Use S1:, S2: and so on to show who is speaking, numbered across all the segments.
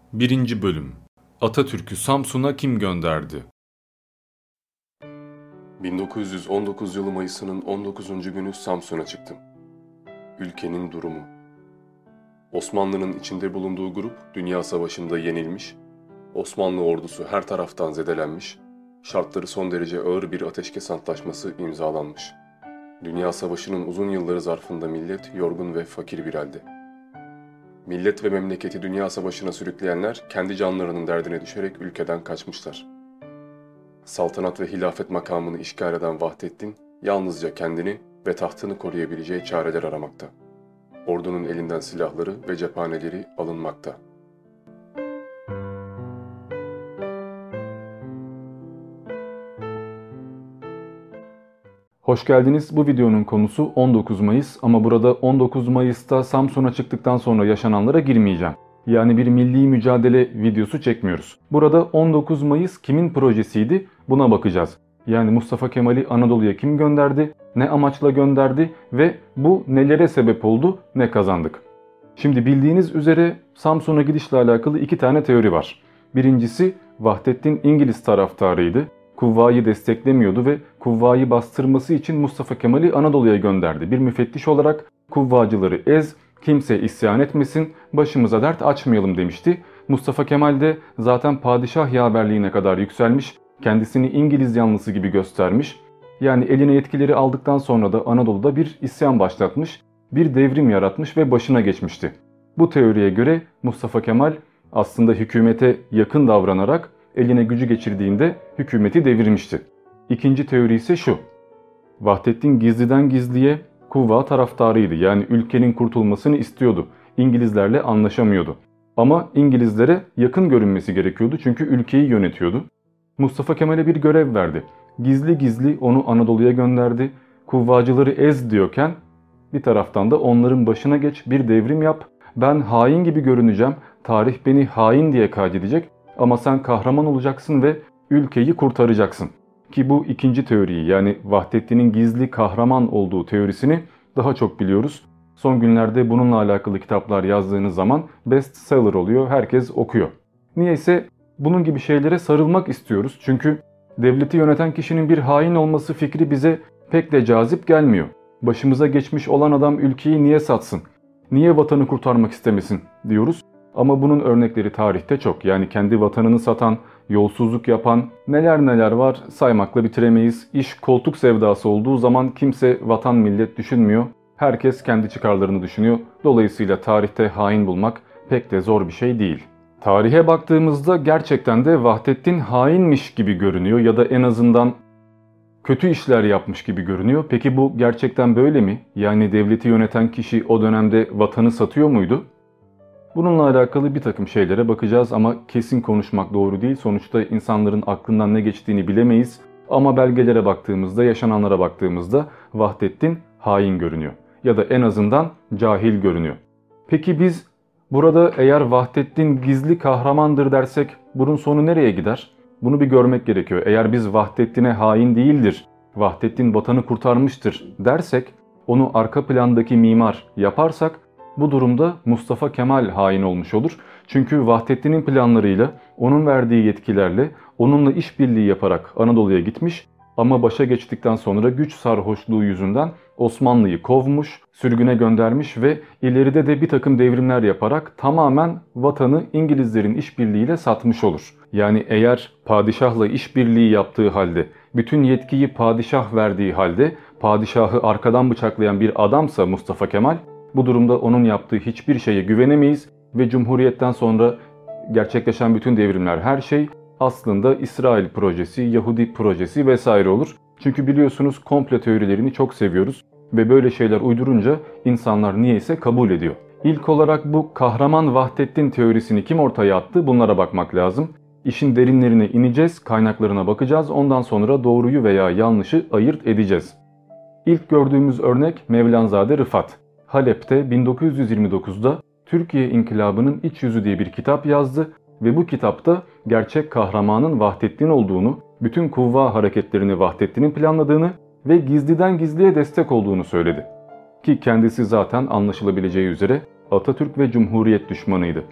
S1: 1. Bölüm Atatürk'ü Samsun'a kim gönderdi?
S2: 1919 yılı Mayıs'ının 19. günü Samsun'a çıktım. Ülkenin durumu. Osmanlı'nın içinde bulunduğu grup Dünya Savaşı'nda yenilmiş, Osmanlı ordusu her taraftan zedelenmiş, şartları son derece ağır bir ateşkes antlaşması imzalanmış. Dünya Savaşı'nın uzun yılları zarfında millet yorgun ve fakir bir halde. Millet ve memleketi Dünya Savaşı'na sürükleyenler kendi canlarının derdine düşerek ülkeden kaçmışlar. Saltanat ve hilafet makamını işgal eden Vahdettin, yalnızca kendini ve tahtını koruyabileceği çareler aramakta. Ordunun elinden silahları ve cephaneleri alınmakta.
S3: Hoş geldiniz. Bu videonun konusu 19 Mayıs ama burada 19 Mayıs'ta Samsun'a çıktıktan sonra yaşananlara girmeyeceğim. Yani bir milli mücadele videosu çekmiyoruz. Burada 19 Mayıs kimin projesiydi buna bakacağız. Yani Mustafa Kemal'i Anadolu'ya kim gönderdi, ne amaçla gönderdi ve bu nelere sebep oldu, ne kazandık. Şimdi bildiğiniz üzere Samsun'a gidişle alakalı iki tane teori var. Birincisi Vahdettin İngiliz taraftarıydı. Kuvvayı desteklemiyordu ve kuvvayı bastırması için Mustafa Kemal'i Anadolu'ya gönderdi. Bir müfettiş olarak kuvvacıları ez, kimse isyan etmesin, başımıza dert açmayalım demişti. Mustafa Kemal de zaten padişah yaverliğine kadar yükselmiş, kendisini İngiliz yanlısı gibi göstermiş. Yani eline yetkileri aldıktan sonra da Anadolu'da bir isyan başlatmış, bir devrim yaratmış ve başına geçmişti. Bu teoriye göre Mustafa Kemal aslında hükümete yakın davranarak eline gücü geçirdiğinde hükümeti devirmişti. İkinci teori ise şu: Vahdettin gizliden gizliye kuvva taraftarıydı. Yani ülkenin kurtulmasını istiyordu. İngilizlerle anlaşamıyordu. Ama İngilizlere yakın görünmesi gerekiyordu çünkü ülkeyi yönetiyordu. Mustafa Kemal'e bir görev verdi. Gizli gizli onu Anadolu'ya gönderdi. Kuvvacıları ez diyorken bir taraftan da onların başına geç, bir devrim yap. Ben hain gibi görüneceğim. Tarih beni hain diye kaydedecek. Ama sen kahraman olacaksın ve ülkeyi kurtaracaksın. Ki bu ikinci teoriyi, yani Vahdettin'in gizli kahraman olduğu teorisini daha çok biliyoruz. Son günlerde bununla alakalı kitaplar yazdığınız zaman bestseller oluyor, herkes okuyor. Niyeyse bunun gibi şeylere sarılmak istiyoruz. Çünkü devleti yöneten kişinin bir hain olması fikri bize pek de cazip gelmiyor. Başımıza geçmiş olan adam ülkeyi niye satsın? Niye vatanı kurtarmak istemesin diyoruz. Ama bunun örnekleri tarihte çok. Yani kendi vatanını satan, yolsuzluk yapan neler neler var saymakla bitiremeyiz. İş koltuk sevdası olduğu zaman kimse vatan millet düşünmüyor. Herkes kendi çıkarlarını düşünüyor. Dolayısıyla tarihte hain bulmak pek de zor bir şey değil. Tarihe baktığımızda gerçekten de Vahdettin hainmiş gibi görünüyor ya da en azından kötü işler yapmış gibi görünüyor. Peki bu gerçekten böyle mi? Yani devleti yöneten kişi o dönemde vatanı satıyor muydu? Bununla alakalı bir takım şeylere bakacağız ama kesin konuşmak doğru değil. Sonuçta insanların aklından ne geçtiğini bilemeyiz. Ama belgelere baktığımızda, yaşananlara baktığımızda Vahdettin hain görünüyor. Ya da en azından cahil görünüyor. Peki biz burada eğer Vahdettin gizli kahramandır dersek bunun sonu nereye gider? Bunu bir görmek gerekiyor. Eğer biz Vahdettin'e hain değildir, Vahdettin vatanı kurtarmıştır dersek, onu arka plandaki mimar yaparsak, bu durumda Mustafa Kemal hain olmuş olur. Çünkü Vahdettin'in planlarıyla, onun verdiği yetkilerle, onunla işbirliği yaparak Anadolu'ya gitmiş ama başa geçtikten sonra güç sarhoşluğu yüzünden Osmanlı'yı kovmuş, sürgüne göndermiş ve ileride de bir takım devrimler yaparak tamamen vatanı İngilizlerin işbirliğiyle satmış olur. Yani eğer padişahla işbirliği yaptığı halde, bütün yetkiyi padişah verdiği halde padişahı arkadan bıçaklayan bir adamsa Mustafa Kemal, bu durumda onun yaptığı hiçbir şeye güvenemeyiz ve Cumhuriyet'ten sonra gerçekleşen bütün devrimler, her şey aslında İsrail projesi, Yahudi projesi vesaire olur. Çünkü biliyorsunuz komplo teorilerini çok seviyoruz ve böyle şeyler uydurunca insanlar niyeyse kabul ediyor. İlk olarak bu kahraman Vahdettin teorisini kim ortaya attı, bunlara bakmak lazım. İşin derinlerine ineceğiz, kaynaklarına bakacağız, ondan sonra doğruyu veya yanlışı ayırt edeceğiz. İlk gördüğümüz örnek Mevlanzade Rıfat. Halep'te 1929'da Türkiye İnkılabı'nın İç Yüzü diye bir kitap yazdı ve bu kitapta gerçek kahramanın Vahdettin olduğunu, bütün kuvva hareketlerini Vahdettin'in planladığını ve gizliden gizliye destek olduğunu söyledi. Ki kendisi zaten anlaşılabileceği üzere Atatürk ve Cumhuriyet düşmanıydı.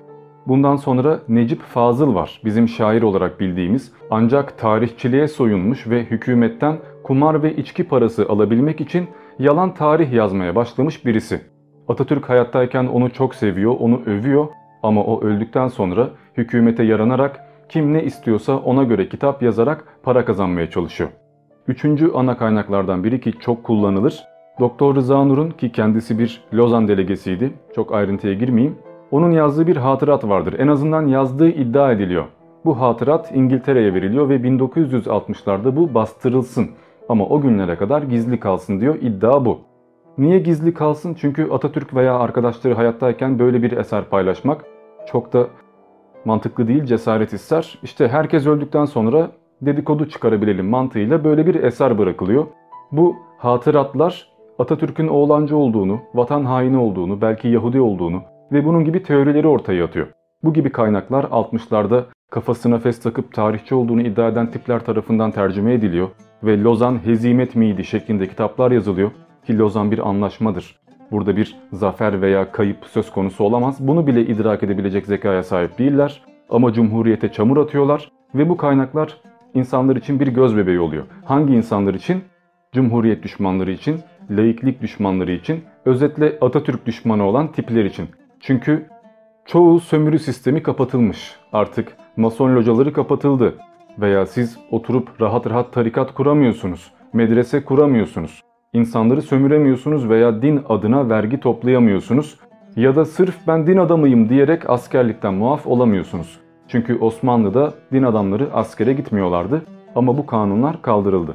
S3: Bundan sonra Necip Fazıl var, bizim şair olarak bildiğimiz, ancak tarihçiliğe soyunmuş ve hükümetten kumar ve içki parası alabilmek için yalan tarih yazmaya başlamış birisi. Atatürk hayattayken onu çok seviyor, onu övüyor ama o öldükten sonra hükümete yaranarak kim ne istiyorsa ona göre kitap yazarak para kazanmaya çalışıyor. Üçüncü ana kaynaklardan biri ki çok kullanılır, Doktor Rıza Nur'un, ki kendisi bir Lozan delegesiydi, çok ayrıntıya girmeyeyim, onun yazdığı bir hatırat vardır. En azından yazdığı iddia ediliyor. Bu hatırat İngiltere'ye veriliyor ve 1960'larda bu bastırılsın ama o günlere kadar gizli kalsın diyor, iddia bu. Niye gizli kalsın? Çünkü Atatürk veya arkadaşları hayattayken böyle bir eser paylaşmak çok da mantıklı değil, cesaret ister. İşte herkes öldükten sonra dedikodu çıkarabilelim mantığıyla böyle bir eser bırakılıyor. Bu hatıratlar Atatürk'ün oğlancı olduğunu, vatan haini olduğunu, belki Yahudi olduğunu ve bunun gibi teorileri ortaya atıyor. Bu gibi kaynaklar 60'larda kafasına fes takıp tarihçi olduğunu iddia eden tipler tarafından tercüme ediliyor ve Lozan hezimet miydi şeklinde kitaplar yazılıyor ki Lozan bir anlaşmadır. Burada bir zafer veya kayıp söz konusu olamaz. Bunu bile idrak edebilecek zekaya sahip değiller ama Cumhuriyete çamur atıyorlar ve bu kaynaklar insanlar için bir gözbebeği oluyor. Hangi insanlar için? Cumhuriyet düşmanları için, laiklik düşmanları için, özetle Atatürk düşmanı olan tipler için. Çünkü çoğu sömürü sistemi kapatılmış. Artık mason locaları kapatıldı. Veya siz oturup rahat rahat tarikat kuramıyorsunuz, medrese kuramıyorsunuz, insanları sömüremiyorsunuz veya din adına vergi toplayamıyorsunuz. Ya da sırf ben din adamıyım diyerek askerlikten muaf olamıyorsunuz. Çünkü Osmanlı'da din adamları askere gitmiyorlardı ama bu kanunlar kaldırıldı.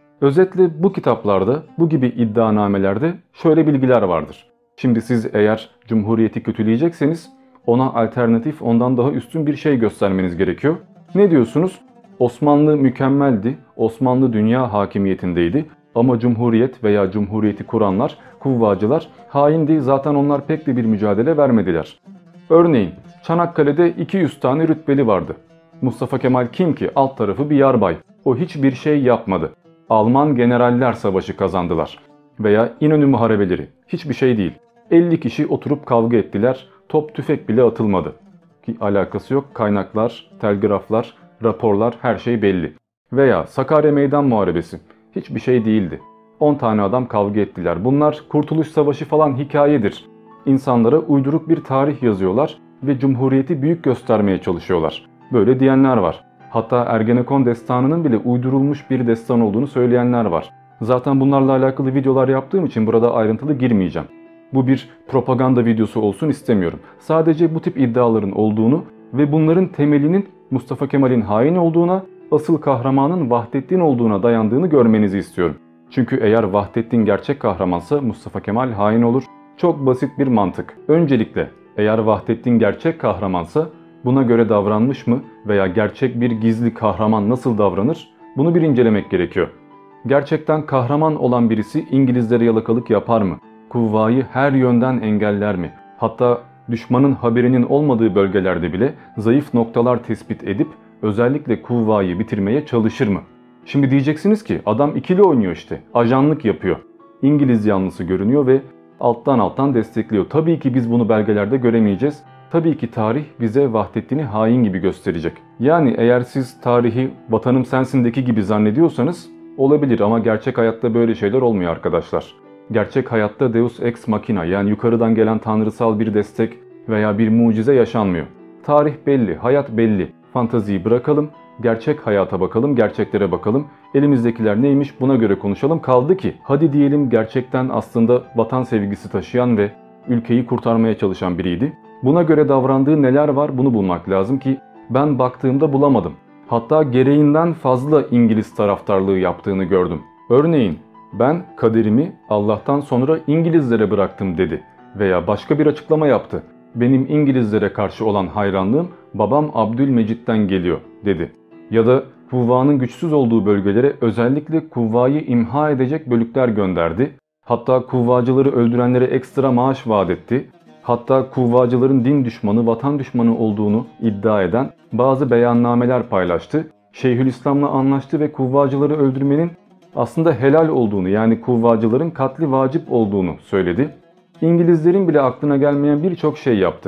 S3: Özetle bu kitaplarda, bu gibi iddianamelerde şöyle bilgiler vardır. Şimdi siz eğer Cumhuriyeti kötüleyecekseniz ona alternatif, ondan daha üstün bir şey göstermeniz gerekiyor. Ne diyorsunuz? Osmanlı mükemmeldi, Osmanlı dünya hakimiyetindeydi ama Cumhuriyet veya Cumhuriyeti kuranlar, kuvvacılar haindi, zaten onlar pek de bir mücadele vermediler. Örneğin Çanakkale'de 200 tane rütbeli vardı. Mustafa Kemal kim ki? Alt tarafı bir yarbay. O hiçbir şey yapmadı. Alman generaller savaşı kazandılar. Veya İnönü muharebeleri. Hiçbir şey değil. 50 kişi oturup kavga ettiler. Top tüfek bile atılmadı. Ki alakası yok. Kaynaklar, telgraflar, raporlar, her şey belli. Veya Sakarya Meydan Muharebesi. Hiçbir şey değildi. 10 tane adam kavga ettiler. Bunlar Kurtuluş Savaşı falan hikayedir. İnsanlara uyduruk bir tarih yazıyorlar ve Cumhuriyeti büyük göstermeye çalışıyorlar. Böyle diyenler var. Hatta Ergenekon destanının bile uydurulmuş bir destan olduğunu söyleyenler var. Zaten bunlarla alakalı videolar yaptığım için burada ayrıntılı girmeyeceğim. Bu bir propaganda videosu olsun istemiyorum. Sadece bu tip iddiaların olduğunu ve bunların temelinin Mustafa Kemal'in hain olduğuna, asıl kahramanın Vahdettin olduğuna dayandığını görmenizi istiyorum. Çünkü eğer Vahdettin gerçek kahramansa Mustafa Kemal hain olur. Çok basit bir mantık. Öncelikle eğer Vahdettin gerçek kahramansa buna göre davranmış mı veya gerçek bir gizli kahraman nasıl davranır? Bunu bir incelemek gerekiyor. Gerçekten kahraman olan birisi İngilizlere yalakalık yapar mı? Kuvvayı her yönden engeller mi? Hatta düşmanın haberinin olmadığı bölgelerde bile zayıf noktalar tespit edip özellikle kuvvayı bitirmeye çalışır mı? Şimdi diyeceksiniz ki adam ikili oynuyor işte, ajanlık yapıyor. İngiliz yanlısı görünüyor ve alttan destekliyor. Tabii ki biz bunu belgelerde göremeyeceğiz. Tabii ki tarih bize Vahdettin'i hain gibi gösterecek. Yani eğer siz tarihi vatanım sensindeki gibi zannediyorsanız olabilir ama gerçek hayatta böyle şeyler olmuyor arkadaşlar. Gerçek hayatta Deus ex machina, yani yukarıdan gelen tanrısal bir destek veya bir mucize yaşanmıyor. Tarih belli, hayat belli. Fantaziyi bırakalım, gerçek hayata bakalım, gerçeklere bakalım. Elimizdekiler neymiş buna göre konuşalım. Kaldı ki hadi diyelim gerçekten aslında vatan sevgisi taşıyan ve ülkeyi kurtarmaya çalışan biriydi. Buna göre davrandığı neler var bunu bulmak lazım ki ben baktığımda bulamadım. Hatta gereğinden fazla İngiliz taraftarlığı yaptığını gördüm. Örneğin ben kaderimi Allah'tan sonra İngilizlere bıraktım dedi veya başka bir açıklama yaptı. Benim İngilizlere karşı olan hayranlığım babam Abdülmecit'ten geliyor dedi. Ya da kuvvanın güçsüz olduğu bölgelere özellikle kuvvayı imha edecek bölükler gönderdi. Hatta kuvvacıları öldürenlere ekstra maaş vaat etti. Hatta kuvvacıların din düşmanı, vatan düşmanı olduğunu iddia eden bazı beyannameler paylaştı. Şeyhülislam'la anlaştı ve kuvvacıları öldürmenin aslında helal olduğunu, yani kuvvacıların katli vacip olduğunu söyledi. İngilizlerin bile aklına gelmeyen birçok şey yaptı.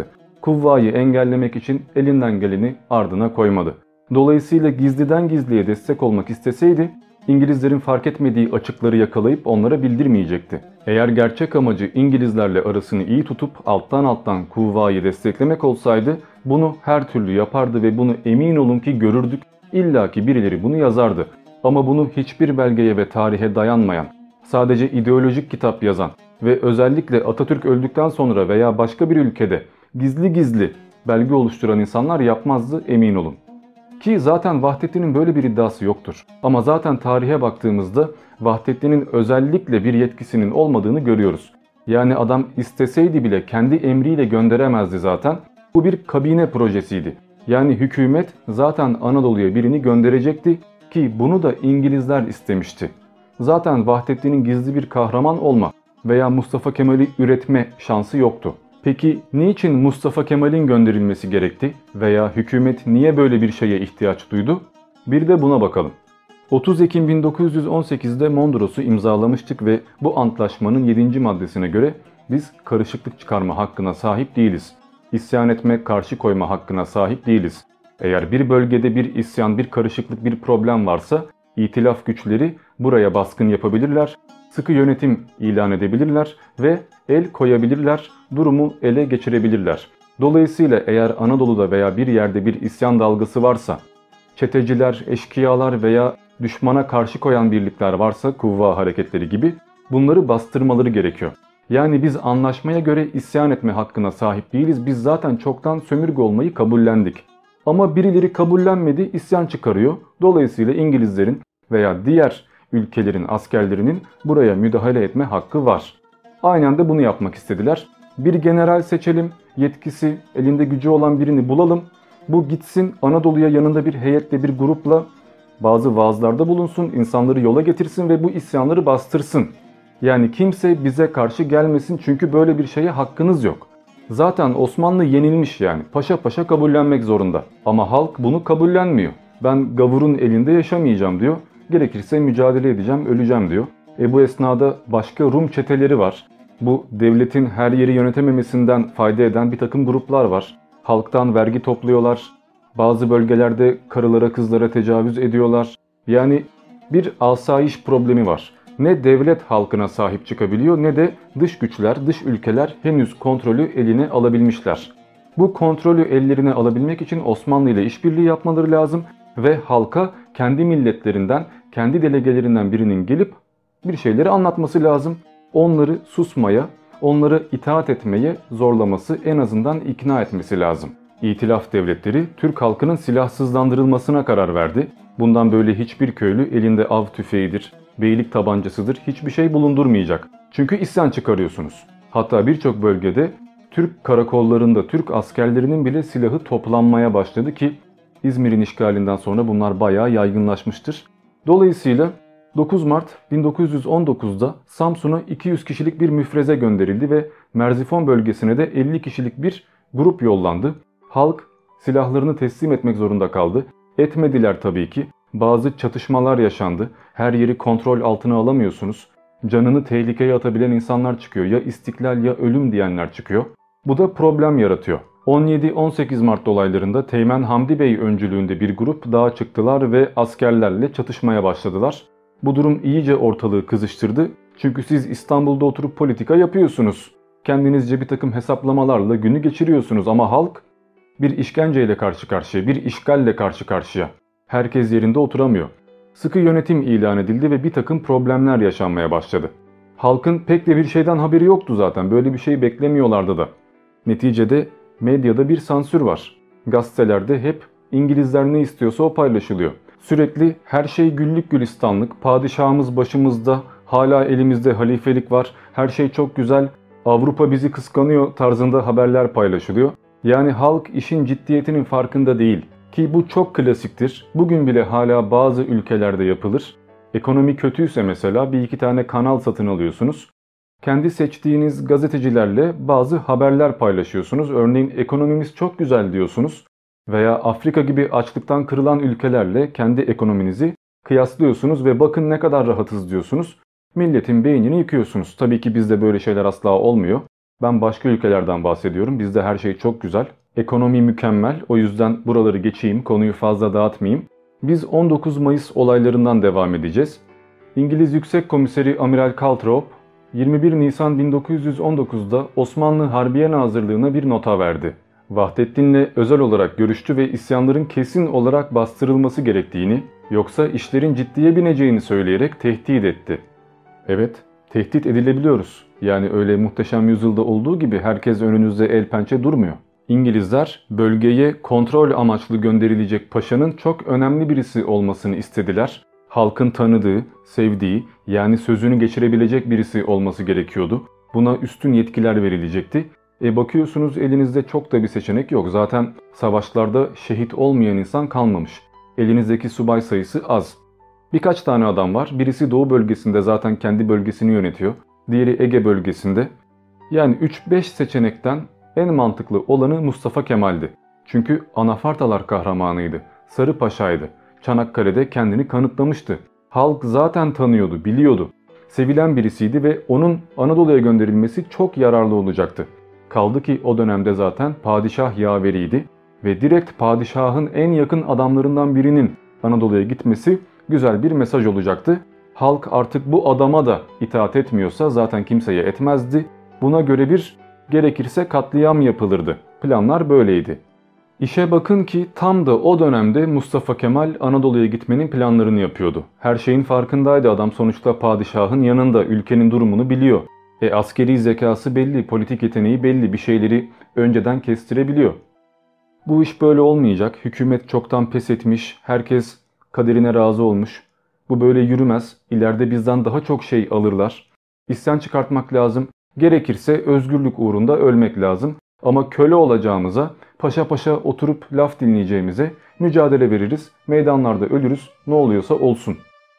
S3: Kuvva'yı engellemek için elinden geleni ardına koymadı. Dolayısıyla gizliden gizliye destek olmak isteseydi İngilizlerin fark etmediği açıkları yakalayıp onlara bildirmeyecekti. Eğer gerçek amacı İngilizlerle arasını iyi tutup alttan Kuvva'yı desteklemek olsaydı bunu her türlü yapardı ve bunu emin olun ki görürdük. İlla ki birileri bunu yazardı. Ama bunu hiçbir belgeye ve tarihe dayanmayan, sadece ideolojik kitap yazan ve özellikle Atatürk öldükten sonra veya başka bir ülkede gizli gizli belge oluşturan insanlar yapmazdı, emin olun. Ki zaten Vahdettin'in böyle bir iddiası yoktur. Ama zaten tarihe baktığımızda Vahdettin'in özellikle bir yetkisinin olmadığını görüyoruz. Yani adam isteseydi bile kendi emriyle gönderemezdi zaten. Bu bir kabine projesiydi. Yani hükümet zaten Anadolu'ya birini gönderecekti ki bunu da İngilizler istemişti. Zaten Vahdettin'in gizli bir kahraman olma veya Mustafa Kemal'i üretme şansı yoktu. Peki niçin Mustafa Kemal'in gönderilmesi gerekti veya hükümet niye böyle bir şeye ihtiyaç duydu? Bir de buna bakalım. 30 Ekim 1918'de Mondros'u imzalamıştık ve bu antlaşmanın 7. maddesine göre biz karışıklık çıkarma hakkına sahip değiliz. İsyan etme, karşı koyma hakkına sahip değiliz. Eğer bir bölgede bir isyan, bir karışıklık, bir problem varsa İtilaf güçleri buraya baskın yapabilirler, sıkı yönetim ilan edebilirler ve el koyabilirler, durumu ele geçirebilirler. Dolayısıyla eğer Anadolu'da veya bir yerde bir isyan dalgası varsa, çeteciler, eşkıyalar veya düşmana karşı koyan birlikler varsa Kuvva hareketleri gibi bunları bastırmaları gerekiyor. Yani biz anlaşmaya göre isyan etme hakkına sahip değiliz. Biz zaten çoktan sömürge olmayı kabullendik. Ama birileri kabullenmedi, isyan çıkarıyor. Dolayısıyla İngilizlerin veya diğer ülkelerin askerlerinin buraya müdahale etme hakkı var. Aynen de bunu yapmak istediler. Bir general seçelim, yetkisi, elinde gücü olan birini bulalım. Bu gitsin Anadolu'ya yanında bir heyetle, bir grupla bazı vaazlarda bulunsun, insanları yola getirsin ve bu isyanları bastırsın. Yani kimse bize karşı gelmesin çünkü böyle bir şeye hakkınız yok. Zaten Osmanlı yenilmiş yani. Paşa paşa kabullenmek zorunda. Ama halk bunu kabullenmiyor. Ben gavurun elinde yaşamayacağım diyor. Gerekirse mücadele edeceğim, öleceğim diyor. Bu esnada başka Rum çeteleri var. Bu devletin her yeri yönetememesinden fayda eden bir takım gruplar var. Halktan vergi topluyorlar. Bazı bölgelerde karılara kızlara tecavüz ediyorlar. Yani bir asayiş problemi var. Ne devlet halkına sahip çıkabiliyor ne de dış güçler, dış ülkeler henüz kontrolü eline alabilmişler. Bu kontrolü ellerine alabilmek için Osmanlı ile işbirliği yapmaları lazım ve halka kendi milletlerinden, kendi delegelerinden birinin gelip bir şeyleri anlatması lazım. Onları susmaya, onları itaat etmeye zorlaması, en azından ikna etmesi lazım. İtilaf devletleri Türk halkının silahsızlandırılmasına karar verdi. Bundan böyle hiçbir köylü elinde av tüfeğidir, beylik tabancasıdır, hiçbir şey bulundurmayacak. Çünkü isyan çıkarıyorsunuz. Hatta birçok bölgede Türk karakollarında Türk askerlerinin bile silahı toplanmaya başladı ki İzmir'in işgalinden sonra bunlar bayağı yaygınlaşmıştır. Dolayısıyla 9 Mart 1919'da Samsun'a 200 kişilik bir müfreze gönderildi ve Merzifon bölgesine de 50 kişilik bir grup yollandı. Halk silahlarını teslim etmek zorunda kaldı. Etmediler tabii ki. Bazı çatışmalar yaşandı. Her yeri kontrol altına alamıyorsunuz. Canını tehlikeye atabilen insanlar çıkıyor. Ya istiklal ya ölüm diyenler çıkıyor. Bu da problem yaratıyor. 17-18 Mart olaylarında Teğmen Hamdi Bey öncülüğünde bir grup dağa çıktılar ve askerlerle çatışmaya başladılar. Bu durum iyice ortalığı kızıştırdı. Çünkü siz İstanbul'da oturup politika yapıyorsunuz. Kendinizce bir takım hesaplamalarla günü geçiriyorsunuz ama halk bir işkenceyle karşı karşıya, bir işgalle karşı karşıya. Herkes yerinde oturamıyor. Sıkı yönetim ilan edildi ve bir takım problemler yaşanmaya başladı. Halkın pek de bir şeyden haberi yoktu zaten. Böyle bir şey beklemiyorlardı da. Neticede medyada bir sansür var. Gazetelerde hep İngilizler ne istiyorsa o paylaşılıyor. Sürekli her şey güllük gülistanlık, padişahımız başımızda, hala elimizde halifelik var, her şey çok güzel, Avrupa bizi kıskanıyor tarzında haberler paylaşılıyor. Yani halk işin ciddiyetinin farkında değil. Ki bu çok klasiktir. Bugün bile hala bazı ülkelerde yapılır. Ekonomi kötüyse mesela bir iki tane kanal satın alıyorsunuz. Kendi seçtiğiniz gazetecilerle bazı haberler paylaşıyorsunuz. Örneğin ekonomimiz çok güzel diyorsunuz. Veya Afrika gibi açlıktan kırılan ülkelerle kendi ekonominizi kıyaslıyorsunuz ve bakın ne kadar rahatız diyorsunuz. Milletin beynini yıkıyorsunuz. Tabii ki bizde böyle şeyler asla olmuyor. Ben başka ülkelerden bahsediyorum. Bizde her şey çok güzel. Ekonomi mükemmel. O yüzden buraları geçeyim, konuyu fazla dağıtmayayım. Biz 19 Mayıs olaylarından devam edeceğiz. İngiliz Yüksek Komiseri Amiral Calthrop, 21 Nisan 1919'da Osmanlı Harbiye Nazırlığı'na bir nota verdi. Vahdettin'le özel olarak görüştü ve isyanların kesin olarak bastırılması gerektiğini, yoksa işlerin ciddiye bineceğini söyleyerek tehdit etti. Evet, tehdit edilebiliyoruz. Yani öyle Muhteşem Yüzyıl'da olduğu gibi herkes önünüzde el pençe durmuyor. İngilizler bölgeye kontrol amaçlı gönderilecek paşanın çok önemli birisi olmasını istediler. Halkın tanıdığı, sevdiği, yani sözünü geçirebilecek birisi olması gerekiyordu. Buna üstün yetkiler verilecekti. Bakıyorsunuz elinizde çok da bir seçenek yok. Zaten savaşlarda şehit olmayan insan kalmamış. Elinizdeki subay sayısı az. Birkaç tane adam var. Birisi Doğu bölgesinde zaten kendi bölgesini yönetiyor. Diğeri Ege bölgesinde. Yani 3-5 seçenekten en mantıklı olanı Mustafa Kemal'di. Çünkü Anafartalar kahramanıydı. Sarı Paşa'ydı. Çanakkale'de kendini kanıtlamıştı. Halk zaten tanıyordu, biliyordu. Sevilen birisiydi ve onun Anadolu'ya gönderilmesi çok yararlı olacaktı. Kaldı ki o dönemde zaten padişah yaveriydi ve direkt padişahın en yakın adamlarından birinin Anadolu'ya gitmesi güzel bir mesaj olacaktı. Halk artık bu adama da itaat etmiyorsa zaten kimseye etmezdi. Buna göre bir gerekirse katliam yapılırdı. Planlar böyleydi. İşe bakın ki tam da o dönemde Mustafa Kemal Anadolu'ya gitmenin planlarını yapıyordu. Her şeyin farkındaydı adam, sonuçta padişahın yanında, ülkenin durumunu biliyor. Askeri zekası belli, politik yeteneği belli, bir şeyleri önceden kestirebiliyor. Bu iş böyle olmayacak, hükümet çoktan pes etmiş, herkes kaderine razı olmuş. Bu böyle yürümez, ileride bizden daha çok şey alırlar. İsyan çıkartmak lazım, gerekirse özgürlük uğrunda ölmek lazım. Ama köle olacağımıza, paşa paşa oturup laf dinleyeceğimize mücadele veririz, meydanlarda ölürüz, ne oluyorsa olsun.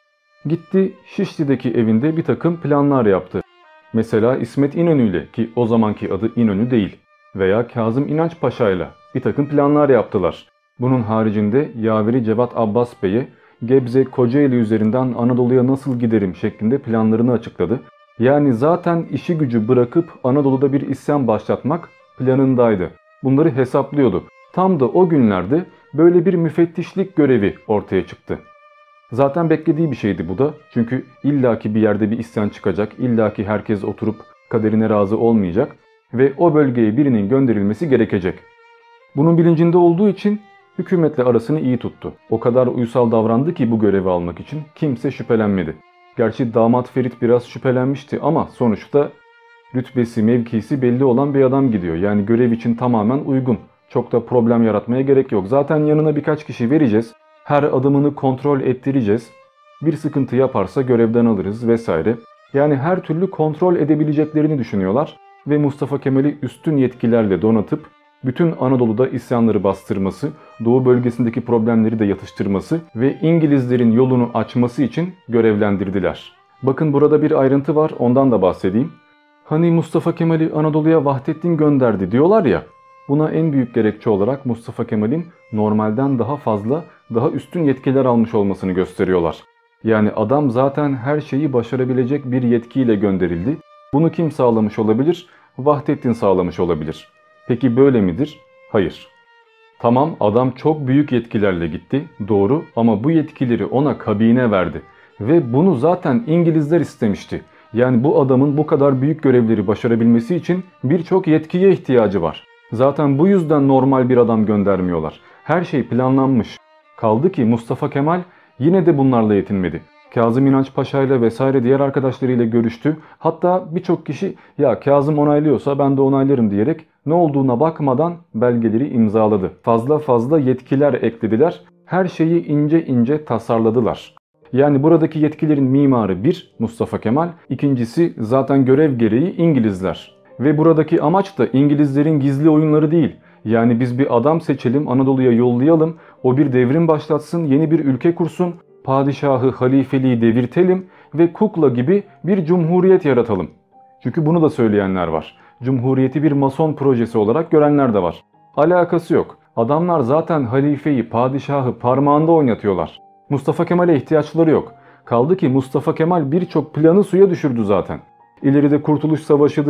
S3: Gitti Şişli'deki evinde bir takım planlar yaptı. Mesela İsmet İnönü ile, ki o zamanki adı İnönü değil, veya Kazım İnanç Paşa ile bir takım planlar yaptılar. Bunun haricinde yaveri Cevat Abbas Bey'e Gebze Kocaeli üzerinden Anadolu'ya nasıl giderim şeklinde planlarını açıkladı. Yani zaten işi gücü bırakıp Anadolu'da bir isyan başlatmak planındaydı. Bunları hesaplıyordu. Tam da o günlerde böyle bir müfettişlik görevi ortaya çıktı. Zaten beklediği bir şeydi bu da. Çünkü illaki bir yerde bir isyan çıkacak. İllaki herkes oturup kaderine razı olmayacak. Ve o bölgeye birinin gönderilmesi gerekecek. Bunun bilincinde olduğu için hükümetle arasını iyi tuttu. O kadar uysal davrandı ki bu görevi almak için kimse şüphelenmedi. Gerçi damat Ferit biraz şüphelenmişti ama sonuçta rütbesi, mevkisi belli olan bir adam gidiyor. Yani görev için tamamen uygun. Çok da problem yaratmaya gerek yok. Zaten yanına birkaç kişi vereceğiz. Her adımını kontrol ettireceğiz. Bir sıkıntı yaparsa görevden alırız vesaire. Yani her türlü kontrol edebileceklerini düşünüyorlar. Ve Mustafa Kemal'i üstün yetkilerle donatıp bütün Anadolu'da isyanları bastırması, Doğu bölgesindeki problemleri de yatıştırması ve İngilizlerin yolunu açması için görevlendirdiler. Bakın burada bir ayrıntı var, ondan da bahsedeyim. Hani Mustafa Kemal'i Anadolu'ya Vahdettin gönderdi diyorlar ya, buna en büyük gerekçe olarak Mustafa Kemal'in normalden daha fazla, daha üstün yetkiler almış olmasını gösteriyorlar. Yani adam zaten her şeyi başarabilecek bir yetkiyle gönderildi. Bunu kim sağlamış olabilir? Vahdettin sağlamış olabilir. Peki böyle midir? Hayır. Tamam, adam çok büyük yetkilerle gitti, doğru, ama bu yetkileri ona kabine verdi. Ve bunu zaten İngilizler istemişti. Yani bu adamın bu kadar büyük görevleri başarabilmesi için birçok yetkiye ihtiyacı var. Zaten bu yüzden normal bir adam göndermiyorlar. Her şey planlanmış. Kaldı ki Mustafa Kemal yine de bunlarla yetinmedi. Kazım İnanç Paşa ile vesaire diğer arkadaşlarıyla görüştü. Hatta birçok kişi ya Kazım onaylıyorsa ben de onaylarım diyerek ne olduğuna bakmadan belgeleri imzaladı. Fazla fazla yetkiler eklediler. Her şeyi ince ince tasarladılar. Yani buradaki yetkilerin mimarı bir Mustafa Kemal, ikincisi zaten görev gereği İngilizler. Ve buradaki amaç da İngilizlerin gizli oyunları değil. Yani biz bir adam seçelim, Anadolu'ya yollayalım, o bir devrim başlatsın, yeni bir ülke kursun, padişahı, halifeliği devirtelim ve kukla gibi bir cumhuriyet yaratalım. Çünkü bunu da söyleyenler var. Cumhuriyeti bir mason projesi olarak görenler de var. Alakası yok. Adamlar zaten halifeyi, padişahı parmağında oynatıyorlar. Mustafa Kemal'e ihtiyaçları yok. Kaldı ki Mustafa Kemal birçok planı suya düşürdü zaten. İleride Kurtuluş Savaşı'dır,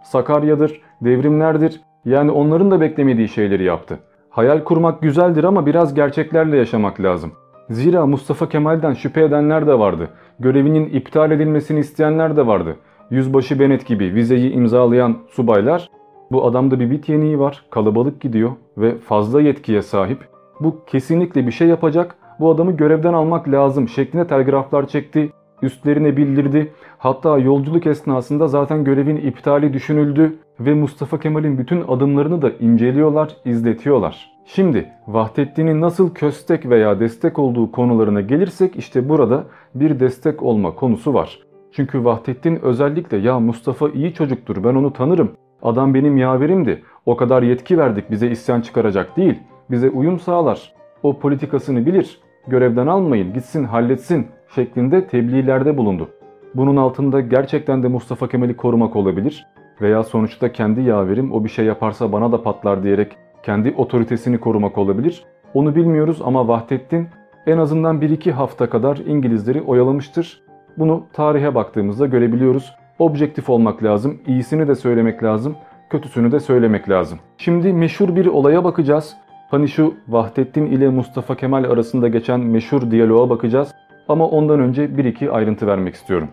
S3: Sakarya'dır, devrimlerdir. Yani onların da beklemediği şeyleri yaptı. Hayal kurmak güzeldir ama biraz gerçeklerle yaşamak lazım. Zira Mustafa Kemal'den şüphe edenler de vardı. Görevinin iptal edilmesini isteyenler de vardı. Yüzbaşı Bennett gibi vizeyi imzalayan subaylar, bu adamda bir bit yeniği var, kalabalık gidiyor ve fazla yetkiye sahip. Bu kesinlikle bir şey yapacak, bu adamı görevden almak lazım şeklinde telgraflar çekti, üstlerine bildirdi. Hatta yolculuk esnasında zaten görevin iptali düşünüldü ve Mustafa Kemal'in bütün adımlarını da inceliyorlar, izletiyorlar. Şimdi Vahdettin'in nasıl köstek veya destek olduğu konularına gelirsek işte burada bir destek olma konusu var. Çünkü Vahdettin özellikle ya Mustafa iyi çocuktur, ben onu tanırım, adam benim yaverimdi, o kadar yetki verdik, bize isyan çıkaracak değil, bize uyum sağlar, o politikasını bilir, görevden almayın, gitsin halletsin şeklinde tebliğlerde bulundu. Bunun altında gerçekten de Mustafa Kemal'i korumak olabilir veya sonuçta kendi yaverim o bir şey yaparsa bana da patlar diyerek kendi otoritesini korumak olabilir. Onu bilmiyoruz ama Vahdettin en azından 1-2 hafta kadar İngilizleri oyalamıştır. Bunu tarihe baktığımızda görebiliyoruz. Objektif olmak lazım, iyisini de söylemek lazım, kötüsünü de söylemek lazım. Şimdi meşhur bir olaya bakacağız. Hani şu Vahdettin ile Mustafa Kemal arasında geçen meşhur diyaloğa bakacağız. Ama ondan önce 1-2 ayrıntı vermek istiyorum.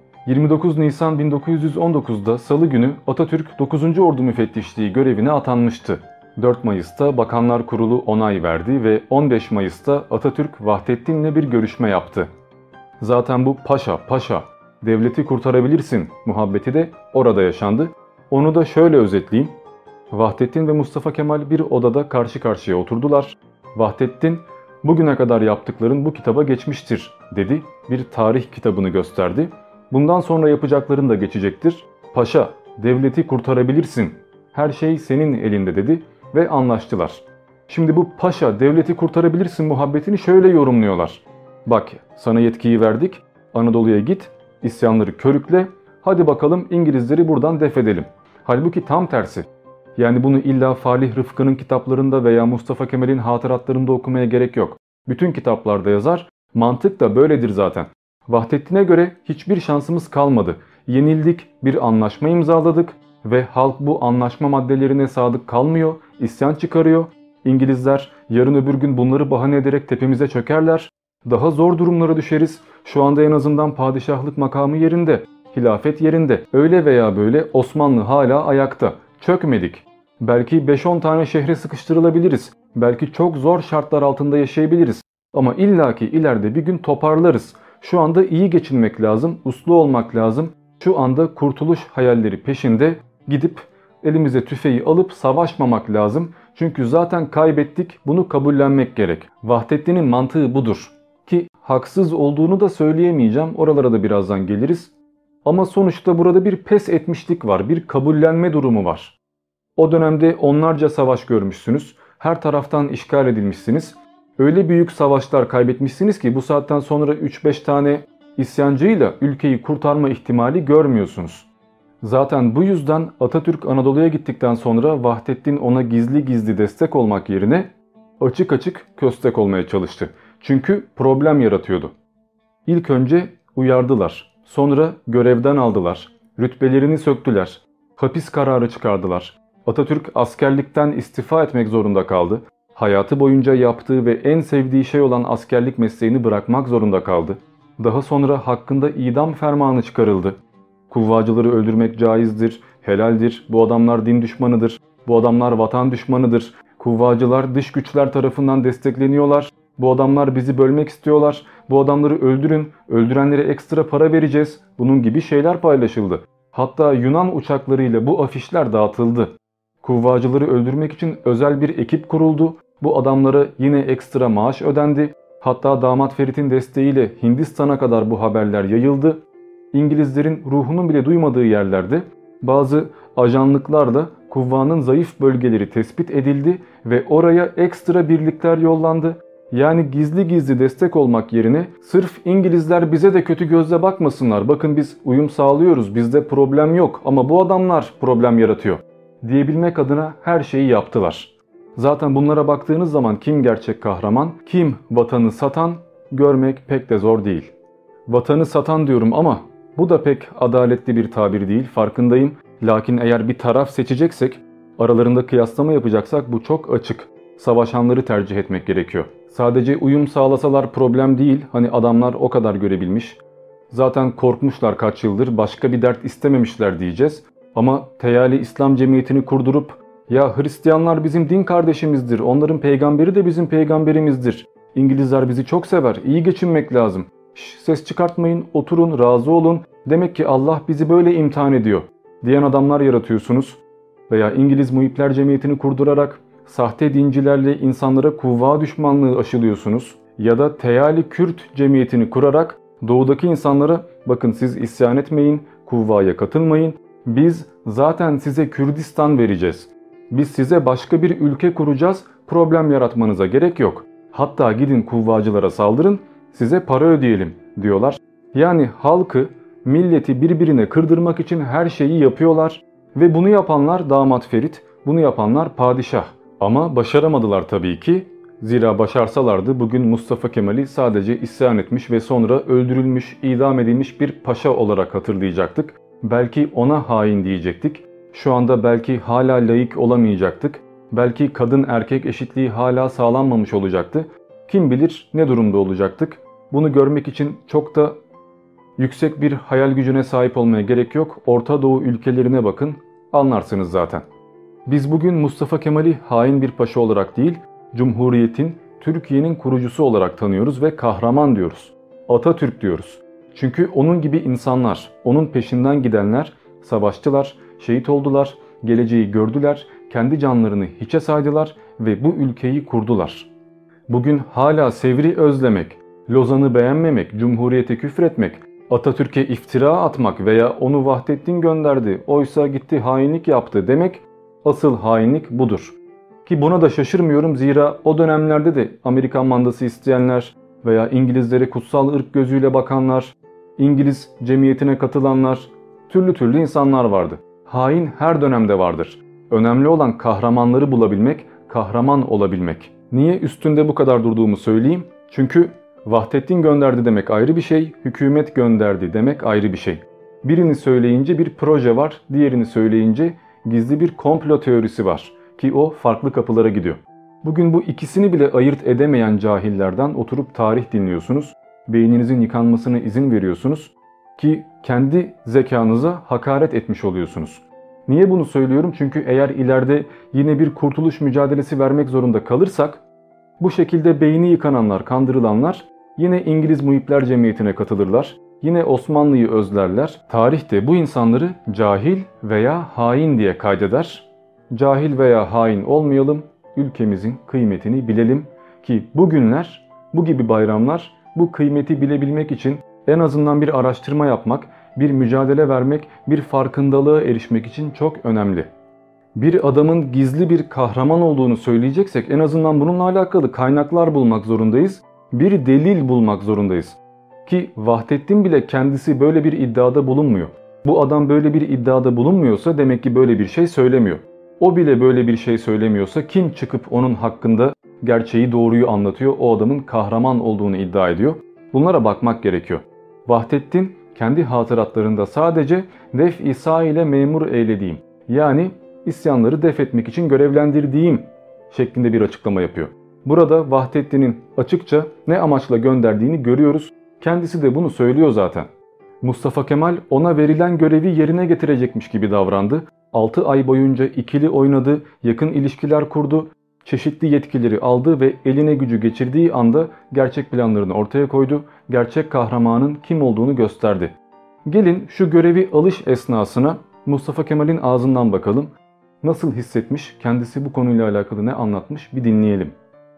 S3: 29 Nisan 1919'da Salı günü Atatürk 9. Ordu Müfettişliği görevine atanmıştı. 4 Mayıs'ta Bakanlar Kurulu onay verdi ve 15 Mayıs'ta Atatürk Vahdettin'le bir görüşme yaptı. Zaten bu paşa, devleti kurtarabilirsin muhabbeti de orada yaşandı. Onu da şöyle özetleyeyim. Vahdettin ve Mustafa Kemal bir odada karşı karşıya oturdular. Vahdettin, bugüne kadar yaptıkların bu kitaba geçmiştir dedi. Bir tarih kitabını gösterdi. Bundan sonra yapacakların da geçecektir. Paşa, devleti kurtarabilirsin. Her şey senin elinde dedi ve anlaştılar. Şimdi bu paşa, devleti kurtarabilirsin muhabbetini şöyle yorumluyorlar. Bak, sana yetkiyi verdik. Anadolu'ya git, isyanları körükle. Hadi bakalım İngilizleri buradan def edelim. Halbuki tam tersi. Yani bunu illa Falih Rıfkı'nın kitaplarında veya Mustafa Kemal'in hatıratlarında okumaya gerek yok. Bütün kitaplarda yazar. Mantık da böyledir zaten. Vahdettin'e göre hiçbir şansımız kalmadı. Yenildik, bir anlaşma imzaladık ve halk bu anlaşma maddelerine sadık kalmıyor, isyan çıkarıyor. İngilizler yarın öbür gün bunları bahane ederek tepemize çökerler. Daha zor durumlara düşeriz. Şu anda en azından padişahlık makamı yerinde, hilafet yerinde. Öyle veya böyle Osmanlı hala ayakta. Çökmedik. Belki 5-10 tane şehre sıkıştırılabiliriz. Belki çok zor şartlar altında yaşayabiliriz. Ama illaki ileride bir gün toparlarız. Şu anda iyi geçinmek lazım, uslu olmak lazım. Şu anda kurtuluş hayalleri peşinde gidip elimize tüfeği alıp savaşmamak lazım. Çünkü zaten kaybettik, bunu kabullenmek gerek. Vahdettin'in mantığı budur. Ki haksız olduğunu da söyleyemeyeceğim, oralara da birazdan geliriz. Ama sonuçta burada bir pes etmişlik var, bir kabullenme durumu var. O dönemde onlarca savaş görmüşsünüz, her taraftan işgal edilmişsiniz. Öyle büyük savaşlar kaybetmişsiniz ki bu saatten sonra 3-5 tane isyancıyla ülkeyi kurtarma ihtimali görmüyorsunuz. Zaten bu yüzden Atatürk Anadolu'ya gittikten sonra Vahdettin ona gizli gizli destek olmak yerine açık açık köstek olmaya çalıştı. Çünkü problem yaratıyordu. İlk önce uyardılar, sonra görevden aldılar, rütbelerini söktüler, hapis kararı çıkardılar. Atatürk askerlikten istifa etmek zorunda kaldı. Hayatı boyunca yaptığı ve en sevdiği şey olan askerlik mesleğini bırakmak zorunda kaldı. Daha sonra hakkında idam fermanı çıkarıldı. Kuvvacıları öldürmek caizdir, helaldir, bu adamlar din düşmanıdır, bu adamlar vatan düşmanıdır, kuvvacılar dış güçler tarafından destekleniyorlar, bu adamlar bizi bölmek istiyorlar, bu adamları öldürün, öldürenlere ekstra para vereceğiz, bunun gibi şeyler paylaşıldı. Hatta Yunan uçaklarıyla bu afişler dağıtıldı. Kuvvacıları öldürmek için özel bir ekip kuruldu. Bu adamlara yine ekstra maaş ödendi. Hatta damat Ferit'in desteğiyle Hindistan'a kadar bu haberler yayıldı. İngilizlerin ruhunun bile duymadığı yerlerde bazı ajanlıklarla kuvvanın zayıf bölgeleri tespit edildi ve oraya ekstra birlikler yollandı. Yani gizli gizli destek olmak yerine sırf İngilizler bize de kötü gözle bakmasınlar, bakın biz uyum sağlıyoruz, bizde problem yok ama bu adamlar problem yaratıyor diyebilmek adına her şeyi yaptılar. Zaten bunlara baktığınız zaman kim gerçek kahraman, kim vatanı satan görmek pek de zor değil. Vatanı satan diyorum ama bu da pek adaletli bir tabir değil, farkındayım. Lakin eğer bir taraf seçeceksek, aralarında kıyaslama yapacaksak bu çok açık. Savaşanları tercih etmek gerekiyor. Sadece uyum sağlasalar problem değil. Hani adamlar o kadar görebilmiş. Zaten korkmuşlar kaç yıldır, başka bir dert istememişler diyeceğiz. Ama Teali İslam Cemiyeti'ni kurdurup ya Hristiyanlar bizim din kardeşimizdir, onların peygamberi de bizim peygamberimizdir. İngilizler bizi çok sever, iyi geçinmek lazım. Ses çıkartmayın, oturun, razı olun. Demek ki Allah bizi böyle imtihan ediyor diyen adamlar yaratıyorsunuz. Veya İngiliz Muhipler Cemiyeti'ni kurdurarak sahte dincilerle insanlara kuvva düşmanlığı aşılıyorsunuz. Ya da Teali Kürt Cemiyeti'ni kurarak doğudaki insanlara bakın siz isyan etmeyin, kuvvaya katılmayın. Biz zaten size Kürdistan vereceğiz. Biz size başka bir ülke kuracağız, problem yaratmanıza gerek yok. Hatta gidin kuvvacılara saldırın, size para ödeyelim diyorlar. Yani halkı, milleti birbirine kırdırmak için her şeyi yapıyorlar. Ve bunu yapanlar damat Ferit, bunu yapanlar padişah. Ama başaramadılar tabii ki. Zira başarsalardı bugün Mustafa Kemal'i sadece isyan etmiş ve sonra öldürülmüş, idam edilmiş bir paşa olarak hatırlayacaktık. Belki ona hain diyecektik. Şu anda belki hala laik olamayacaktık. Belki kadın erkek eşitliği hala sağlanmamış olacaktı. Kim bilir ne durumda olacaktık. Bunu görmek için çok da yüksek bir hayal gücüne sahip olmaya gerek yok. Orta Doğu ülkelerine bakın, anlarsınız zaten. Biz bugün Mustafa Kemal'i hain bir paşa olarak değil, Cumhuriyet'in, Türkiye'nin kurucusu olarak tanıyoruz ve kahraman diyoruz. Atatürk diyoruz. Çünkü onun gibi insanlar, onun peşinden gidenler savaştılar, şehit oldular, geleceği gördüler, kendi canlarını hiçe saydılar ve bu ülkeyi kurdular. Bugün hala Sevr'i özlemek, Lozan'ı beğenmemek, Cumhuriyet'e küfretmek, Atatürk'e iftira atmak veya onu Vahdettin gönderdi, oysa gitti hainlik yaptı demek, asıl hainlik budur. Ki buna da şaşırmıyorum zira o dönemlerde de Amerikan mandası isteyenler veya İngilizlere kutsal ırk gözüyle bakanlar, İngiliz cemiyetine katılanlar, türlü insanlar vardı. Hain her dönemde vardır. Önemli olan kahramanları bulabilmek, kahraman olabilmek. Niye üstünde bu kadar durduğumu söyleyeyim? Çünkü Vahdettin gönderdi demek ayrı bir şey, hükümet gönderdi demek ayrı bir şey. Birini söyleyince bir proje var, diğerini söyleyince gizli bir komplo teorisi var ki o farklı kapılara gidiyor. Bugün bu ikisini bile ayırt edemeyen cahillerden oturup tarih dinliyorsunuz, beyninizin yıkanmasına izin veriyorsunuz ki kendi zekanıza hakaret etmiş oluyorsunuz. Niye bunu söylüyorum? Çünkü eğer ileride yine bir kurtuluş mücadelesi vermek zorunda kalırsak, bu şekilde beyni yıkananlar, kandırılanlar yine İngiliz Muhipler Cemiyeti'ne katılırlar. Yine Osmanlı'yı özlerler. Tarih de bu insanları cahil veya hain diye kaydeder. Cahil veya hain olmayalım, ülkemizin kıymetini bilelim ki bugünler, bu gibi bayramlar bu kıymeti bilebilmek için en azından bir araştırma yapmak, bir mücadele vermek, bir farkındalığa erişmek için çok önemli. Bir adamın gizli bir kahraman olduğunu söyleyeceksek en azından bununla alakalı kaynaklar bulmak zorundayız. Bir delil bulmak zorundayız. Ki Vahdettin bile kendisi böyle bir iddiada bulunmuyor. Bu adam böyle bir iddiada bulunmuyorsa demek ki böyle bir şey söylemiyor. O bile böyle bir şey söylemiyorsa kim çıkıp onun hakkında gerçeği doğruyu anlatıyor, o adamın kahraman olduğunu iddia ediyor? Bunlara bakmak gerekiyor. Vahdettin kendi hatıratlarında sadece def-i sa ile memur eylediğim, yani isyanları def etmek için görevlendirdiğim şeklinde bir açıklama yapıyor. Burada Vahdettin'in açıkça ne amaçla gönderdiğini görüyoruz. Kendisi de bunu söylüyor zaten. Mustafa Kemal ona verilen görevi yerine getirecekmiş gibi davrandı. 6 ay boyunca ikili oynadı, yakın ilişkiler kurdu, çeşitli yetkileri aldı ve eline gücü geçirdiği anda gerçek planlarını ortaya koydu. Gerçek kahramanın kim olduğunu gösterdi. Gelin şu görevi alış esnasına Mustafa Kemal'in ağzından bakalım. Nasıl hissetmiş, kendisi bu konuyla alakalı ne anlatmış bir dinleyelim.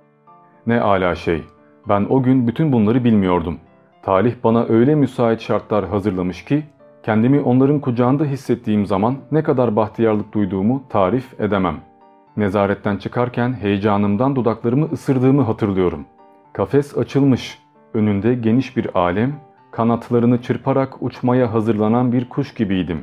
S3: Ne âlâ şey, ben o gün bütün bunları bilmiyordum. Talih bana öyle müsait şartlar hazırlamış ki, kendimi onların kucağında hissettiğim zaman ne kadar bahtiyarlık duyduğumu tarif edemem. Nezaretten çıkarken heyecanımdan dudaklarımı ısırdığımı hatırlıyorum. Kafes açılmış, önünde geniş bir alem, kanatlarını çırparak uçmaya hazırlanan bir kuş gibiydim.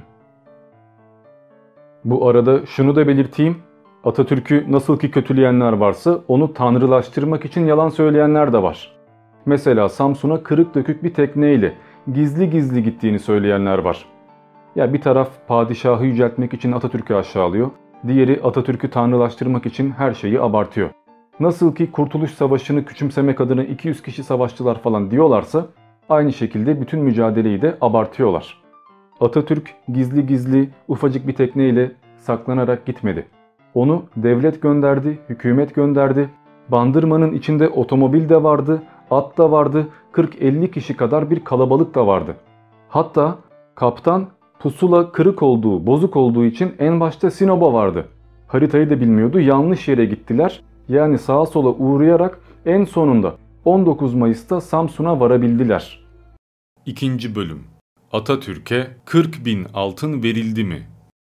S3: Bu arada şunu da belirteyim, Atatürk'ü nasıl ki kötüleyenler varsa onu tanrılaştırmak için yalan söyleyenler de var. Mesela Samsun'a kırık dökük bir tekneyle gizli gizli gittiğini söyleyenler var. Ya bir taraf padişahı yüceltmek için Atatürk'ü aşağılıyor, diğeri Atatürk'ü tanrılaştırmak için her şeyi abartıyor. Nasıl ki Kurtuluş Savaşı'nı küçümsemek adına 200 kişi savaştılar falan diyorlarsa aynı şekilde bütün mücadeleyi de abartıyorlar. Atatürk gizli gizli ufacık bir tekneyle saklanarak gitmedi. Onu devlet gönderdi, hükümet gönderdi. Bandırmanın içinde otomobil de vardı, at da vardı, 40-50 kişi kadar bir kalabalık da vardı. Hatta kaptan pusula kırık olduğu, bozuk olduğu için en başta Sinop'a vardı. Haritayı da bilmiyordu, yanlış yere gittiler. Yani sağa sola uğrayarak en sonunda 19 Mayıs'ta Samsun'a varabildiler.
S1: 2. Bölüm. Atatürk'e 40.000 altın verildi mi?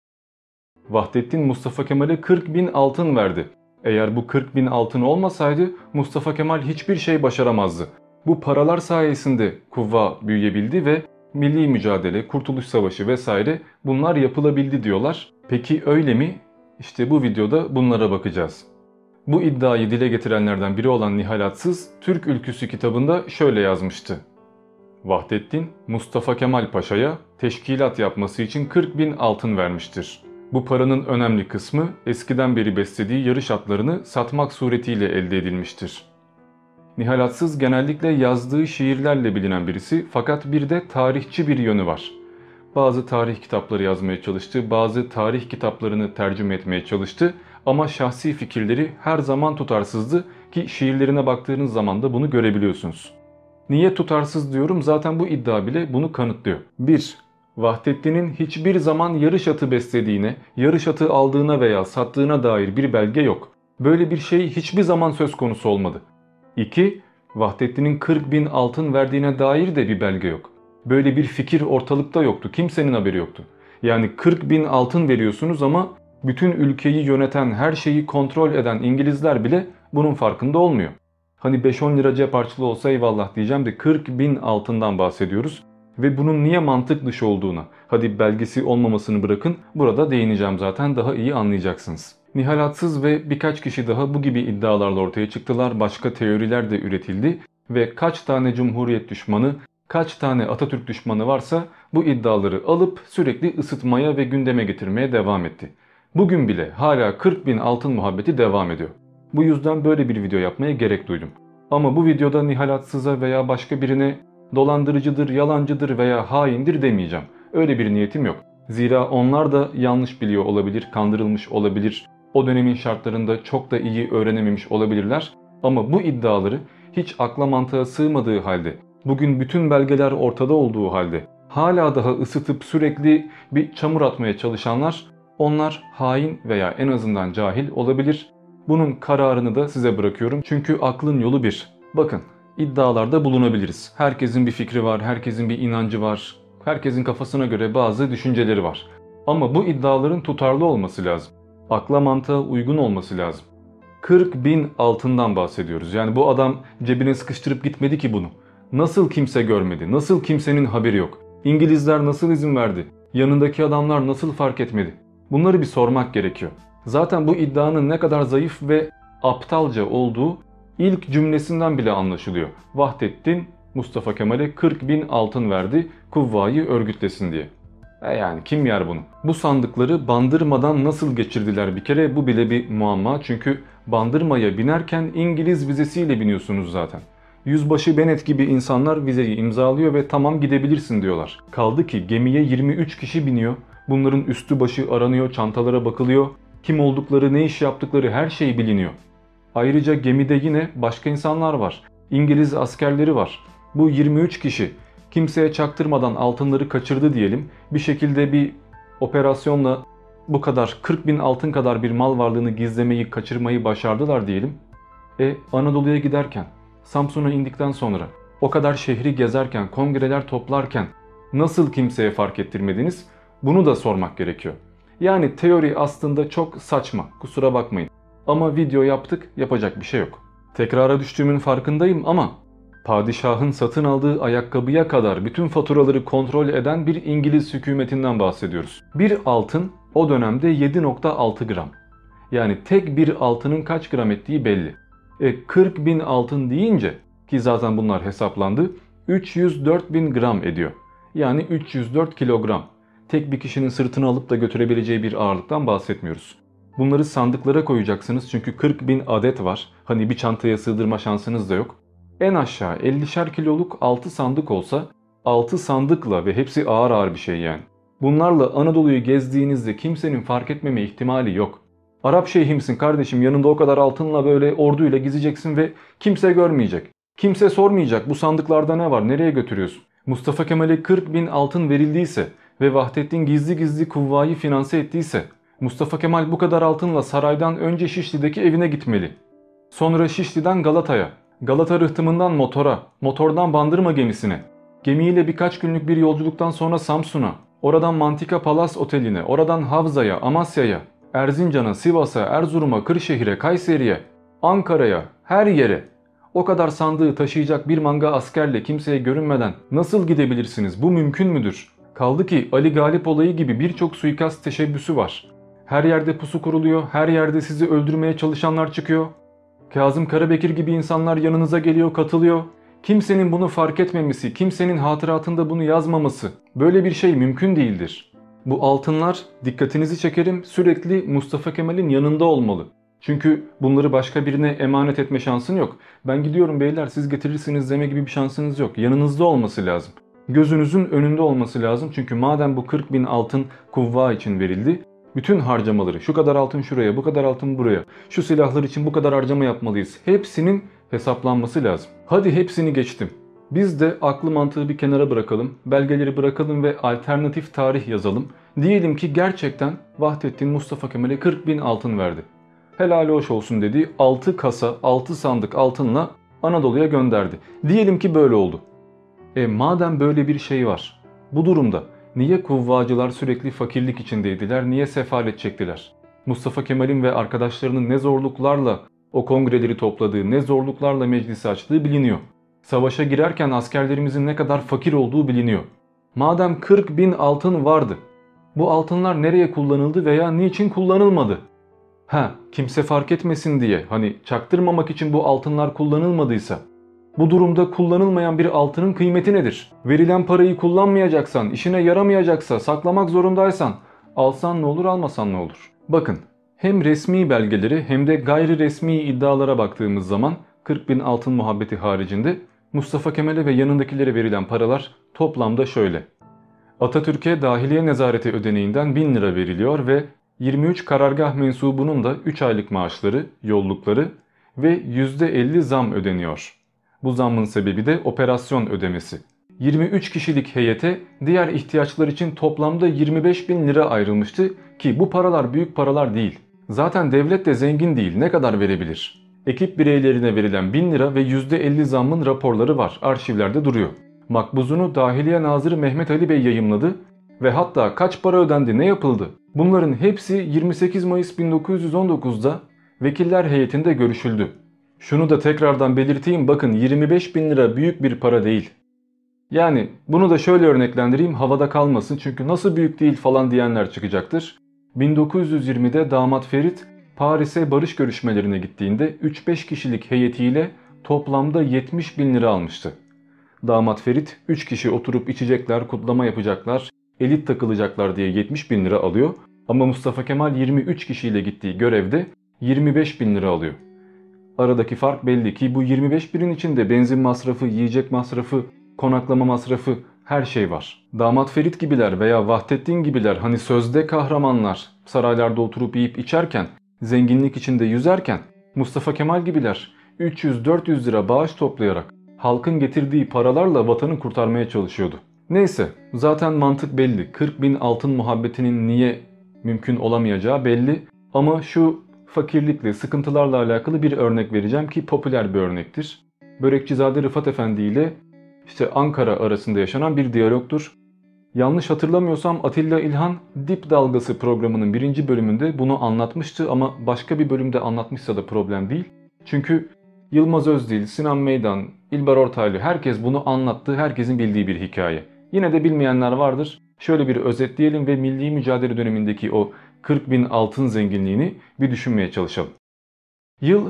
S3: Vahdettin Mustafa Kemal'e 40.000 altın verdi. Eğer bu 40.000 altın olmasaydı Mustafa Kemal hiçbir şey başaramazdı. Bu paralar sayesinde kuvva büyüyebildi ve milli mücadele, Kurtuluş Savaşı vesaire bunlar yapılabildi diyorlar. Peki öyle mi? İşte bu videoda bunlara bakacağız. Bu iddiayı dile getirenlerden biri olan Nihal Atsız, Türk Ülküsü kitabında şöyle yazmıştı. Vahdettin, Mustafa Kemal Paşa'ya teşkilat yapması için 40.000 altın vermiştir. Bu paranın önemli kısmı eskiden beri beslediği yarış atlarını satmak suretiyle elde edilmiştir. Nihal Atsız genellikle yazdığı şiirlerle bilinen birisi fakat bir de tarihçi bir yönü var. Bazı tarih kitapları yazmaya çalıştı, bazı tarih kitaplarını tercüme etmeye çalıştı ama şahsi fikirleri her zaman tutarsızdı ki şiirlerine baktığınız zaman da bunu görebiliyorsunuz. Niye tutarsız diyorum? Zaten bu iddia bile bunu kanıtlıyor. 1. Vahdettin'in hiçbir zaman yarış atı beslediğine, yarış atı aldığına veya sattığına dair bir belge yok. Böyle bir şey hiçbir zaman söz konusu olmadı. 2. Vahdettin'in 40.000 altın verdiğine dair de bir belge yok. Böyle bir fikir ortalıkta yoktu. Kimsenin haberi yoktu. Yani 40.000 altın veriyorsunuz ama bütün ülkeyi yöneten, her şeyi kontrol eden İngilizler bile bunun farkında olmuyor. Hani 5-10 lira cep harçlığı olsa eyvallah diyeceğim de 40.000 altından bahsediyoruz. Ve bunun niye mantık dışı olduğuna, hadi belgesi olmamasını bırakın, burada değineceğim zaten, daha iyi anlayacaksınız. Nihal Atsız ve birkaç kişi daha bu gibi iddialarla ortaya çıktılar, başka teoriler de üretildi ve kaç tane Cumhuriyet düşmanı, kaç tane Atatürk düşmanı varsa bu iddiaları alıp sürekli ısıtmaya ve gündeme getirmeye devam etti. Bugün bile hala 40.000 altın muhabbeti devam ediyor. Bu yüzden böyle bir video yapmaya gerek duydum. Ama bu videoda Nihal Atsız'a veya başka birine dolandırıcıdır, yalancıdır veya haindir demeyeceğim. Öyle bir niyetim yok. Zira onlar da yanlış biliyor olabilir, kandırılmış olabilir. O dönemin şartlarında çok da iyi öğrenememiş olabilirler. Ama bu iddiaları hiç akla mantığa sığmadığı halde, bugün bütün belgeler ortada olduğu halde hala daha ısıtıp sürekli bir çamur atmaya çalışanlar, onlar hain veya en azından cahil olabilir. Bunun kararını da size bırakıyorum çünkü aklın yolu bir. Bakın, iddialarda bulunabiliriz. Herkesin bir fikri var, herkesin bir inancı var, herkesin kafasına göre bazı düşünceleri var. Ama bu iddiaların tutarlı olması lazım. Akla mantığa uygun olması lazım. 40.000 altından bahsediyoruz. Yani bu adam cebine sıkıştırıp gitmedi ki bunu. Nasıl kimse görmedi? Nasıl kimsenin haberi yok? İngilizler nasıl izin verdi? Yanındaki adamlar nasıl fark etmedi? Bunları bir sormak gerekiyor. Zaten bu iddianın ne kadar zayıf ve aptalca olduğu ilk cümlesinden bile anlaşılıyor. Vahdettin Mustafa Kemal'e 40.000 altın verdi kuvvayı örgütlesin diye. Yani kim yer bunu? Bu sandıkları Bandırma'dan nasıl geçirdiler bir kere, bu bile bir muamma. Çünkü Bandırma'ya binerken İngiliz vizesiyle biniyorsunuz zaten. Yüzbaşı Bennett gibi insanlar vizeyi imzalıyor ve tamam gidebilirsin diyorlar. Kaldı ki gemiye 23 kişi biniyor. Bunların üstü başı aranıyor, çantalara bakılıyor. Kim oldukları, ne iş yaptıkları her şey biliniyor. Ayrıca gemide yine başka insanlar var. İngiliz askerleri var. Bu 23 kişi kimseye çaktırmadan altınları kaçırdı diyelim. Bir şekilde bir operasyonla bu kadar 40.000 altın kadar bir mal varlığını gizlemeyi, kaçırmayı başardılar diyelim. Anadolu'ya giderken, Samsun'a indikten sonra, o kadar şehri gezerken, kongreler toplarken nasıl kimseye fark ettirmediniz? Bunu da sormak gerekiyor. Yani teori aslında çok saçma, kusura bakmayın. Ama video yaptık, yapacak bir şey yok. Tekrara düştüğümün farkındayım ama padişahın satın aldığı ayakkabıya kadar bütün faturaları kontrol eden bir İngiliz hükümetinden bahsediyoruz. Bir altın o dönemde 7.6 gram. Yani tek bir altının kaç gram ettiği belli. 40.000 altın deyince, ki zaten bunlar hesaplandı, 304.000 gram ediyor. Yani 304 kilogram. tek bir kişinin sırtına alıp da götürebileceği bir ağırlıktan bahsetmiyoruz. Bunları sandıklara koyacaksınız çünkü 40.000 adet var. Hani bir çantaya sığdırma şansınız da yok. En aşağı 50'şer kiloluk 6 sandık olsa 6 sandıkla ve hepsi ağır ağır bir şey yani. Bunlarla Anadolu'yu gezdiğinizde kimsenin fark etmeme ihtimali yok. Arap şeyhi misin kardeşim, yanında o kadar altınla böyle orduyla gideceksin ve kimse görmeyecek. Kimse sormayacak bu sandıklarda ne var, nereye götürüyorsun. Mustafa Kemal'e 40.000 altın verildiyse ve Vahdettin gizli gizli kuvvayı finanse ettiyse Mustafa Kemal bu kadar altınla saraydan önce Şişli'deki evine gitmeli. Sonra Şişli'den Galata'ya, Galata rıhtımından motora, motordan Bandırma gemisine, gemiyle birkaç günlük bir yolculuktan sonra Samsun'a, oradan Mantika Palas Oteli'ne, oradan Havza'ya, Amasya'ya, Erzincan'a, Sivas'a, Erzurum'a, Kırşehir'e, Kayseri'ye, Ankara'ya, her yere. O kadar sandığı taşıyacak bir manga askerle kimseye görünmeden nasıl gidebilirsiniz? Bu mümkün müdür? Kaldı ki Ali Galip olayı gibi birçok suikast teşebbüsü var. Her yerde pusu kuruluyor, her yerde sizi öldürmeye çalışanlar çıkıyor. Kazım Karabekir gibi insanlar yanınıza geliyor, katılıyor. Kimsenin bunu fark etmemesi, kimsenin hatıratında bunu yazmaması, böyle bir şey mümkün değildir. Bu altınlar, dikkatinizi çekerim, sürekli Mustafa Kemal'in yanında olmalı. Çünkü bunları başka birine emanet etme şansın yok. Ben gidiyorum beyler siz getirirsiniz deme gibi bir şansınız yok. Yanınızda olması lazım. Gözünüzün önünde olması lazım. Çünkü madem bu 40.000 altın kuvva için verildi, bütün harcamaları, şu kadar altın şuraya, bu kadar altın buraya, şu silahlar için bu kadar harcama yapmalıyız. Hepsinin hesaplanması lazım. Hadi hepsini geçtim. Biz de aklı mantığı bir kenara bırakalım, belgeleri bırakalım ve alternatif tarih yazalım. Diyelim ki gerçekten Vahdettin Mustafa Kemal'e 40.000 altın verdi. Helal hoş olsun dediği 6 kasa, 6 sandık altınla Anadolu'ya gönderdi. Diyelim ki böyle oldu. Madem böyle bir şey var, bu durumda niye kuvvacılar sürekli fakirlik içindeydiler, niye sefalet çektiler? Mustafa Kemal'in ve arkadaşlarının ne zorluklarla o kongreleri topladığı, ne zorluklarla meclisi açtığı biliniyor. Savaşa girerken askerlerimizin ne kadar fakir olduğu biliniyor. Madem 40.000 altın vardı, bu altınlar nereye kullanıldı veya niçin kullanılmadı? Kimse fark etmesin diye, hani çaktırmamak için bu altınlar kullanılmadıysa, bu durumda kullanılmayan bir altının kıymeti nedir? Verilen parayı kullanmayacaksan, işine yaramayacaksa, saklamak zorundaysan, alsan ne olur, almasan ne olur? Bakın, hem resmi belgeleri hem de gayri resmi iddialara baktığımız zaman 40.000 altın muhabbeti haricinde Mustafa Kemal'e ve yanındakilere verilen paralar toplamda şöyle. Atatürk'e dahiliye nezareti ödeneğinden 1000 lira veriliyor ve 23 karargah mensubunun da 3 aylık maaşları, yollukları ve %50 zam ödeniyor. Bu zammın sebebi de operasyon ödemesi. 23 kişilik heyete diğer ihtiyaçlar için toplamda 25.000 lira ayrılmıştı ki bu paralar büyük paralar değil. Zaten devlet de zengin değil, ne kadar verebilir? Ekip bireylerine verilen 1000 lira ve %50 zammın raporları var, arşivlerde duruyor. Makbuzunu Dahiliye Nazırı Mehmet Ali Bey yayımladı ve hatta kaç para ödendi, ne yapıldı? Bunların hepsi 28 Mayıs 1919'da vekiller heyetinde görüşüldü. Şunu da tekrardan belirteyim, bakın 25.000 lira büyük bir para değil. Yani bunu da şöyle örneklendireyim, havada kalmasın çünkü nasıl büyük değil falan diyenler çıkacaktır. 1920'de damat Ferit Paris'e barış görüşmelerine gittiğinde 3-5 kişilik heyetiyle toplamda 70.000 lira almıştı. Damat Ferit 3 kişi oturup içecekler, kutlama yapacaklar, elit takılacaklar diye 70.000 lira alıyor. Ama Mustafa Kemal 23 kişiyle gittiği görevde 25.000 lira alıyor. Aradaki fark belli ki bu 25.000'in içinde benzin masrafı, yiyecek masrafı, konaklama masrafı, her şey var. Damat Ferit gibiler veya Vahdettin gibiler hani sözde kahramanlar saraylarda oturup yiyip içerken, zenginlik içinde yüzerken Mustafa Kemal gibiler 300-400 lira bağış toplayarak halkın getirdiği paralarla vatanı kurtarmaya çalışıyordu. Neyse, zaten mantık belli. 40.000 altın muhabbetinin niye mümkün olamayacağı belli. Ama şu fakirlikle, sıkıntılarla alakalı bir örnek vereceğim ki popüler bir örnektir. Börekçizade Rıfat Efendi ile Ankara arasında yaşanan bir diyalogtur. Yanlış hatırlamıyorsam Atilla İlhan Dip Dalgası programının 1. bölümünde bunu anlatmıştı ama başka bir bölümde anlatmışsa da problem değil. Çünkü Yılmaz Özdil, Sinan Meydan, İlber Ortaylı herkes bunu anlattı, herkesin bildiği bir hikaye. Yine de bilmeyenler vardır. Şöyle bir özetleyelim ve milli mücadele dönemindeki o 40.000 altın zenginliğini bir düşünmeye çalışalım. Yıl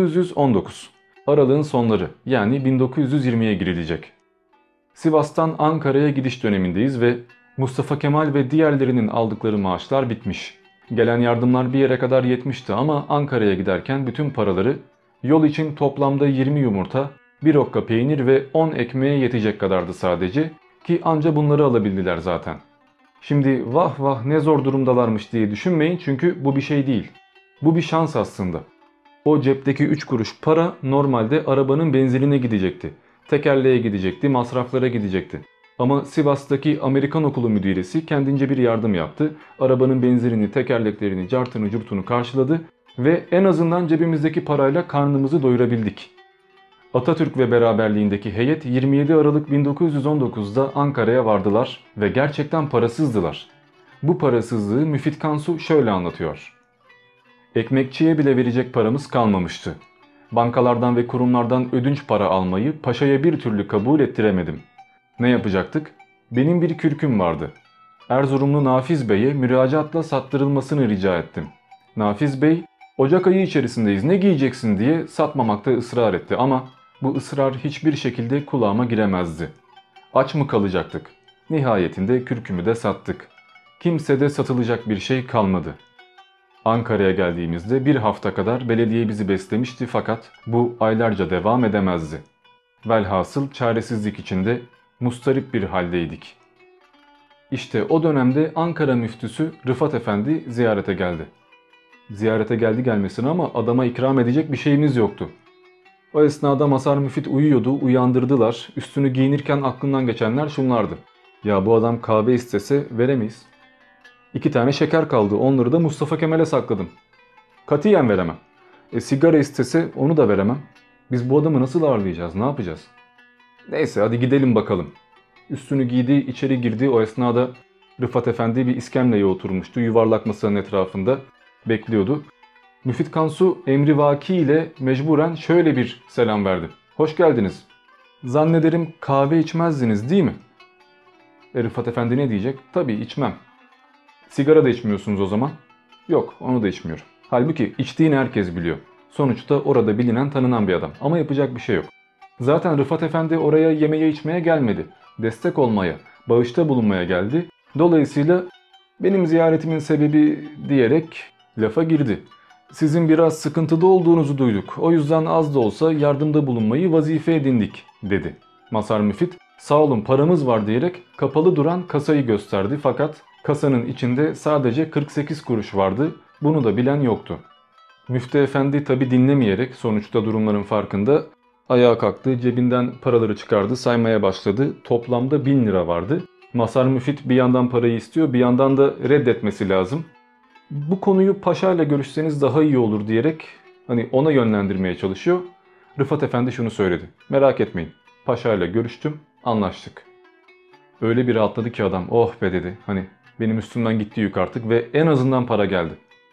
S3: 1919. Aralığın sonları yani 1920'ye girilecek. Sivas'tan Ankara'ya gidiş dönemindeyiz ve Mustafa Kemal ve diğerlerinin aldıkları maaşlar bitmiş. Gelen yardımlar bir yere kadar yetmişti ama Ankara'ya giderken bütün paraları yol için toplamda 20 yumurta, 1 okka peynir ve 10 ekmeğe yetecek kadardı sadece ki anca bunları alabildiler zaten. Şimdi vah vah ne zor durumdalarmış diye düşünmeyin çünkü bu bir şey değil. Bu bir şans aslında. O cepteki 3 kuruş para normalde arabanın benzinine gidecekti. Tekerleğe gidecekti, masraflara gidecekti. Ama Sivas'taki Amerikan okulu müdiresi kendince bir yardım yaptı. Arabanın benzinini, tekerleklerini, cartını, curtunu karşıladı ve en azından cebimizdeki parayla karnımızı doyurabildik. Atatürk ve beraberliğindeki heyet 27 Aralık 1919'da Ankara'ya vardılar ve gerçekten parasızdılar. Bu parasızlığı Müfit Kansu şöyle anlatıyor. Ekmekçiye bile verecek paramız kalmamıştı. Bankalardan ve kurumlardan ödünç para almayı paşaya bir türlü kabul ettiremedim. Ne yapacaktık? Benim bir kürküm vardı. Erzurumlu Nafiz Bey'e müracaatla sattırılmasını rica ettim. Nafiz Bey, Ocak ayı içerisindeyiz ne giyeceksin diye satmamakta ısrar etti ama bu ısrar hiçbir şekilde kulağıma giremezdi. Aç mı kalacaktık? Nihayetinde kürkümü de sattık. Kimsede satılacak bir şey kalmadı. Ankara'ya geldiğimizde bir hafta kadar belediye bizi beslemişti fakat bu aylarca devam edemezdi. Velhasıl çaresizlik içinde mustarip bir haldeydik. İşte o dönemde Ankara müftüsü Rıfat Efendi ziyarete geldi. Ziyarete geldi gelmesine ama adama ikram edecek bir şeyimiz yoktu. O esnada Mazhar Müfit uyuyordu, uyandırdılar. Üstünü giyinirken aklından geçenler şunlardı. Ya bu adam kahve istese veremeyiz. 2 tane şeker kaldı, onları da Mustafa Kemal'e sakladım. Katiyen veremem. Sigara istese onu da veremem. Biz bu adamı nasıl ağırlayacağız, ne yapacağız? Neyse hadi gidelim bakalım. Üstünü giydi, içeri girdi. O esnada Rıfat Efendi bir iskemleye oturmuştu. Yuvarlak masanın etrafında bekliyordu. Müfit Kansu emrivaki ile mecburen şöyle bir selam verdi. Hoş geldiniz. Zannederim kahve içmezdiniz değil mi? Rıfat Efendi ne diyecek? Tabii içmem. Sigara da içmiyorsunuz o zaman. Yok, onu da içmiyorum. Halbuki içtiğini herkes biliyor. Sonuçta orada bilinen tanınan bir adam. Ama yapacak bir şey yok. Zaten Rıfat Efendi oraya yemeye içmeye gelmedi. Destek olmaya, bağışta bulunmaya geldi. Dolayısıyla benim ziyaretimin sebebi diyerek lafa girdi. Sizin biraz sıkıntıda olduğunuzu duyduk. O yüzden az da olsa yardımda bulunmayı vazife edindik dedi. Mazhar Müfit sağ olun paramız var diyerek kapalı duran kasayı gösterdi fakat kasanın içinde sadece 48 kuruş vardı. Bunu da bilen yoktu. Müftü Efendi tabi dinlemeyerek sonuçta durumların farkında ayağa kalktı, cebinden paraları çıkardı, saymaya başladı. Toplamda 1000 lira vardı. Mazhar Müfit bir yandan parayı istiyor, bir yandan da reddetmesi lazım. Bu konuyu paşayla görüşseniz daha iyi olur diyerek ona yönlendirmeye çalışıyor. Rıfat Efendi şunu söyledi. Merak etmeyin. Paşayla görüştüm, anlaştık. Öyle bir rahatladı ki adam. Oh be dedi. Benim üstümden gitti yük artık ve en azından para geldi.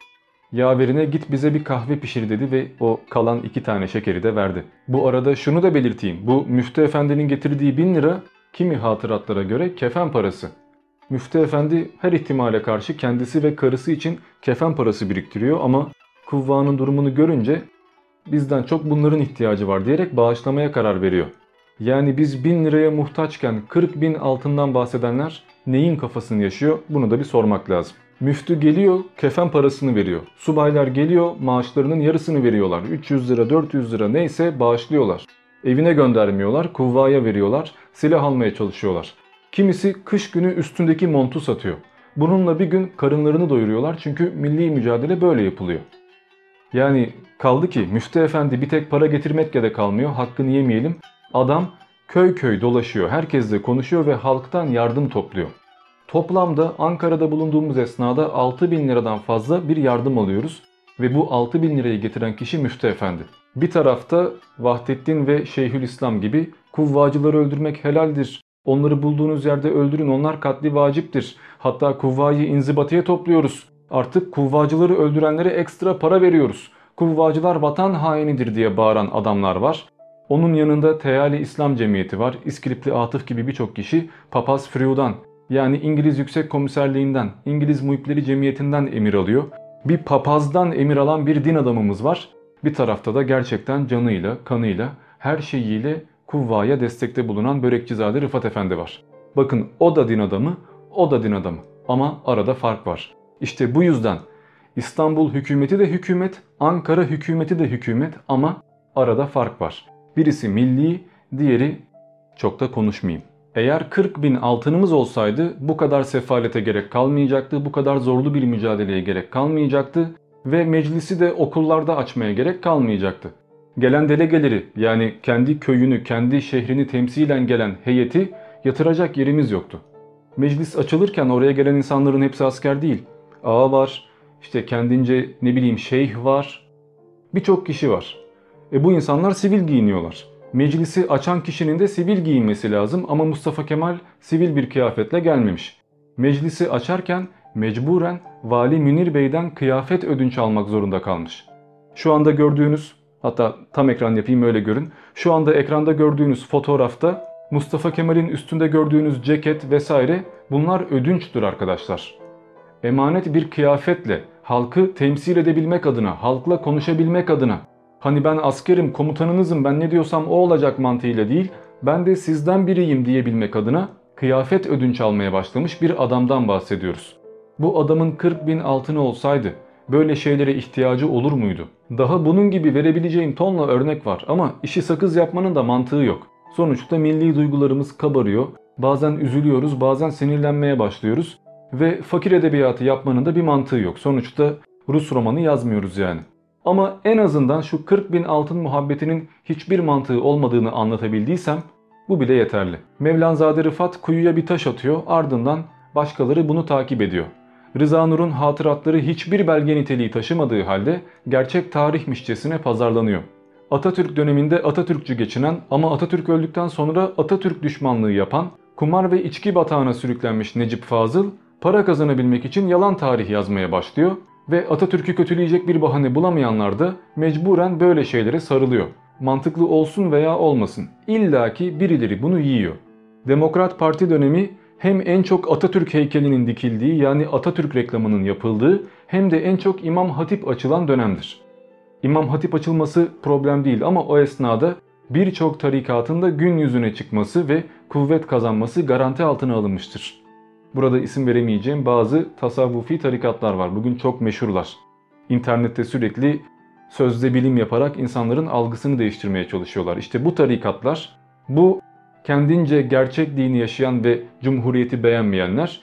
S3: Yaverine git bize bir kahve pişir dedi ve o kalan 2 tane şekeri de verdi. Bu arada şunu da belirteyim. Bu Müftü Efendi'nin getirdiği 1000 lira kimi hatıratlara göre kefen parası. Müftü Efendi her ihtimale karşı kendisi ve karısı için kefen parası biriktiriyor ama kuvvanın durumunu görünce bizden çok bunların ihtiyacı var diyerek bağışlamaya karar veriyor. Yani biz 1000 liraya muhtaçken 40.000 altından bahsedenler neyin kafasını yaşıyor bunu da bir sormak lazım. Müftü geliyor kefen parasını veriyor. Subaylar geliyor maaşlarının yarısını veriyorlar. 300 lira 400 lira neyse bağışlıyorlar. Evine göndermiyorlar, kuvvaya veriyorlar, silah almaya çalışıyorlar. Kimisi kış günü üstündeki montu satıyor. Bununla bir gün karınlarını doyuruyorlar çünkü milli mücadele böyle yapılıyor. Yani kaldı ki Müftü Efendi bir tek para getirmekle de kalmıyor, hakkını yemeyelim. Adam köy köy dolaşıyor, herkesle konuşuyor ve halktan yardım topluyor. Toplamda Ankara'da bulunduğumuz esnada 6.000 liradan fazla bir yardım alıyoruz ve bu 6.000 lirayı getiren kişi Müftü Efendi. Bir tarafta Vahdettin ve Şeyhülislam gibi kuvvacıları öldürmek helaldir. Onları bulduğunuz yerde öldürün, onlar katli vaciptir. Hatta kuvvayı inzibatiye topluyoruz. Artık kuvvacıları öldürenlere ekstra para veriyoruz. Kuvvacılar vatan hainidir diye bağıran adamlar var. Onun yanında Teali İslam Cemiyeti var. İskilipli Atıf gibi birçok kişi Papaz Friu'dan yani İngiliz Yüksek Komiserliğinden, İngiliz Muhipleri Cemiyeti'nden emir alıyor. Bir papazdan emir alan bir din adamımız var. Bir tarafta da gerçekten canıyla, kanıyla, her şeyiyle kuvvaya destekte bulunan Börekçizade Rıfat Efendi var. Bakın o da din adamı, o da din adamı. Ama arada fark var. İşte bu yüzden İstanbul hükümeti de hükümet, Ankara hükümeti de hükümet ama arada fark var. Birisi milli, diğeri çok da konuşmayayım. Eğer 40.000 altınımız olsaydı bu kadar sefalete gerek kalmayacaktı, bu kadar zorlu bir mücadeleye gerek kalmayacaktı ve meclisi de okullarda açmaya gerek kalmayacaktı. Gelen delegeleri, yani kendi köyünü, kendi şehrini temsilen gelen heyeti yatıracak yerimiz yoktu. Meclis açılırken oraya gelen insanların hepsi asker değil. Ağa var, işte kendince şeyh var, birçok kişi var. Bu insanlar sivil giyiniyorlar. Meclisi açan kişinin de sivil giyinmesi lazım ama Mustafa Kemal sivil bir kıyafetle gelmemiş. Meclisi açarken mecburen Vali Münir Bey'den kıyafet ödünç almak zorunda kalmış. Şu anda gördüğünüz, hatta tam ekran yapayım öyle görün. Şu anda ekranda gördüğünüz fotoğrafta Mustafa Kemal'in üstünde gördüğünüz ceket vesaire bunlar ödünçtür arkadaşlar. Emanet bir kıyafetle halkı temsil edebilmek adına, halkla konuşabilmek adına, hani ben askerim, komutanınızım, ben ne diyorsam o olacak mantığıyla değil, ben de sizden biriyim diyebilmek adına kıyafet ödünç almaya başlamış bir adamdan bahsediyoruz. Bu adamın 40.000 altını olsaydı böyle şeylere ihtiyacı olur muydu? Daha bunun gibi verebileceğim tonla örnek var ama işi sakız yapmanın da mantığı yok. Sonuçta milli duygularımız kabarıyor, bazen üzülüyoruz, bazen sinirlenmeye başlıyoruz ve fakir edebiyatı yapmanın da bir mantığı yok. Sonuçta Rus romanı yazmıyoruz yani. Ama en azından şu 40.000 altın muhabbetinin hiçbir mantığı olmadığını anlatabildiysem bu bile yeterli. Mevlanzade Rıfat kuyuya bir taş atıyor, ardından başkaları bunu takip ediyor. Rıza Nur'un hatıratları hiçbir belge niteliği taşımadığı halde gerçek tarihmişçesine pazarlanıyor. Atatürk döneminde Atatürkçü geçinen ama Atatürk öldükten sonra Atatürk düşmanlığı yapan, kumar ve içki batağına sürüklenmiş Necip Fazıl, para kazanabilmek için yalan tarih yazmaya başlıyor ve Atatürk'ü kötüleyecek bir bahane bulamayanlar da mecburen böyle şeylere sarılıyor. Mantıklı olsun veya olmasın, illaki birileri bunu yiyor. Demokrat Parti dönemi hem en çok Atatürk heykelinin dikildiği, yani Atatürk reklamının yapıldığı, hem de en çok İmam Hatip açılan dönemdir. İmam Hatip açılması problem değil ama o esnada birçok tarikatın da gün yüzüne çıkması ve kuvvet kazanması garanti altına alınmıştır. Burada isim veremeyeceğim bazı tasavvufi tarikatlar var. Bugün çok meşhurlar. İnternette sürekli sözde bilim yaparak insanların algısını değiştirmeye çalışıyorlar. İşte bu tarikatlar, bu kendince gerçek dini yaşayan ve cumhuriyeti beğenmeyenler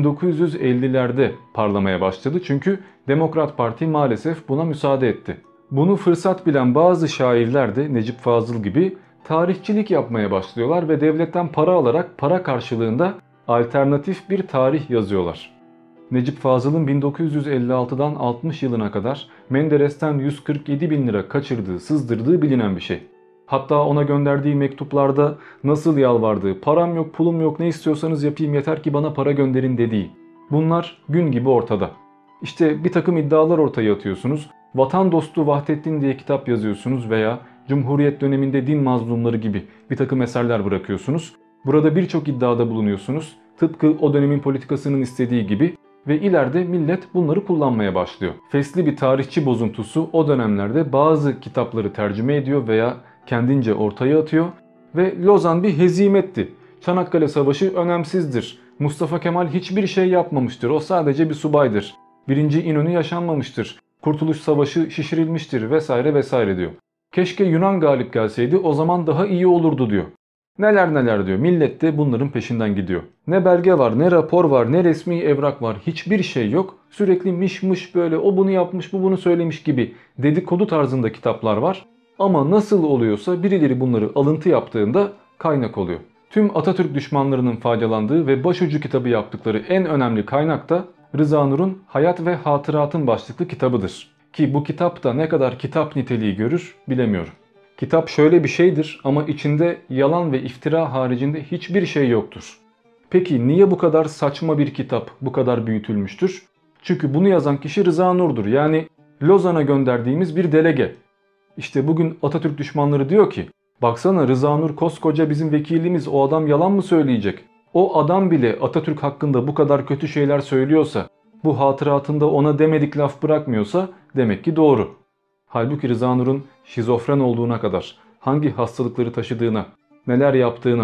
S3: 1950'lerde parlamaya başladı. Çünkü Demokrat Parti maalesef buna müsaade etti. Bunu fırsat bilen bazı şairler de Necip Fazıl gibi tarihçilik yapmaya başlıyorlar ve devletten para alarak para karşılığında alternatif bir tarih yazıyorlar. Necip Fazıl'ın 1956'dan 60 yılına kadar Menderes'ten 147 bin lira kaçırdığı, sızdırdığı bilinen bir şey. Hatta ona gönderdiği mektuplarda nasıl yalvardığı, param yok, pulum yok, ne istiyorsanız yapayım yeter ki bana para gönderin dediği. Bunlar gün gibi ortada. İşte bir takım iddialar ortaya atıyorsunuz. Vatan Dostu Vahdettin diye kitap yazıyorsunuz veya Cumhuriyet döneminde din mazlumları gibi bir takım eserler bırakıyorsunuz. Burada birçok iddiada bulunuyorsunuz. Tıpkı o dönemin politikasının istediği gibi ve ileride millet bunları kullanmaya başlıyor. Fesli bir tarihçi bozuntusu o dönemlerde bazı kitapları tercüme ediyor veya kendince ortaya atıyor ve Lozan bir hezimetti. Çanakkale Savaşı önemsizdir. Mustafa Kemal hiçbir şey yapmamıştır. O sadece bir subaydır. 1. İnönü yaşanmamıştır. Kurtuluş Savaşı şişirilmiştir vesaire vesaire diyor. Keşke Yunan galip gelseydi, o zaman daha iyi olurdu diyor. Neler neler diyor. Millet de bunların peşinden gidiyor. Ne belge var, ne rapor var, ne resmi evrak var. Hiçbir şey yok. Sürekli miş böyle o bunu yapmış, bu bunu söylemiş gibi dedikodu tarzında kitaplar var. Ama nasıl oluyorsa birileri bunları alıntı yaptığında kaynak oluyor. Tüm Atatürk düşmanlarının faydalandığı ve başucu kitabı yaptıkları en önemli kaynak da Rıza Nur'un Hayat ve Hatıratın başlıklı kitabıdır. Ki bu kitap da ne kadar kitap niteliği görür bilemiyorum. Kitap şöyle bir şeydir ama içinde yalan ve iftira haricinde hiçbir şey yoktur. Peki niye bu kadar saçma bir kitap bu kadar büyütülmüştür? Çünkü bunu yazan kişi Rıza Nur'dur. Yani Lozan'a gönderdiğimiz bir delege. İşte bugün Atatürk düşmanları diyor ki, baksana Rıza Nur koskoca bizim vekilimiz, o adam yalan mı söyleyecek? O adam bile Atatürk hakkında bu kadar kötü şeyler söylüyorsa, bu hatıratında ona demedik laf bırakmıyorsa demek ki doğru. Halbuki Rıza Nur'un şizofren olduğuna kadar, hangi hastalıkları taşıdığına, neler yaptığına,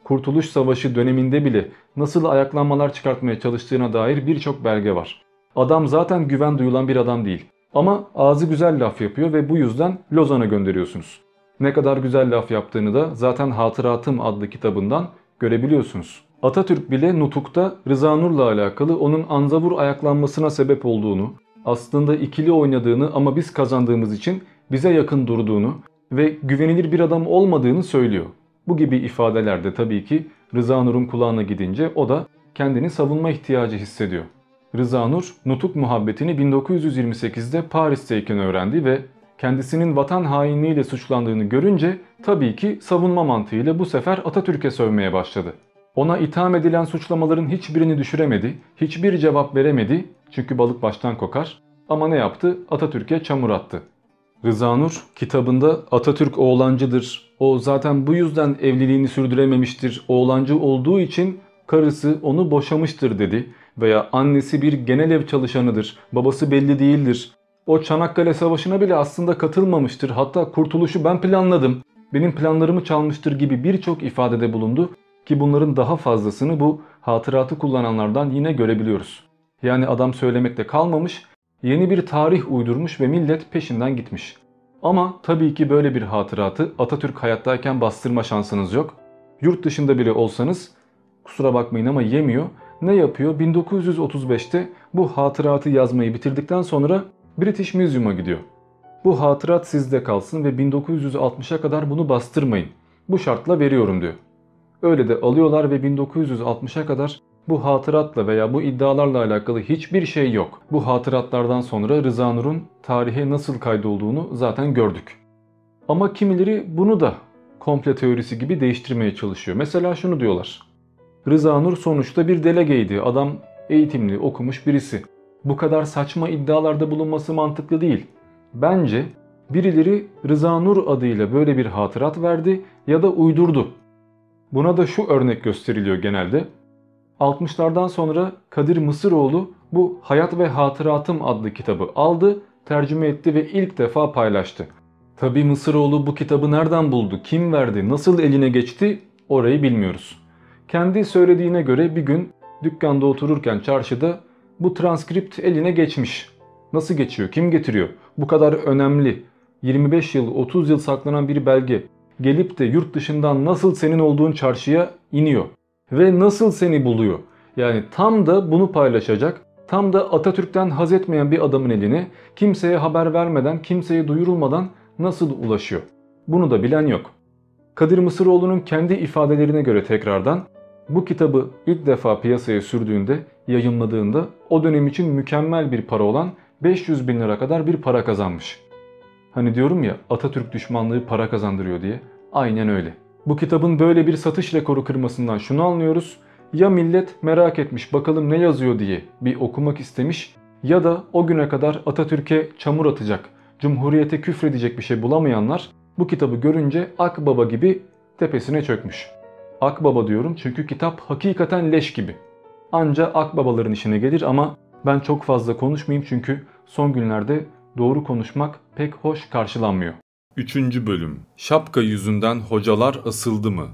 S3: Kurtuluş Savaşı döneminde bile nasıl ayaklanmalar çıkartmaya çalıştığına dair birçok belge var. Adam zaten güven duyulan bir adam değil. Ama ağzı güzel laf yapıyor ve bu yüzden Lozan'a gönderiyorsunuz. Ne kadar güzel laf yaptığını da zaten Hatıratım adlı kitabından görebiliyorsunuz. Atatürk bile Nutuk'ta Rıza Nur'la alakalı onun anzavur ayaklanmasına sebep olduğunu, aslında ikili oynadığını ama biz kazandığımız için bize yakın durduğunu ve güvenilir bir adam olmadığını söylüyor. Bu gibi ifadelerde tabii ki Rıza Nur'un kulağına gidince o da kendini savunma ihtiyacı hissediyor. Rıza Nur, Nutuk muhabbetini 1928'de Paris'teyken öğrendi ve kendisinin vatan hainliğiyle suçlandığını görünce tabii ki savunma mantığıyla bu sefer Atatürk'e sövmeye başladı. Ona itham edilen suçlamaların hiçbirini düşüremedi, hiçbir cevap veremedi çünkü balık baştan kokar. Ama ne yaptı? Atatürk'e çamur attı. Rıza Nur kitabında Atatürk oğlancıdır, o zaten bu yüzden evliliğini sürdürememiştir, oğlancı olduğu için karısı onu boşamıştır dedi. Veya annesi bir genel ev çalışanıdır, babası belli değildir. O Çanakkale Savaşı'na bile aslında katılmamıştır, hatta kurtuluşu ben planladım, benim planlarımı çalmıştır gibi birçok ifadede bulundu ki bunların daha fazlasını bu hatıratı kullananlardan yine görebiliyoruz. Yani adam söylemekle kalmamış, yeni bir tarih uydurmuş ve millet peşinden gitmiş. Ama tabii ki böyle bir hatıratı Atatürk hayattayken bastırma şansınız yok. Yurt dışında bile olsanız kusura bakmayın ama yemiyor. Ne yapıyor? 1935'te bu hatıratı yazmayı bitirdikten sonra British Museum'a gidiyor. Bu hatırat sizde kalsın ve 1960'a kadar bunu bastırmayın. Bu şartla veriyorum diyor. Öyle de alıyorlar ve 1960'a kadar bu hatıratla veya bu iddialarla alakalı hiçbir şey yok. Bu hatıratlardan sonra Rıza Nur'un tarihe nasıl kaydolduğunu zaten gördük. Ama kimileri bunu da komple teorisi gibi değiştirmeye çalışıyor. Mesela şunu diyorlar. Rıza Nur sonuçta bir delegeydi. Adam eğitimli, okumuş birisi. Bu kadar saçma iddialarda bulunması mantıklı değil. Bence birileri Rıza Nur adıyla böyle bir hatırat verdi ya da uydurdu. Buna da şu örnek gösteriliyor genelde. 60'lardan sonra Kadir Mısıroğlu bu Hayat ve Hatıratım adlı kitabı aldı, tercüme etti ve ilk defa paylaştı. Tabii Mısıroğlu bu kitabı nereden buldu, kim verdi, nasıl eline geçti orayı bilmiyoruz. Kendi söylediğine göre bir gün dükkanda otururken çarşıda bu transkript eline geçmiş. Nasıl geçiyor? Kim getiriyor? Bu kadar önemli, 25 yıl, 30 yıl saklanan bir belge gelip de yurt dışından nasıl senin olduğun çarşıya iniyor? Ve nasıl seni buluyor? Yani tam da bunu paylaşacak, tam da Atatürk'ten haz etmeyen bir adamın eline kimseye haber vermeden, kimseye duyurulmadan nasıl ulaşıyor? Bunu da bilen yok. Kadir Mısıroğlu'nun kendi ifadelerine göre tekrardan bu kitabı ilk defa piyasaya sürdüğünde, yayınladığında o dönem için mükemmel bir para olan 500 bin lira kadar bir para kazanmış. Hani diyorum ya Atatürk düşmanlığı para kazandırıyor diye. Aynen öyle. Bu kitabın böyle bir satış rekoru kırmasından şunu anlıyoruz. Ya millet merak etmiş bakalım ne yazıyor diye bir okumak istemiş ya da o güne kadar Atatürk'e çamur atacak, Cumhuriyete küfredecek bir şey bulamayanlar bu kitabı görünce Akbaba gibi tepesine çökmüş. Akbaba diyorum çünkü kitap hakikaten leş gibi. Anca akbabaların işine gelir ama ben çok fazla konuşmayayım çünkü son günlerde doğru konuşmak pek hoş karşılanmıyor.
S1: 3. Bölüm. Şapka yüzünden hocalar asıldı mı?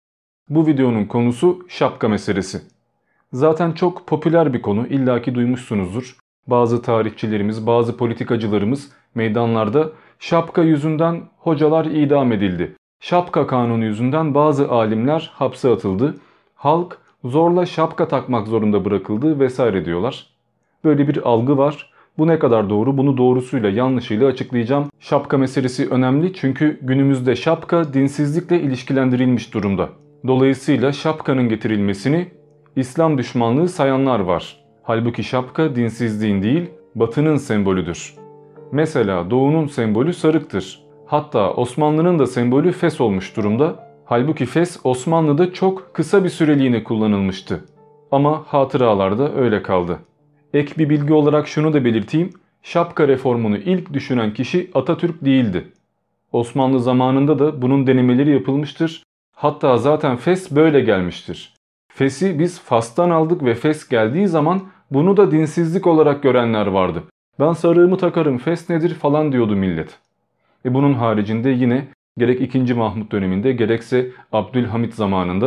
S3: Bu videonun konusu şapka meselesi. Zaten çok popüler bir konu, illaki duymuşsunuzdur. Bazı tarihçilerimiz, bazı politikacılarımız meydanlarda şapka yüzünden hocalar idam edildi. Şapka kanunu yüzünden bazı alimler hapse atıldı. Halk zorla şapka takmak zorunda bırakıldı vesaire diyorlar. Böyle bir algı var. Bu ne kadar doğru? Bunu doğrusuyla yanlışıyla açıklayacağım. Şapka meselesi önemli çünkü günümüzde şapka dinsizlikle ilişkilendirilmiş durumda. Dolayısıyla şapkanın getirilmesini İslam düşmanlığı sayanlar var. Halbuki şapka dinsizliğin değil, batının sembolüdür. Mesela doğunun sembolü sarıktır. Hatta Osmanlı'nın da sembolü fes olmuş durumda. Halbuki fes Osmanlı'da çok kısa bir süreliğine kullanılmıştı. Ama hatıralarda öyle kaldı. Ek bir bilgi olarak şunu da belirteyim. Şapka reformunu ilk düşünen kişi Atatürk değildi. Osmanlı zamanında da bunun denemeleri yapılmıştır. Hatta zaten fes böyle gelmiştir. Fes'i biz Fas'tan aldık ve fes geldiği zaman bunu da dinsizlik olarak görenler vardı. Ben sarığımı takarım, fes nedir falan diyordu millet. Bunun haricinde yine gerek 2. Mahmut döneminde gerekse Abdülhamit zamanında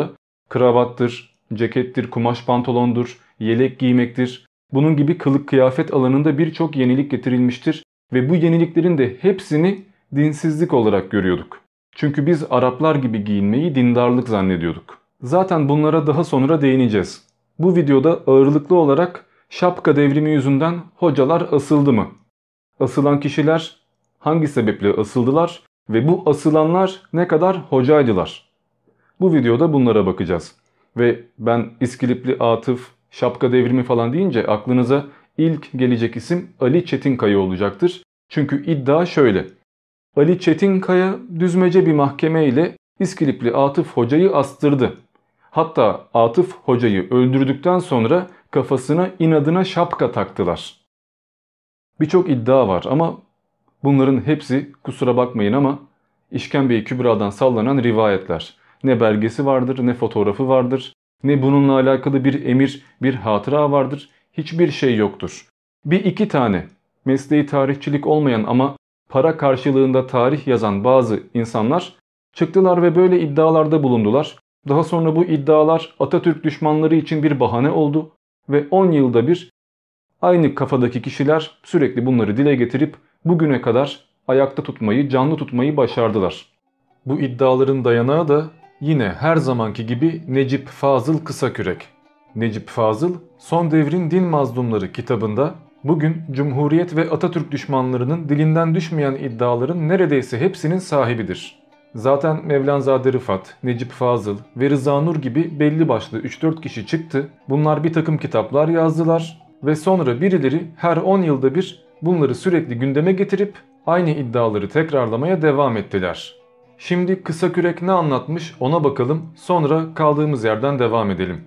S3: Kravattır, cekettir, kumaş pantolondur, yelek giymektir. Bunun gibi kılık kıyafet alanında birçok yenilik getirilmiştir ve bu yeniliklerin de hepsini dinsizlik olarak görüyorduk. Çünkü biz Araplar gibi giyinmeyi dindarlık zannediyorduk. Zaten bunlara daha sonra değineceğiz. Bu videoda ağırlıklı olarak şapka devrimi yüzünden hocalar asıldı mı? Asılan kişiler hangi sebeple asıldılar ve bu asılanlar ne kadar hocaydılar? Bu videoda bunlara bakacağız. Ve ben İskilipli Atıf, şapka devrimi falan deyince aklınıza ilk gelecek isim Ali Çetinkaya olacaktır. Çünkü iddia şöyle. Ali Çetinkaya düzmece bir mahkeme ile İskilipli Atıf Hoca'yı astırdı. Hatta Atıf Hoca'yı öldürdükten sonra kafasına inadına şapka taktılar. Birçok iddia var ama bunların hepsi, kusura bakmayın ama, İşkembe-i Kübra'dan sallanan rivayetler. Ne belgesi vardır, ne fotoğrafı vardır, ne bununla alakalı bir emir, bir hatıra vardır. Hiçbir şey yoktur. Bir iki tane mesleği tarihçilik olmayan ama para karşılığında tarih yazan bazı insanlar çıktılar ve böyle iddialarda bulundular. Daha sonra bu iddialar Atatürk düşmanları için bir bahane oldu ve 10 yılda bir aynı kafadaki kişiler sürekli bunları dile getirip bugüne kadar ayakta tutmayı, canlı tutmayı başardılar. Bu iddiaların dayanağı da yine her zamanki gibi Necip Fazıl Kısakürek. Necip Fazıl, Son Devrin Din Mazlumları kitabında bugün Cumhuriyet ve Atatürk düşmanlarının dilinden düşmeyen iddiaların neredeyse hepsinin sahibidir. Zaten Mevlanzade Rıfat, Necip Fazıl ve Rıza Nur gibi belli başlı 3-4 kişi çıktı. Bunlar bir takım kitaplar yazdılar ve sonra birileri her 10 yılda bir bunları sürekli gündeme getirip aynı iddiaları tekrarlamaya devam ettiler. Şimdi Kısakürek ne anlatmış ona bakalım, sonra kaldığımız yerden devam edelim.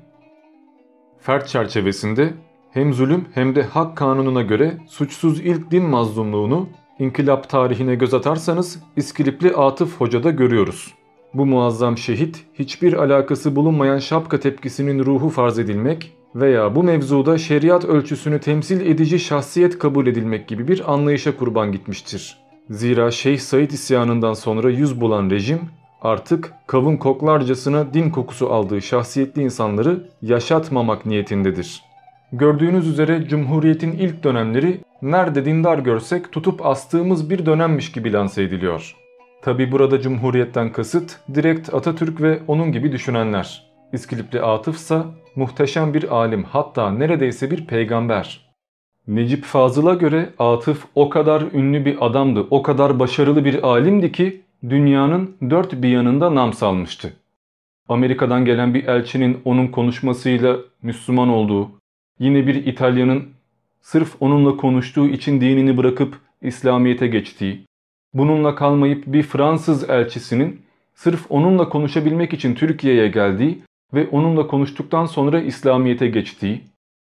S3: Fert çerçevesinde hem zulüm hem de hak kanununa göre suçsuz ilk din mazlumluğunu İnkılap tarihine göz atarsanız İskilipli Atıf Hoca'da görüyoruz. Bu muazzam şehit hiçbir alakası bulunmayan şapka tepkisinin ruhu farz edilmek veya bu mevzuda şeriat ölçüsünü temsil edici şahsiyet kabul edilmek gibi bir anlayışa kurban gitmiştir. Zira Şeyh Said isyanından sonra yüz bulan rejim artık kavun koklarcasına din kokusu aldığı şahsiyetli insanları yaşatmamak niyetindedir. Gördüğünüz üzere Cumhuriyet'in ilk dönemleri nerede dindar görsek tutup astığımız bir dönemmiş gibi lanse ediliyor. Tabi burada Cumhuriyet'ten kasıt direkt Atatürk ve onun gibi düşünenler. İskilipli Atıf ise muhteşem bir alim, hatta neredeyse bir peygamber. Necip Fazıl'a göre Atıf o kadar ünlü bir adamdı, o kadar başarılı bir alimdi ki dünyanın dört bir yanında nam salmıştı. Amerika'dan gelen bir elçinin onun konuşmasıyla Müslüman olduğu, yine bir İtalyanın sırf onunla konuştuğu için dinini bırakıp İslamiyet'e geçtiği, bununla kalmayıp bir Fransız elçisinin sırf onunla konuşabilmek için Türkiye'ye geldiği ve onunla konuştuktan sonra İslamiyet'e geçtiği.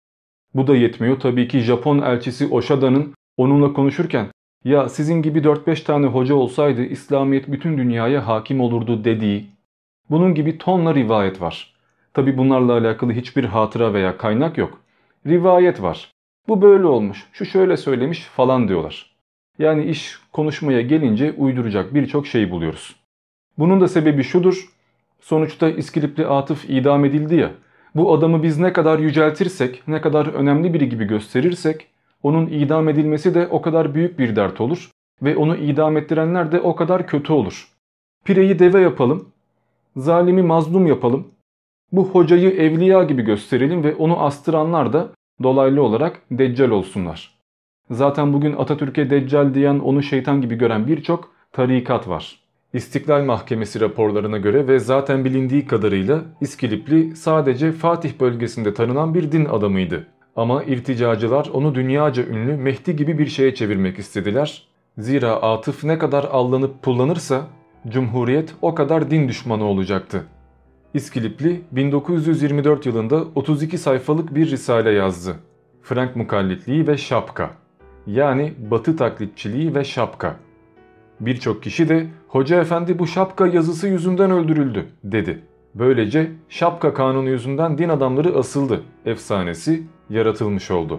S3: Bu da yetmiyor. Tabii ki Japon elçisi Oshada'nın onunla konuşurken ya sizin gibi 4-5 tane hoca olsaydı İslamiyet bütün dünyaya hakim olurdu dediği. Bunun gibi tonla rivayet var. Tabii bunlarla alakalı hiçbir hatıra veya kaynak yok. Rivayet var. Bu böyle olmuş, şu şöyle söylemiş falan diyorlar. Yani iş konuşmaya gelince uyduracak birçok şey buluyoruz. Bunun da sebebi şudur. Sonuçta İskilipli Atıf idam edildi ya. Bu adamı biz ne kadar yüceltirsek, ne kadar önemli biri gibi gösterirsek onun idam edilmesi de o kadar büyük bir dert olur ve onu idam ettirenler de o kadar kötü olur. Pireyi deve yapalım, zalimi mazlum yapalım, bu hocayı evliya gibi gösterelim ve onu astıranlar da dolaylı olarak deccal olsunlar. Zaten bugün Atatürk'e deccal diyen, onu şeytan gibi gören birçok tarikat var. İstiklal Mahkemesi raporlarına göre ve zaten bilindiği kadarıyla İskilipli sadece Fatih bölgesinde tanınan bir din adamıydı. Ama irticacılar onu dünyaca ünlü Mehdi gibi bir şeye çevirmek istediler. Zira Atıf ne kadar allanıp pullanırsa Cumhuriyet o kadar din düşmanı olacaktı. İskilipli 1924 yılında 32 sayfalık bir risale yazdı. Frank Mukallitliği ve Şapka. Yani Batı taklitçiliği ve şapka. Birçok kişi de "Hoca efendi bu şapka yazısı yüzünden öldürüldü" dedi. Böylece şapka kanunu yüzünden din adamları asıldı efsanesi yaratılmış oldu.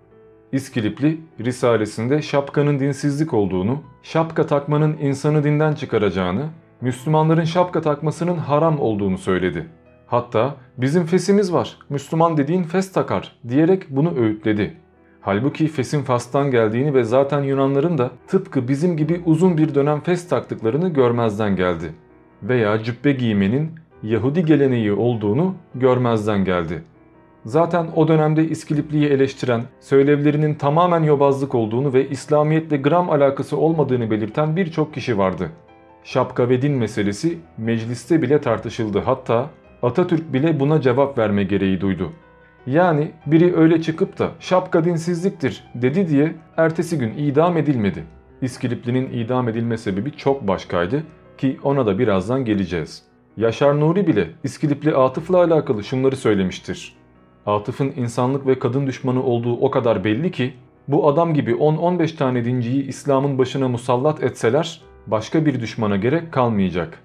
S3: İskilipli risalesinde şapkanın dinsizlik olduğunu, şapka takmanın insanı dinden çıkaracağını, Müslümanların şapka takmasının haram olduğunu söyledi. Hatta bizim fesimiz var, Müslüman dediğin fes takar diyerek bunu öğütledi. Halbuki fesin Fas'tan geldiğini ve zaten Yunanların da tıpkı bizim gibi uzun bir dönem fes taktıklarını görmezden geldi. Veya cübbe giymenin Yahudi geleneği olduğunu görmezden geldi. Zaten o dönemde İskilipli'yi eleştiren, söylevlerinin tamamen yobazlık olduğunu ve İslamiyetle gram alakası olmadığını belirten birçok kişi vardı. Şapka ve din meselesi mecliste bile tartışıldı, hatta Atatürk bile buna cevap verme gereği duydu. Yani biri öyle çıkıp da şapka dinsizliktir dedi diye ertesi gün idam edilmedi. İskilipli'nin idam edilme sebebi çok başkaydı ki ona da birazdan geleceğiz. Yaşar Nuri bile İskilipli Atıf'la alakalı şunları söylemiştir. Atıf'ın insanlık ve kadın düşmanı olduğu o kadar belli ki bu adam gibi 10-15 tane dinciyi İslam'ın başına musallat etseler başka bir düşmana gerek kalmayacak.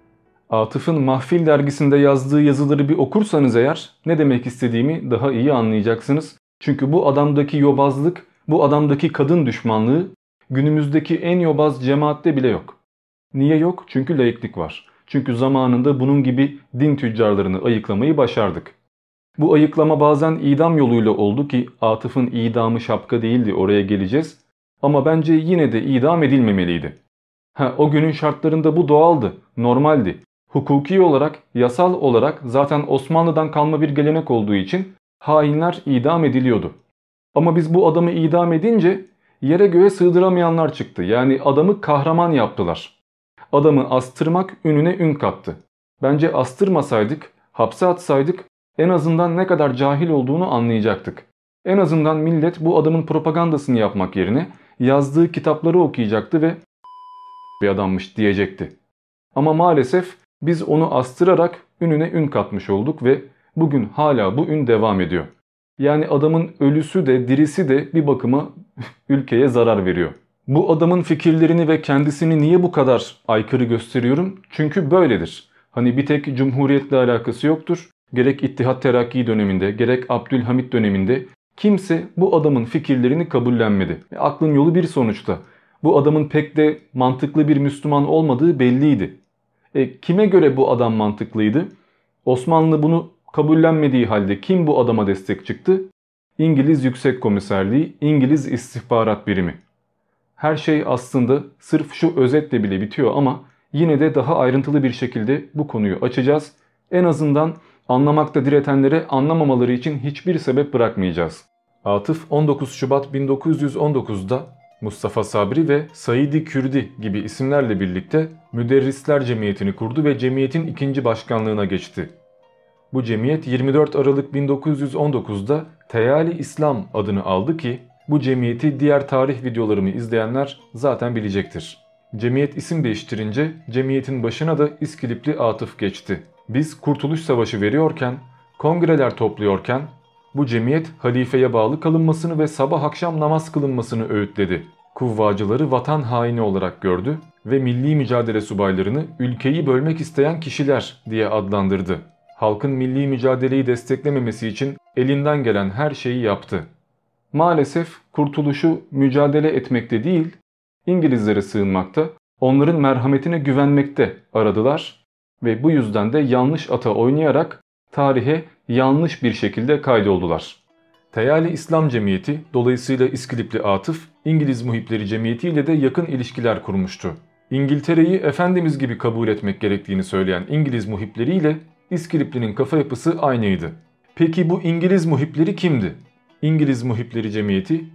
S3: Atıf'ın Mahfil dergisinde yazdığı yazıları bir okursanız eğer ne demek istediğimi daha iyi anlayacaksınız. Çünkü bu adamdaki yobazlık, bu adamdaki kadın düşmanlığı günümüzdeki en yobaz cemaatte bile yok. Niye yok? Çünkü laiklik var. Çünkü zamanında bunun gibi din tüccarlarını ayıklamayı başardık. Bu ayıklama bazen idam yoluyla oldu ki Atıf'ın idamı şapka değildi, oraya geleceğiz. Ama bence yine de idam edilmemeliydi. O günün şartlarında bu doğaldı, normaldi. Hukuki olarak, yasal olarak zaten Osmanlı'dan kalma bir gelenek olduğu için hainler idam ediliyordu. Ama biz bu adamı idam edince yere göğe sığdıramayanlar çıktı. Yani adamı kahraman yaptılar. Adamı astırmak ününe ün kattı. Bence astırmasaydık, hapse atsaydık en azından ne kadar cahil olduğunu anlayacaktık. En azından millet bu adamın propagandasını yapmak yerine yazdığı kitapları okuyacaktı ve bir adammış diyecekti. Ama maalesef biz onu astırarak ününe ün katmış olduk ve bugün hala bu ün devam ediyor. Yani adamın ölüsü de dirisi de bir bakıma ülkeye zarar veriyor. Bu adamın fikirlerini ve kendisini niye bu kadar aykırı gösteriyorum? Çünkü böyledir. Hani bir tek Cumhuriyet'le alakası yoktur. Gerek İttihat Terakki döneminde, gerek Abdülhamit döneminde kimse bu adamın fikirlerini kabullenmedi. Aklın yolu bir sonuçta. Bu adamın pek de mantıklı bir Müslüman olmadığı belliydi. Kime göre bu adam mantıklıydı? Osmanlı bunu kabullenmediği halde kim bu adama destek çıktı? İngiliz Yüksek Komiserliği, İngiliz İstihbarat Birimi. Her şey aslında sırf şu özetle bile bitiyor ama yine de daha ayrıntılı bir şekilde bu konuyu açacağız. En azından anlamakta diretenlere anlamamaları için hiçbir sebep bırakmayacağız. Atıf 19 Şubat 1919'da Mustafa Sabri ve Said-i Kürdi gibi isimlerle birlikte Müderrisler Cemiyeti'ni kurdu ve cemiyetin ikinci başkanlığına geçti. Bu cemiyet 24 Aralık 1919'da Teyali İslam adını aldı ki bu cemiyeti diğer tarih videolarımı izleyenler zaten bilecektir. Cemiyet isim değiştirince cemiyetin başına da İskilipli Atıf geçti. Biz Kurtuluş Savaşı veriyorken, kongreler topluyorken bu cemiyet halifeye bağlı kalınmasını ve sabah akşam namaz kılınmasını öğütledi. Kuvvacıları vatan haini olarak gördü ve milli mücadele subaylarını ülkeyi bölmek isteyen kişiler diye adlandırdı. Halkın milli mücadeleyi desteklememesi için elinden gelen her şeyi yaptı. Maalesef kurtuluşu mücadele etmekte değil, İngilizlere sığınmakta, onların merhametine güvenmekte aradılar ve bu yüzden de yanlış ata oynayarak tarihe yanlış bir şekilde kaydoldular. Teyali İslam Cemiyeti dolayısıyla İskilipli Atıf, İngiliz Muhipleri Cemiyeti ile de yakın ilişkiler kurmuştu. İngiltere'yi Efendimiz gibi kabul etmek gerektiğini söyleyen İngiliz Muhipleri ile İskilipli'nin kafa yapısı aynıydı. Peki bu İngiliz Muhipleri kimdi? İngiliz Muhipleri Cemiyeti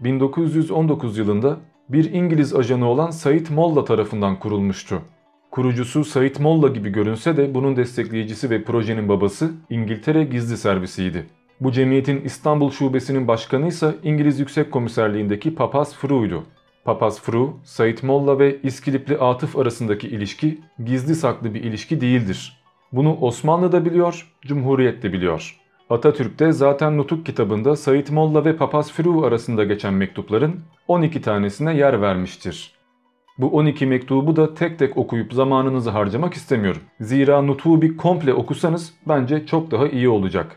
S3: 1919 yılında bir İngiliz ajanı olan Said Molla tarafından kurulmuştu. Kurucusu Said Molla gibi görünse de bunun destekleyicisi ve projenin babası İngiltere Gizli Servisiydi. Bu cemiyetin İstanbul şubesinin başkanı ise İngiliz Yüksek Komiserliğindeki Papaz Fru'ydu. Papaz Fru, Said Molla ve İskilipli Atıf arasındaki ilişki gizli saklı bir ilişki değildir. Bunu Osmanlı da biliyor, Cumhuriyet de biliyor. Atatürk de zaten Nutuk kitabında Said Molla ve Papaz Fru arasında geçen mektupların 12 tanesine yer vermiştir. Bu 12 mektubu da tek tek okuyup zamanınızı harcamak istemiyorum. Zira Nutuk'u bir komple okusanız bence çok daha iyi olacak.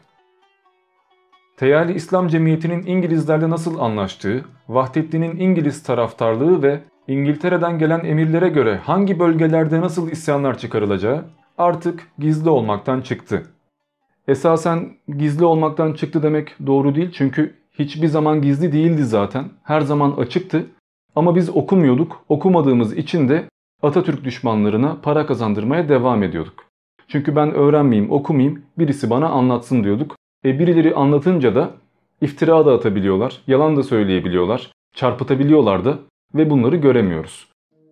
S3: Teyali İslam Cemiyeti'nin İngilizlerle nasıl anlaştığı, Vahdettin'in İngiliz taraftarlığı ve İngiltere'den gelen emirlere göre hangi bölgelerde nasıl isyanlar çıkarılacağı artık gizli olmaktan çıktı. Esasen gizli olmaktan çıktı demek doğru değil. Çünkü hiçbir zaman gizli değildi zaten. Her zaman açıktı. Ama biz okumuyorduk. Okumadığımız için de Atatürk düşmanlarına para kazandırmaya devam ediyorduk. Çünkü ben öğrenmeyeyim, okumayayım, birisi bana anlatsın diyorduk. Birileri anlatınca da iftira da atabiliyorlar, yalan da söyleyebiliyorlar, çarpıtabiliyorlar da ve bunları göremiyoruz.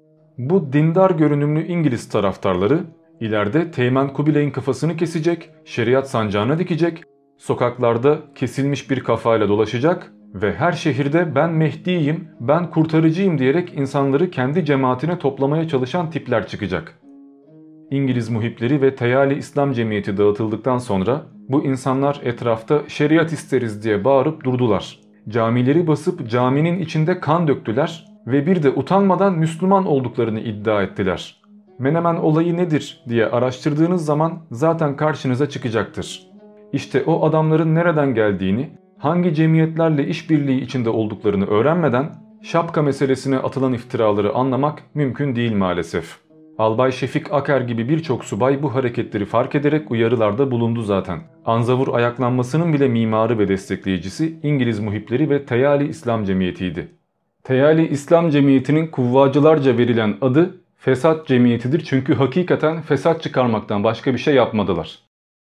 S3: Bu dindar görünümlü İngiliz taraftarları ileride Teğmen Kubilay'ın kafasını kesecek, şeriat sancağına dikecek, sokaklarda kesilmiş bir kafayla dolaşacak ve her şehirde ben Mehdi'yim, ben kurtarıcıyım diyerek insanları kendi cemaatine toplamaya çalışan tipler çıkacak. İngiliz muhipleri ve Teyali İslam Cemiyeti dağıtıldıktan sonra bu insanlar etrafta şeriat isteriz diye bağırıp durdular. Camileri basıp caminin içinde kan döktüler ve bir de utanmadan Müslüman olduklarını iddia ettiler. Menemen olayı nedir diye araştırdığınız zaman zaten karşınıza çıkacaktır. İşte o adamların nereden geldiğini, hangi cemiyetlerle işbirliği içinde olduklarını öğrenmeden şapka meselesine atılan iftiraları anlamak mümkün değil maalesef. Albay Şefik Aker gibi birçok subay bu hareketleri fark ederek uyarılarda bulundu zaten. Anzavur ayaklanmasının bile mimarı ve destekleyicisi İngiliz muhipleri ve Teyali İslam Cemiyeti'ydi. Teyali İslam Cemiyeti'nin kuvvacılarca verilen adı Fesat Cemiyeti'dir çünkü hakikaten fesat çıkarmaktan başka bir şey yapmadılar.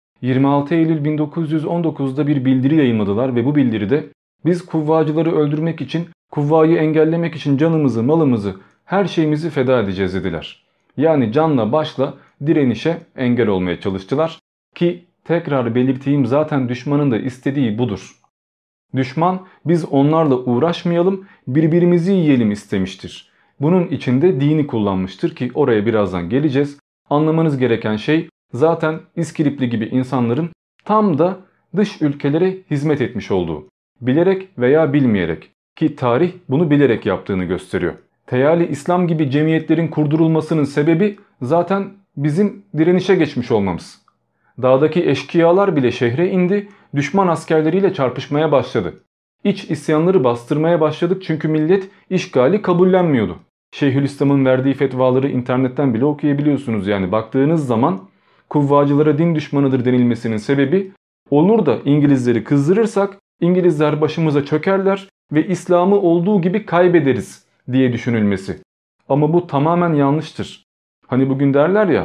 S3: 26 Eylül 1919'da bir bildiri yayınladılar ve bu bildiride biz kuvvacıları öldürmek için, kuvvayı engellemek için canımızı, malımızı, her şeyimizi feda edeceğiz dediler. Yani canla başla direnişe engel olmaya çalıştılar ki tekrar belirteyim zaten düşmanın da istediği budur. Düşman biz onlarla uğraşmayalım, birbirimizi yiyelim istemiştir. Bunun içinde dini kullanmıştır ki oraya birazdan geleceğiz. Anlamanız gereken şey zaten İskilipli gibi insanların tam da dış ülkelere hizmet etmiş olduğu. Bilerek veya bilmeyerek ki tarih bunu bilerek yaptığını gösteriyor. Teyali İslam gibi cemiyetlerin kurdurulmasının sebebi zaten bizim direnişe geçmiş olmamız. Dağdaki eşkıyalar bile şehre indi, düşman askerleriyle çarpışmaya başladı. İç isyanları bastırmaya başladık çünkü millet işgali kabullenmiyordu. Şeyhülislam'ın verdiği fetvaları internetten bile okuyabiliyorsunuz yani baktığınız zaman kuvvacılara din düşmanıdır denilmesinin sebebi olur da İngilizleri kızdırırsak İngilizler başımıza çökerler ve İslam'ı olduğu gibi kaybederiz diye düşünülmesi. Ama bu tamamen yanlıştır. Hani bugün derler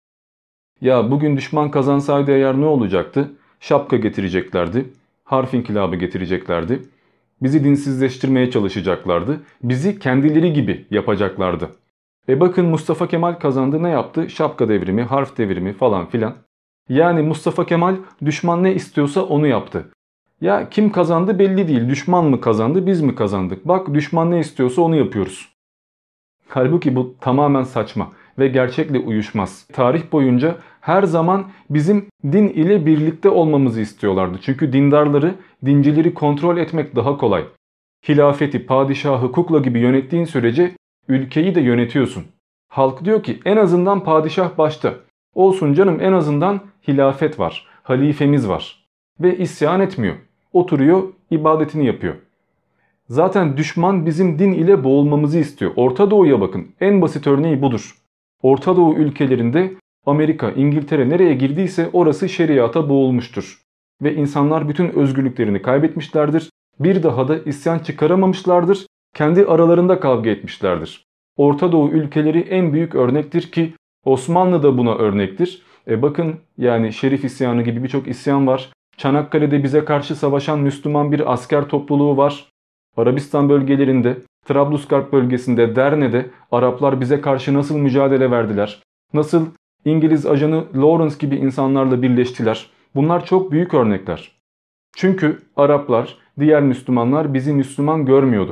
S3: ya bugün düşman kazansaydı eğer ne olacaktı? Şapka getireceklerdi, harf inkılabı getireceklerdi, bizi dinsizleştirmeye çalışacaklardı, bizi kendileri gibi yapacaklardı. Bakın Mustafa Kemal kazandı, ne yaptı? Şapka devrimi, harf devrimi falan filan. Yani Mustafa Kemal düşman ne istiyorsa onu yaptı. Ya kim kazandı belli değil. Düşman mı kazandı, biz mi kazandık? Bak düşman ne istiyorsa onu yapıyoruz. Halbuki bu tamamen saçma ve gerçekle uyuşmaz. Tarih boyunca her zaman bizim din ile birlikte olmamızı istiyorlardı. Çünkü dindarları, dincileri kontrol etmek daha kolay. Hilafeti, padişahı kukla gibi yönettiğin sürece ülkeyi de yönetiyorsun. Halk diyor ki en azından padişah başta. Olsun canım en azından hilafet var, halifemiz var. Ve isyan etmiyor. Oturuyor, ibadetini yapıyor. Zaten düşman bizim din ile boğulmamızı istiyor. Orta Doğu'ya bakın. En basit örneği budur. Orta Doğu ülkelerinde Amerika, İngiltere nereye girdiyse orası şeriata boğulmuştur. Ve insanlar bütün özgürlüklerini kaybetmişlerdir. Bir daha da isyan çıkaramamışlardır. Kendi aralarında kavga etmişlerdir. Orta Doğu ülkeleri en büyük örnektir ki Osmanlı da buna örnektir. Bakın yani Şerif isyanı gibi birçok isyan var. Çanakkale'de bize karşı savaşan Müslüman bir asker topluluğu var. Arabistan bölgelerinde, Trablusgarp bölgesinde, Derne'de Araplar bize karşı nasıl mücadele verdiler? Nasıl İngiliz ajanı Lawrence gibi insanlarla birleştiler? Bunlar çok büyük örnekler. Çünkü Araplar, diğer Müslümanlar bizi Müslüman görmüyordu.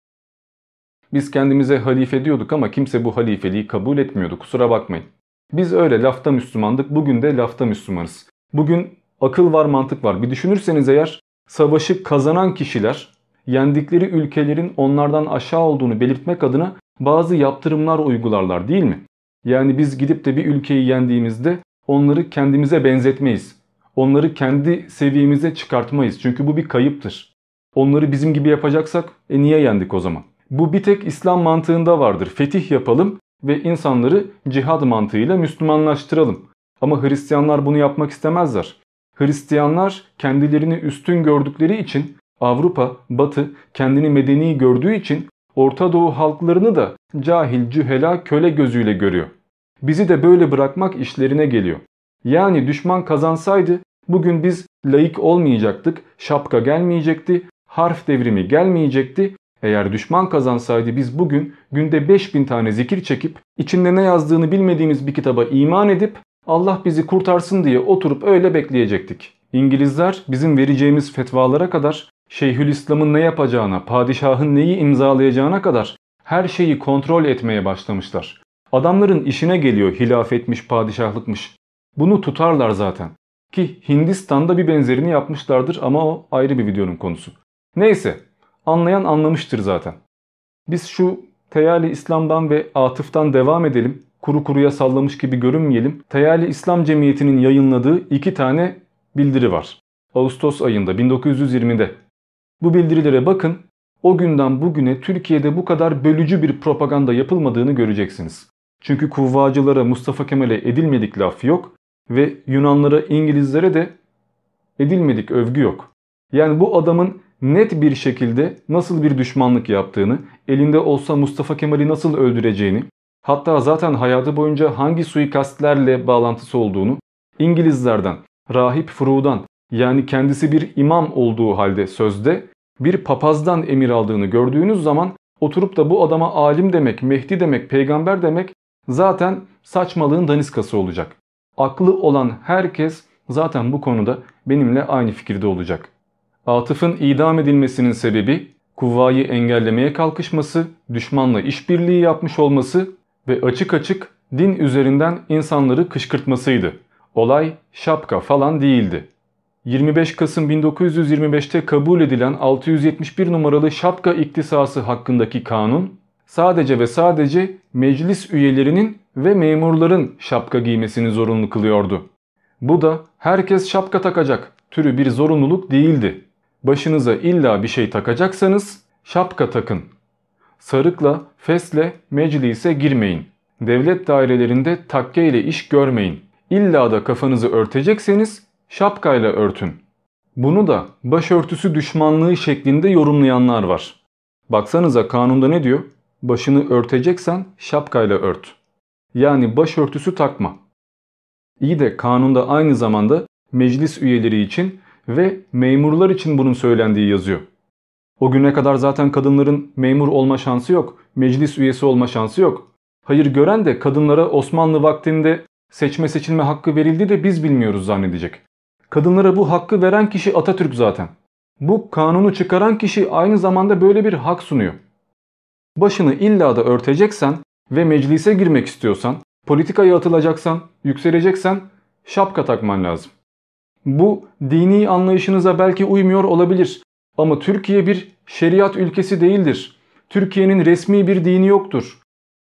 S3: Biz kendimize halife diyorduk ama kimse bu halifeliği kabul etmiyordu, kusura bakmayın. Biz öyle lafta Müslümandık, bugün de lafta Müslümanız. Bugün akıl var, mantık var. Bir düşünürseniz eğer savaşı kazanan kişiler yendikleri ülkelerin onlardan aşağı olduğunu belirtmek adına bazı yaptırımlar uygularlar değil mi? Yani biz gidip de bir ülkeyi yendiğimizde onları kendimize benzetmeyiz. Onları kendi seviyemize çıkartmayız. Çünkü bu bir kayıptır. Onları bizim gibi yapacaksak niye yendik o zaman? Bu bir tek İslam mantığında vardır. Fetih yapalım ve insanları cihad mantığıyla Müslümanlaştıralım. Ama Hristiyanlar bunu yapmak istemezler. Hristiyanlar kendilerini üstün gördükleri için, Avrupa, Batı kendini medeni gördüğü için Orta Doğu halklarını da cahil, cühela, köle gözüyle görüyor. Bizi de böyle bırakmak işlerine geliyor. Yani düşman kazansaydı bugün biz laik olmayacaktık, şapka gelmeyecekti, harf devrimi gelmeyecekti. Eğer düşman kazansaydı biz bugün günde 5000 tane zikir çekip içinde ne yazdığını bilmediğimiz bir kitaba iman edip Allah bizi kurtarsın diye oturup öyle bekleyecektik. İngilizler bizim vereceğimiz fetvalara kadar, Şeyhülislam'ın ne yapacağına, padişahın neyi imzalayacağına kadar her şeyi kontrol etmeye başlamışlar. Adamların işine geliyor hilafetmiş, padişahlıkmış. Bunu tutarlar zaten. Ki Hindistan'da bir benzerini yapmışlardır ama o ayrı bir videonun konusu. Neyse, anlayan anlamıştır zaten. Biz şu Teyali İslam'dan ve Atıf'tan devam edelim. Kuru kuruya sallamış gibi görünmeyelim. Teyali İslam Cemiyeti'nin yayınladığı 2 tane bildiri var. Ağustos ayında 1920'de. Bu bildirilere bakın. O günden bugüne Türkiye'de bu kadar bölücü bir propaganda yapılmadığını göreceksiniz. Çünkü kuvvacılara, Mustafa Kemal'e edilmedik laf yok ve Yunanlara, İngilizlere de edilmedik övgü yok. Yani bu adamın net bir şekilde nasıl bir düşmanlık yaptığını, elinde olsa Mustafa Kemal'i nasıl öldüreceğini, hatta zaten hayatı boyunca hangi suikastlerle bağlantısı olduğunu, İngilizlerden, Rahip Frou'dan, yani kendisi bir imam olduğu halde sözde bir papazdan emir aldığını gördüğünüz zaman oturup da bu adama alim demek, Mehdi demek, peygamber demek zaten saçmalığın daniskası olacak. Aklı olan herkes zaten bu konuda benimle aynı fikirde olacak. Atıf'ın idam edilmesinin sebebi kuvvayı engellemeye kalkışması, düşmanla işbirliği yapmış olması ve açık açık din üzerinden insanları kışkırtmasıydı. Olay şapka falan değildi. 25 Kasım 1925'te kabul edilen 671 numaralı şapka iktisası hakkındaki kanun sadece ve sadece meclis üyelerinin ve memurların şapka giymesini zorunlu kılıyordu. Bu da herkes şapka takacak türü bir zorunluluk değildi. Başınıza illa bir şey takacaksanız şapka takın. Sarıkla, fesle meclise girmeyin. Devlet dairelerinde takke ile iş görmeyin. İlla da kafanızı örtecekseniz şapkayla örtün. Bunu da başörtüsü düşmanlığı şeklinde yorumlayanlar var. Baksanıza kanunda ne diyor? Başını örteceksen şapkayla ört. Yani başörtüsü takma. İyi de kanunda aynı zamanda meclis üyeleri için ve memurlar için bunun söylendiği yazıyor. O güne kadar zaten kadınların memur olma şansı yok, meclis üyesi olma şansı yok. Hayır gören de kadınlara Osmanlı vaktinde seçme seçilme hakkı verildi de biz bilmiyoruz zannedecek. Kadınlara bu hakkı veren kişi Atatürk zaten. Bu kanunu çıkaran kişi aynı zamanda böyle bir hak sunuyor. Başını illa da örteceksen ve meclise girmek istiyorsan, politikaya atılacaksan, yükseleceksen şapka takman lazım. Bu dini anlayışınıza belki uymuyor olabilir ama Türkiye bir şeriat ülkesi değildir. Türkiye'nin resmi bir dini yoktur.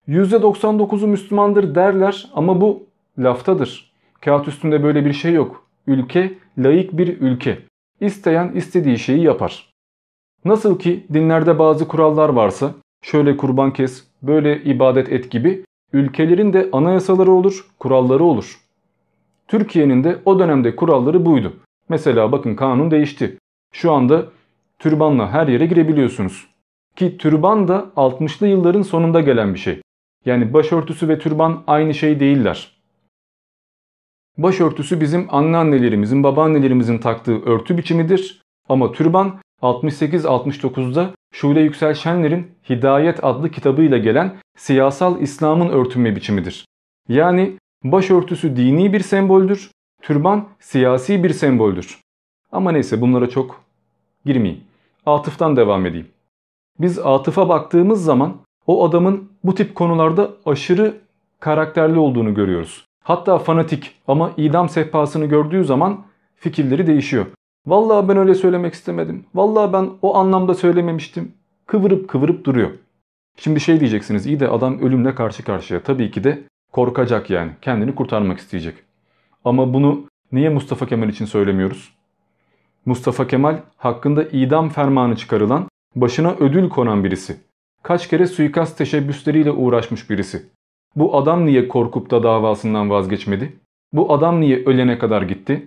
S3: %99'u Müslümandır derler ama bu laftadır. Kağıt üstünde böyle bir şey yok. Ülke laik bir ülke. İsteyen istediği şeyi yapar. Nasıl ki dinlerde bazı kurallar varsa, şöyle kurban kes, böyle ibadet et gibi ülkelerin de anayasaları olur, kuralları olur. Türkiye'nin de o dönemde kuralları buydu. Mesela bakın kanun değişti. Şu anda türbanla her yere girebiliyorsunuz. Ki türban da 60'lı yılların sonunda gelen bir şey. Yani başörtüsü ve türban aynı şey değiller. Başörtüsü bizim anneannelerimizin, babaannelerimizin taktığı örtü biçimidir. Ama türban 68-69'da Şule Yüksel Şenler'in Hidayet adlı kitabıyla gelen siyasal İslam'ın örtünme biçimidir. Yani başörtüsü dini bir semboldür, türban siyasi bir semboldür. Ama neyse bunlara çok girmeyeyim. Atıf'tan devam edeyim. Biz Atıf'a baktığımız zaman o adamın bu tip konularda aşırı karakterli olduğunu görüyoruz. Hatta fanatik ama idam sehpasını gördüğü zaman fikirleri değişiyor. Vallahi ben öyle söylemek istemedim. Vallahi ben o anlamda söylememiştim. Kıvırıp kıvırıp duruyor. Şimdi şey diyeceksiniz, iyi de adam ölümle karşı karşıya. Tabii ki de korkacak yani. Kendini kurtarmak isteyecek. Ama bunu niye Mustafa Kemal için söylemiyoruz? Mustafa Kemal hakkında idam fermanı çıkarılan, başına ödül konan birisi. Kaç kere suikast teşebbüsleriyle uğraşmış birisi. Bu adam niye korkup da davasından vazgeçmedi? Bu adam niye ölene kadar gitti?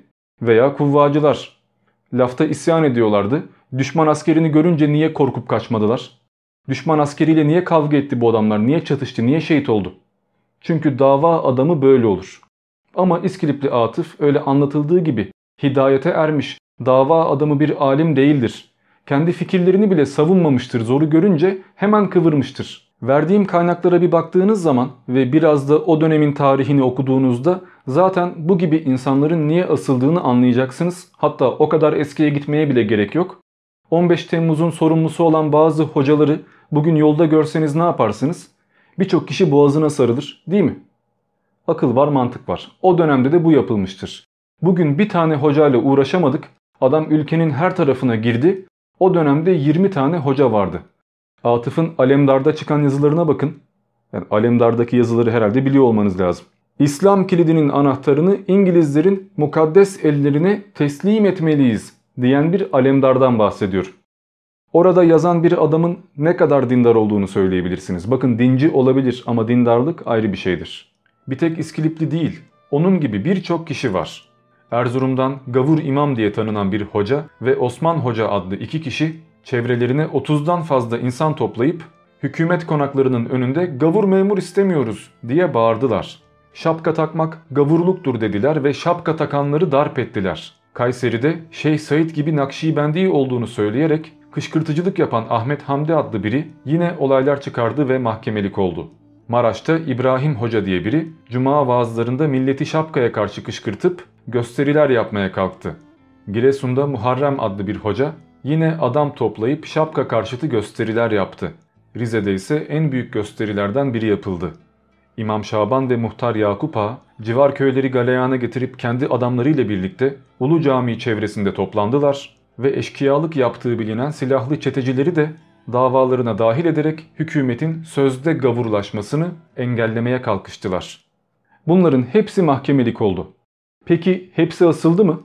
S3: Veya kuvvacılar. Lafta isyan ediyorlardı. Düşman askerini görünce niye korkup kaçmadılar? Düşman askeriyle niye kavga etti bu adamlar? Niye çatıştı? Niye şehit oldu? Çünkü dava adamı böyle olur. Ama İskilipli Atıf öyle anlatıldığı gibi hidayete ermiş, dava adamı bir alim değildir. Kendi fikirlerini bile savunmamıştır, zoru görünce hemen kıvırmıştır. Verdiğim kaynaklara bir baktığınız zaman ve biraz da o dönemin tarihini okuduğunuzda zaten bu gibi insanların niye asıldığını anlayacaksınız. Hatta o kadar eskiye gitmeye bile gerek yok. 15 Temmuz'un sorumlusu olan bazı hocaları bugün yolda görseniz ne yaparsınız? Birçok kişi boğazına sarılır, değil mi? Akıl var, mantık var. O dönemde de bu yapılmıştır. Bugün bir tane hocayla uğraşamadık. Adam ülkenin her tarafına girdi. O dönemde 20 tane hoca vardı. Atıf'ın Alemdar'da çıkan yazılarına bakın. Yani Alemdar'daki yazıları herhalde biliyor olmanız lazım. İslam kilidinin anahtarını İngilizlerin mukaddes ellerine teslim etmeliyiz diyen bir Alemdar'dan bahsediyor. Orada yazan bir adamın ne kadar dindar olduğunu söyleyebilirsiniz. Bakın dinci olabilir ama dindarlık ayrı bir şeydir. Bir tek İskilipli değil, onun gibi birçok kişi var. Erzurum'dan Gavur İmam diye tanınan bir hoca ve Osman Hoca adlı iki kişi çevrelerine 30'dan fazla insan toplayıp hükümet konaklarının önünde gavur memur istemiyoruz diye bağırdılar. Şapka takmak gavurluktur dediler ve şapka takanları darp ettiler. Kayseri'de Şeyh Said gibi Nakşibendi olduğunu söyleyerek kışkırtıcılık yapan Ahmet Hamdi adlı biri yine olaylar çıkardı ve mahkemelik oldu. Maraş'ta İbrahim Hoca diye biri cuma vaazlarında milleti şapkaya karşı kışkırtıp gösteriler yapmaya kalktı. Giresun'da Muharrem adlı bir hoca yine adam toplayıp şapka karşıtı gösteriler yaptı. Rize'de ise en büyük gösterilerden biri yapıldı. İmam Şaban ve Muhtar Yakup Ağa civar köyleri galeyana getirip kendi adamlarıyla birlikte Ulu Camii çevresinde toplandılar ve eşkıyalık yaptığı bilinen silahlı çetecileri de davalarına dahil ederek hükümetin sözde gavurlaşmasını engellemeye kalkıştılar. Bunların hepsi mahkemelik oldu. Peki hepsi asıldı mı?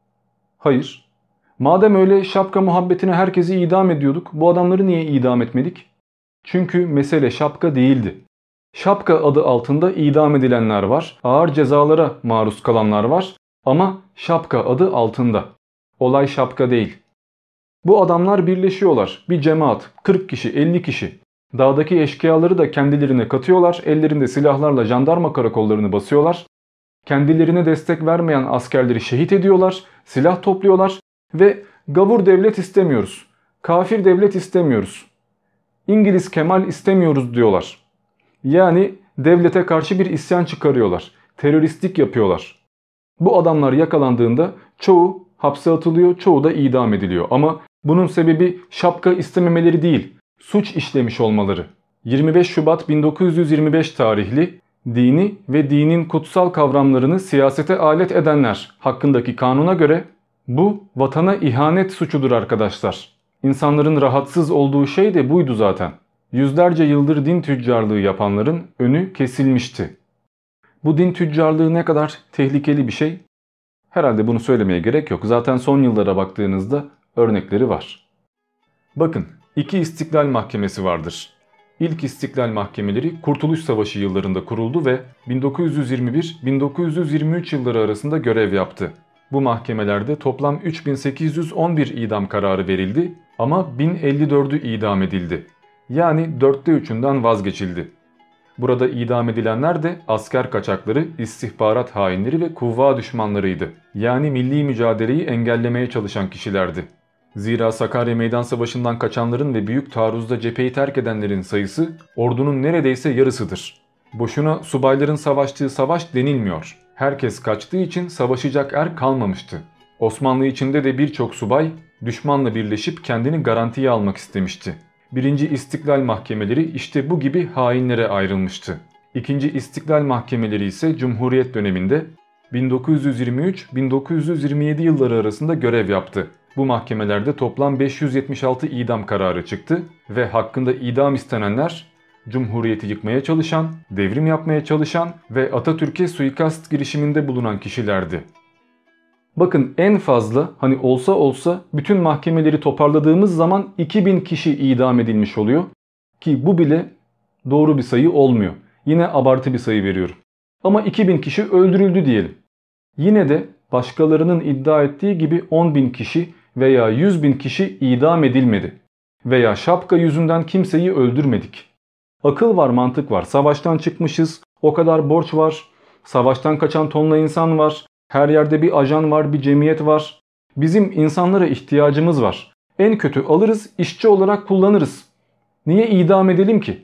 S3: Hayır. Madem öyle şapka muhabbetine herkesi idam ediyorduk, bu adamları niye idam etmedik? Çünkü mesele şapka değildi. Şapka adı altında idam edilenler var, ağır cezalara maruz kalanlar var ama şapka adı altında. Olay şapka değil. Bu adamlar birleşiyorlar. Bir cemaat, 40 kişi, 50 kişi. Dağdaki eşkıyaları da kendilerine katıyorlar, ellerinde silahlarla jandarma karakollarını basıyorlar. Kendilerine destek vermeyen askerleri şehit ediyorlar, silah topluyorlar ve gavur devlet istemiyoruz, kafir devlet istemiyoruz, İngiliz Kemal istemiyoruz diyorlar. Yani devlete karşı bir isyan çıkarıyorlar, teröristlik yapıyorlar. Bu adamlar yakalandığında çoğu hapse atılıyor, çoğu da idam ediliyor. Ama bunun sebebi şapka istememeleri değil, suç işlemiş olmaları. 25 Şubat 1925 tarihli dini ve dinin kutsal kavramlarını siyasete alet edenler hakkındaki kanuna göre bu vatana ihanet suçudur arkadaşlar. İnsanların rahatsız olduğu şey de buydu zaten. Yüzlerce yıldır din tüccarlığı yapanların önü kesilmişti. Bu din tüccarlığı ne kadar tehlikeli bir şey? Herhalde bunu söylemeye gerek yok. Zaten son yıllara baktığınızda örnekleri var. Bakın, iki İstiklal Mahkemesi vardır. İlk İstiklal Mahkemeleri Kurtuluş Savaşı yıllarında kuruldu ve 1921-1923 yılları arasında görev yaptı. Bu mahkemelerde toplam 3811 idam kararı verildi ama 1054'ü idam edildi. Yani 3'ünden vazgeçildi. Burada idam edilenler de asker kaçakları, istihbarat hainleri ve kuvva düşmanlarıydı. Yani milli mücadeleyi engellemeye çalışan kişilerdi. Zira Sakarya Meydan Savaşı'ndan kaçanların ve büyük taarruzda cepheyi terk edenlerin sayısı ordunun neredeyse yarısıdır. Boşuna subayların savaştığı savaş denilmiyor. Herkes kaçtığı için savaşacak er kalmamıştı. Osmanlı içinde de birçok subay düşmanla birleşip kendini garantiye almak istemişti. Birinci İstiklal Mahkemeleri işte bu gibi hainlere ayrılmıştı. İkinci İstiklal Mahkemeleri ise Cumhuriyet döneminde 1923-1927 yılları arasında görev yaptı. Bu mahkemelerde toplam 576 idam kararı çıktı ve hakkında idam istenenler Cumhuriyeti yıkmaya çalışan, devrim yapmaya çalışan ve Atatürk'e suikast girişiminde bulunan kişilerdi. Bakın en fazla hani olsa bütün mahkemeleri toparladığımız zaman 2000 kişi idam edilmiş oluyor. Ki bu bile doğru bir sayı olmuyor. Yine abartı bir sayı veriyorum. Ama 2000 kişi öldürüldü diyelim. Yine de başkalarının iddia ettiği gibi 10.000 kişi veya 100.000 kişi idam edilmedi. Veya şapka yüzünden kimseyi öldürmedik. Akıl var, mantık var. Savaştan çıkmışız, o kadar borç var, savaştan kaçan tonla insan var, her yerde bir ajan var, bir cemiyet var. Bizim insanlara ihtiyacımız var. En kötü alırız, işçi olarak kullanırız. Niye idam edelim ki?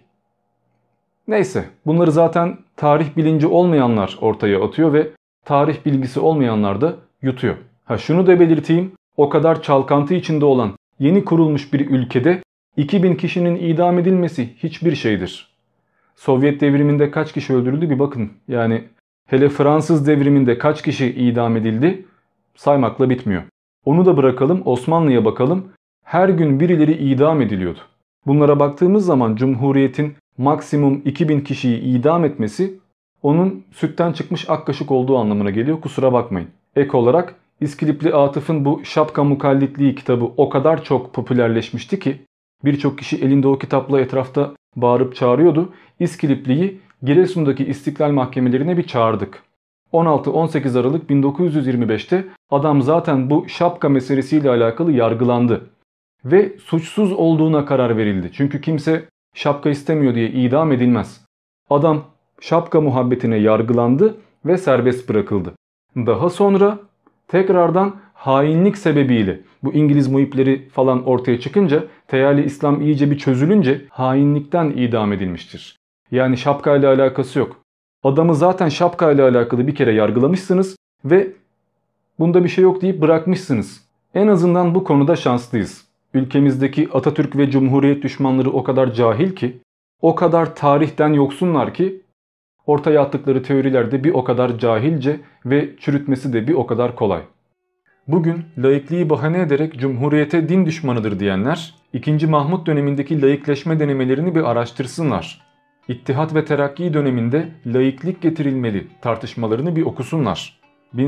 S3: Neyse, bunları zaten tarih bilinci olmayanlar ortaya atıyor ve tarih bilgisi olmayanlar da yutuyor. Şunu da belirteyim, o kadar çalkantı içinde olan yeni kurulmuş bir ülkede 2000 kişinin idam edilmesi hiçbir şeydir. Sovyet devriminde kaç kişi öldürüldü bir bakın. Yani hele Fransız devriminde kaç kişi idam edildi saymakla bitmiyor. Onu da bırakalım, Osmanlı'ya bakalım. Her gün birileri idam ediliyordu. Bunlara baktığımız zaman Cumhuriyet'in maksimum 2000 kişiyi idam etmesi onun sütten çıkmış ak kaşık olduğu anlamına geliyor, kusura bakmayın. Ek olarak İskilipli Atıf'ın bu Şapka Mukallitliği kitabı o kadar çok popülerleşmişti ki birçok kişi elinde o kitapla etrafta bağırıp çağırıyordu. İskilipli'yi Giresun'daki İstiklal Mahkemelerine bir çağırdık. 16-18 Aralık 1925'te adam zaten bu şapka meselesiyle alakalı yargılandı. Ve suçsuz olduğuna karar verildi. Çünkü kimse şapka istemiyor diye idam edilmez. Adam şapka muhabbetine yargılandı ve serbest bırakıldı. Daha sonra tekrardan hainlik sebebiyle bu İngiliz muhipleri falan ortaya çıkınca Teali İslam iyice bir çözülünce hainlikten idam edilmiştir. Yani şapkayla alakası yok. Adamı zaten şapkayla alakalı bir kere yargılamışsınız ve bunda bir şey yok deyip bırakmışsınız. En azından bu konuda şanslıyız. Ülkemizdeki Atatürk ve Cumhuriyet düşmanları o kadar cahil ki, o kadar tarihten yoksunlar ki ortaya attıkları teoriler de bir o kadar cahilce ve çürütmesi de bir o kadar kolay. Bugün laikliği bahane ederek Cumhuriyete din düşmanıdır diyenler, 2. Mahmut dönemindeki laikleşme denemelerini bir araştırsınlar. İttihat ve Terakki döneminde laiklik getirilmeli tartışmalarını bir okusunlar.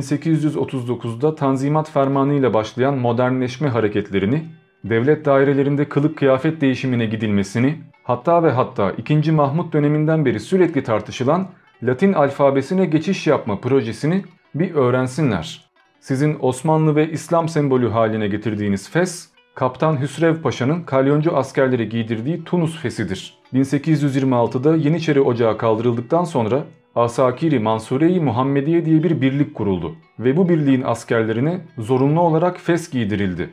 S3: 1839'da Tanzimat Fermanı ile başlayan modernleşme hareketlerini, devlet dairelerinde kılık kıyafet değişimine gidilmesini, hatta ve hatta 2. Mahmut döneminden beri sürekli tartışılan Latin alfabesine geçiş yapma projesini bir öğrensinler. Sizin Osmanlı ve İslam sembolü haline getirdiğiniz fes, Kaptan Hüsrev Paşa'nın kalyoncu askerleri giydirdiği Tunus fesidir. 1826'da Yeniçeri Ocağı kaldırıldıktan sonra Asakiri Mansure-i Muhammediye diye bir birlik kuruldu ve bu birliğin askerlerine zorunlu olarak fes giydirildi.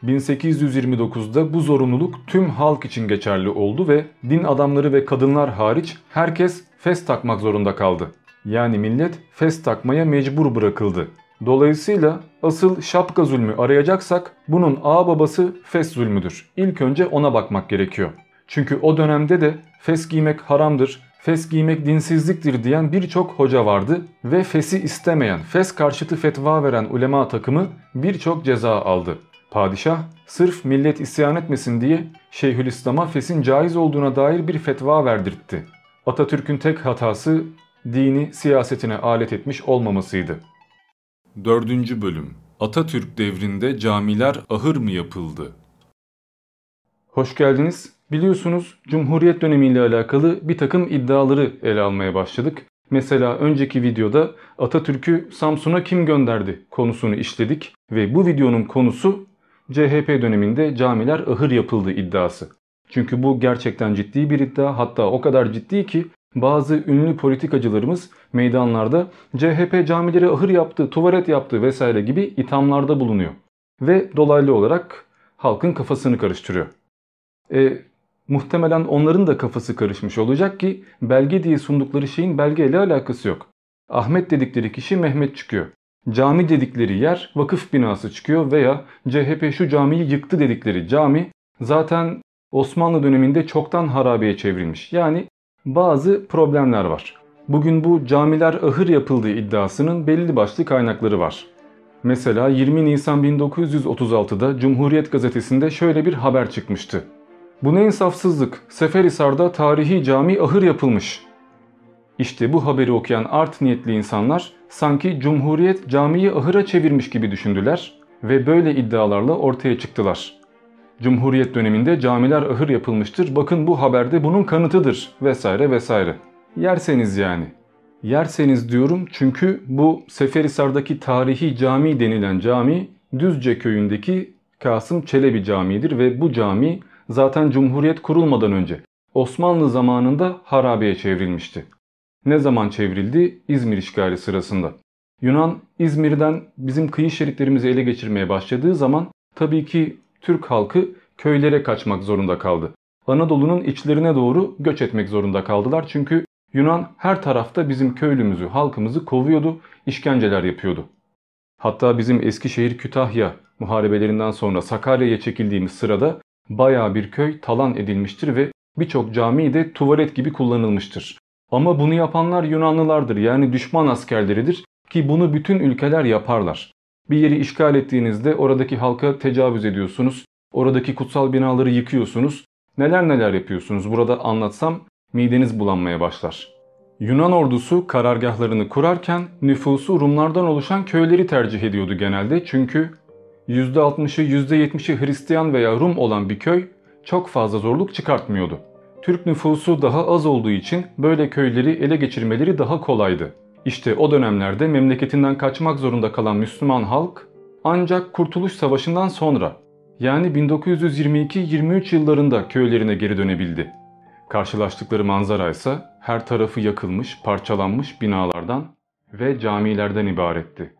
S3: 1829'da bu zorunluluk tüm halk için geçerli oldu ve din adamları ve kadınlar hariç herkes fes takmak zorunda kaldı. Yani millet fes takmaya mecbur bırakıldı. Dolayısıyla asıl şapka zulmü arayacaksak bunun ağababası fes zulmüdür. İlk önce ona bakmak gerekiyor. Çünkü o dönemde de fes giymek haramdır, fes giymek dinsizliktir diyen birçok hoca vardı ve fesi istemeyen, fes karşıtı fetva veren ulema takımı birçok ceza aldı. Padişah sırf millet isyan etmesin diye Şeyhülislam'a fesin caiz olduğuna dair bir fetva verdirtti. Atatürk'ün tek hatası dini siyasetine alet etmiş olmamasıydı.
S1: 4. Bölüm Atatürk devrinde camiler ahır mı yapıldı?
S3: Hoş geldiniz. Biliyorsunuz Cumhuriyet dönemiyle alakalı bir takım iddiaları ele almaya başladık. Mesela önceki videoda Atatürk'ü Samsun'a kim gönderdi konusunu işledik ve bu videonun konusu CHP döneminde camiler ahır yapıldı iddiası. Çünkü bu gerçekten ciddi bir iddia, hatta o kadar ciddi ki bazı ünlü politikacılarımız meydanlarda CHP camileri ahır yaptı, tuvalet yaptı vesaire gibi ithamlarda bulunuyor. Ve dolaylı olarak halkın kafasını karıştırıyor. Muhtemelen onların da kafası karışmış olacak ki belge diye sundukları şeyin belgeyle alakası yok. Ahmet dedikleri kişi Mehmet çıkıyor. Cami dedikleri yer vakıf binası çıkıyor veya CHP şu camiyi yıktı dedikleri cami zaten Osmanlı döneminde çoktan harabeye çevrilmiş. Yani bazı problemler var. Bugün bu camiler ahır yapıldığı iddiasının belli başlı kaynakları var. Mesela 20 Nisan 1936'da Cumhuriyet gazetesinde şöyle bir haber çıkmıştı. Bu ne insafsızlık, Seferihisar'da tarihi cami ahır yapılmış. İşte bu haberi okuyan art niyetli insanlar sanki Cumhuriyet camiyi ahıra çevirmiş gibi düşündüler ve böyle iddialarla ortaya çıktılar. Cumhuriyet döneminde camiler ahır yapılmıştır, bakın bu haberde bunun kanıtıdır vesaire vesaire. Yerseniz yani. Yerseniz diyorum çünkü bu Seferihisar'daki tarihi cami denilen cami Düzce köyündeki Kasım Çelebi Camii'dir ve bu cami zaten Cumhuriyet kurulmadan önce Osmanlı zamanında harabeye çevrilmişti. Ne zaman çevrildi? İzmir işgali sırasında. Yunan İzmir'den bizim kıyı şeritlerimizi ele geçirmeye başladığı zaman tabii ki Türk halkı köylere kaçmak zorunda kaldı. Anadolu'nun içlerine doğru göç etmek zorunda kaldılar çünkü Yunan her tarafta bizim köylümüzü, halkımızı kovuyordu, işkenceler yapıyordu. Hatta bizim Eskişehir Kütahya muharebelerinden sonra Sakarya'ya çekildiğimiz sırada bayağı bir köy talan edilmiştir ve birçok cami de tuvalet gibi kullanılmıştır. Ama bunu yapanlar Yunanlılardır, yani düşman askerleridir ki bunu bütün ülkeler yaparlar. Bir yeri işgal ettiğinizde oradaki halka tecavüz ediyorsunuz, oradaki kutsal binaları yıkıyorsunuz, neler neler yapıyorsunuz. Burada anlatsam mideniz bulanmaya başlar. Yunan ordusu karargahlarını kurarken nüfusu Rumlardan oluşan köyleri tercih ediyordu genelde. Çünkü %60'ı %70'i Hristiyan veya Rum olan bir köy çok fazla zorluk çıkartmıyordu. Türk nüfusu daha az olduğu için böyle köyleri ele geçirmeleri daha kolaydı. İşte o dönemlerde memleketinden kaçmak zorunda kalan Müslüman halk ancak Kurtuluş Savaşı'ndan sonra, yani 1922-23 yıllarında köylerine geri dönebildi. Karşılaştıkları manzara ise her tarafı yakılmış, parçalanmış binalardan ve camilerden ibaretti.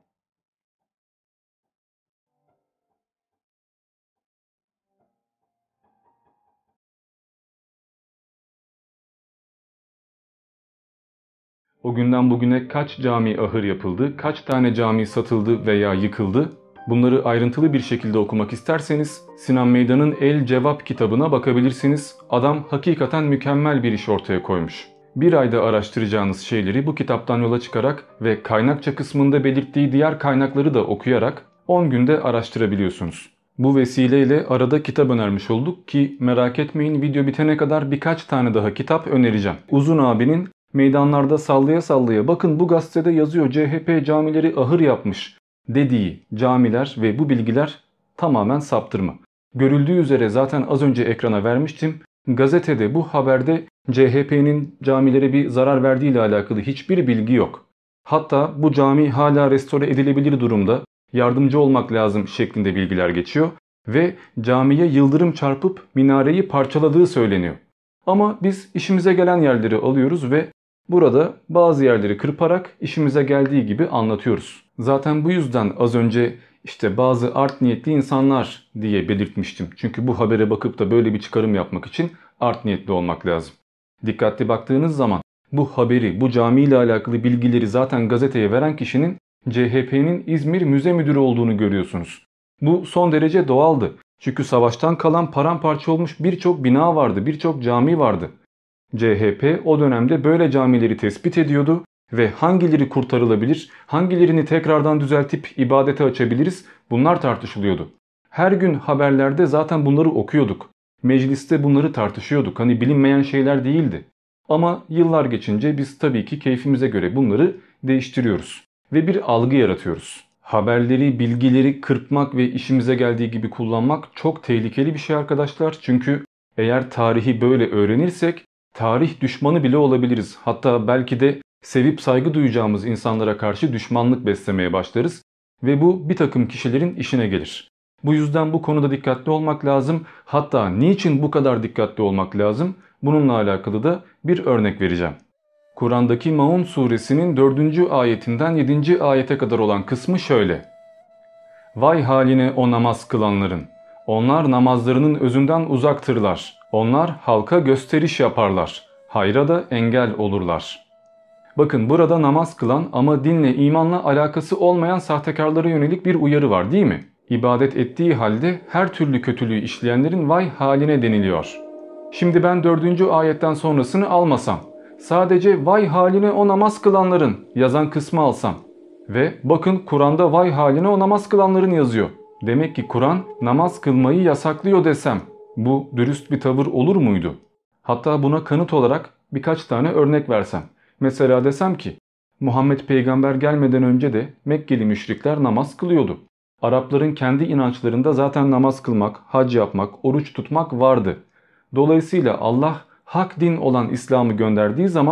S3: O günden bugüne kaç cami ahır yapıldı, kaç tane cami satıldı veya yıkıldı? Bunları ayrıntılı bir şekilde okumak isterseniz Sinan Meydan'ın El Cevap kitabına bakabilirsiniz. Adam hakikaten mükemmel bir iş ortaya koymuş. Bir ayda araştıracağınız şeyleri bu kitaptan yola çıkarak ve kaynakça kısmında belirttiği diğer kaynakları da okuyarak 10 günde araştırabiliyorsunuz. Bu vesileyle arada kitap önermiş olduk ki merak etmeyin, video bitene kadar birkaç tane daha kitap önereceğim. Uzun abinin meydanlarda sallaya sallaya bakın bu gazetede yazıyor CHP camileri ahır yapmış dediği camiler ve bu bilgiler tamamen saptırma. Görüldüğü üzere zaten az önce ekrana vermiştim. Gazetede bu haberde CHP'nin camilere bir zarar verdiği ile alakalı hiçbir bilgi yok. Hatta bu cami hala restore edilebilir durumda, yardımcı olmak lazım şeklinde bilgiler geçiyor ve camiye yıldırım çarpıp minareyi parçaladığı söyleniyor. Ama biz işimize gelen yerleri alıyoruz ve burada bazı yerleri kırparak işimize geldiği gibi anlatıyoruz. Zaten bu yüzden az önce işte bazı art niyetli insanlar diye belirtmiştim. Çünkü bu habere bakıp da böyle bir çıkarım yapmak için art niyetli olmak lazım. Dikkatli baktığınız zaman bu haberi, bu cami ile alakalı bilgileri zaten gazeteye veren kişinin CHP'nin İzmir Müze Müdürü olduğunu görüyorsunuz. Bu son derece doğaldı. Çünkü savaştan kalan paramparça olmuş birçok bina vardı, birçok cami vardı. CHP o dönemde böyle camileri tespit ediyordu ve hangileri kurtarılabilir, hangilerini tekrardan düzeltip ibadete açabiliriz, bunlar tartışılıyordu. Her gün haberlerde zaten bunları okuyorduk. Mecliste bunları tartışıyorduk. Hani bilinmeyen şeyler değildi. Ama yıllar geçince biz tabii ki keyfimize göre bunları değiştiriyoruz ve bir algı yaratıyoruz. Haberleri, bilgileri kırpmak ve işimize geldiği gibi kullanmak çok tehlikeli bir şey arkadaşlar. Çünkü eğer tarihi böyle öğrenirsek tarih düşmanı bile olabiliriz. Hatta belki de sevip saygı duyacağımız insanlara karşı düşmanlık beslemeye başlarız ve bu bir takım kişilerin işine gelir. Bu yüzden bu konuda dikkatli olmak lazım. Hatta niçin bu kadar dikkatli olmak lazım? Bununla alakalı da bir örnek vereceğim. Kur'an'daki Maun suresinin 4. ayetinden 7. ayete kadar olan kısmı şöyle. Vay haline o namaz kılanların! Onlar namazlarının özünden uzaktırlar. Onlar halka gösteriş yaparlar. Hayra da engel olurlar. Bakın burada namaz kılan ama dinle, imanla alakası olmayan sahtekarlara yönelik bir uyarı var değil mi? İbadet ettiği halde her türlü kötülüğü işleyenlerin vay haline deniliyor. Şimdi ben 4. ayetten sonrasını almasam, sadece vay haline o namaz kılanların yazan kısmı alsam ve bakın Kur'an'da vay haline o namaz kılanların yazıyor. Demek ki Kur'an namaz kılmayı yasaklıyor desem bu dürüst bir tavır olur muydu? Hatta buna kanıt olarak birkaç tane örnek versem. Mesela desem ki Muhammed peygamber gelmeden önce de Mekkeli müşrikler namaz kılıyordu. Arapların kendi inançlarında zaten namaz kılmak, hac yapmak, oruç tutmak vardı. Dolayısıyla Allah hak din olan İslam'ı gönderdiği zaman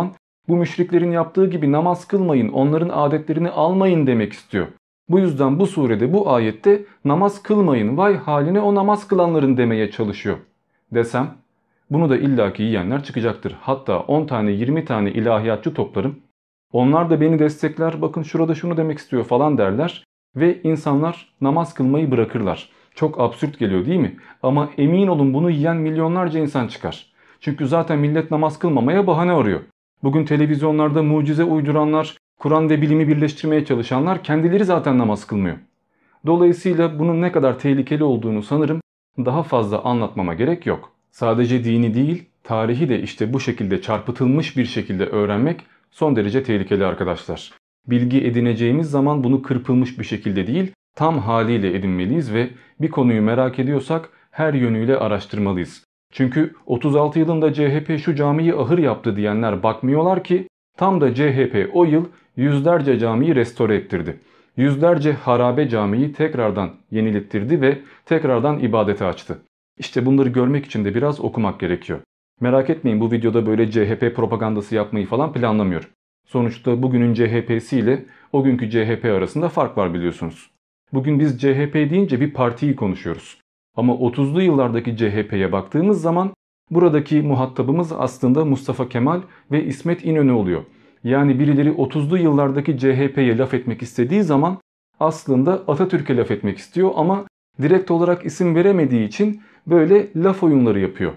S3: Bu müşriklerin yaptığı gibi namaz kılmayın, onların adetlerini almayın demek istiyor. Bu yüzden bu surede, bu ayette namaz kılmayın, vay haline o namaz kılanların demeye çalışıyor desem, bunu da illaki yiyenler çıkacaktır. Hatta 10 tane 20 tane ilahiyatçı toplarım. Onlar da beni destekler, bakın şurada şunu demek istiyor falan derler ve insanlar namaz kılmayı bırakırlar. Çok absürt geliyor değil mi? Ama emin olun bunu yiyen milyonlarca insan çıkar. Çünkü zaten millet namaz kılmamaya bahane arıyor. Bugün televizyonlarda mucize uyduranlar, Kur'an ve bilimi birleştirmeye çalışanlar kendileri zaten namaz kılmıyor. Dolayısıyla bunun ne kadar tehlikeli olduğunu sanırım daha fazla anlatmama gerek yok. Sadece dini değil, tarihi de işte bu şekilde çarpıtılmış bir şekilde öğrenmek son derece tehlikeli arkadaşlar. Bilgi edineceğimiz zaman bunu kırpılmış bir şekilde değil, tam haliyle edinmeliyiz ve bir konuyu merak ediyorsak her yönüyle araştırmalıyız. Çünkü 36 yılında CHP şu camiyi ahır yaptı diyenler bakmıyorlar ki tam da CHP o yıl yüzlerce camiyi restore ettirdi. Yüzlerce harabe camiyi tekrardan yenilettirdi ve tekrardan ibadete açtı. İşte bunları görmek için de biraz okumak gerekiyor. Merak etmeyin, bu videoda böyle CHP propagandası yapmayı falan planlamıyorum. Sonuçta bugünün CHP'si ile o günkü CHP arasında fark var biliyorsunuz. Bugün biz CHP deyince bir partiyi konuşuyoruz. Ama 30'lu yıllardaki CHP'ye baktığımız zaman buradaki muhatabımız aslında Mustafa Kemal ve İsmet İnönü oluyor. Yani birileri 30'lu yıllardaki CHP'ye laf etmek istediği zaman aslında Atatürk'e laf etmek istiyor ama direkt olarak isim veremediği için böyle laf oyunları yapıyor.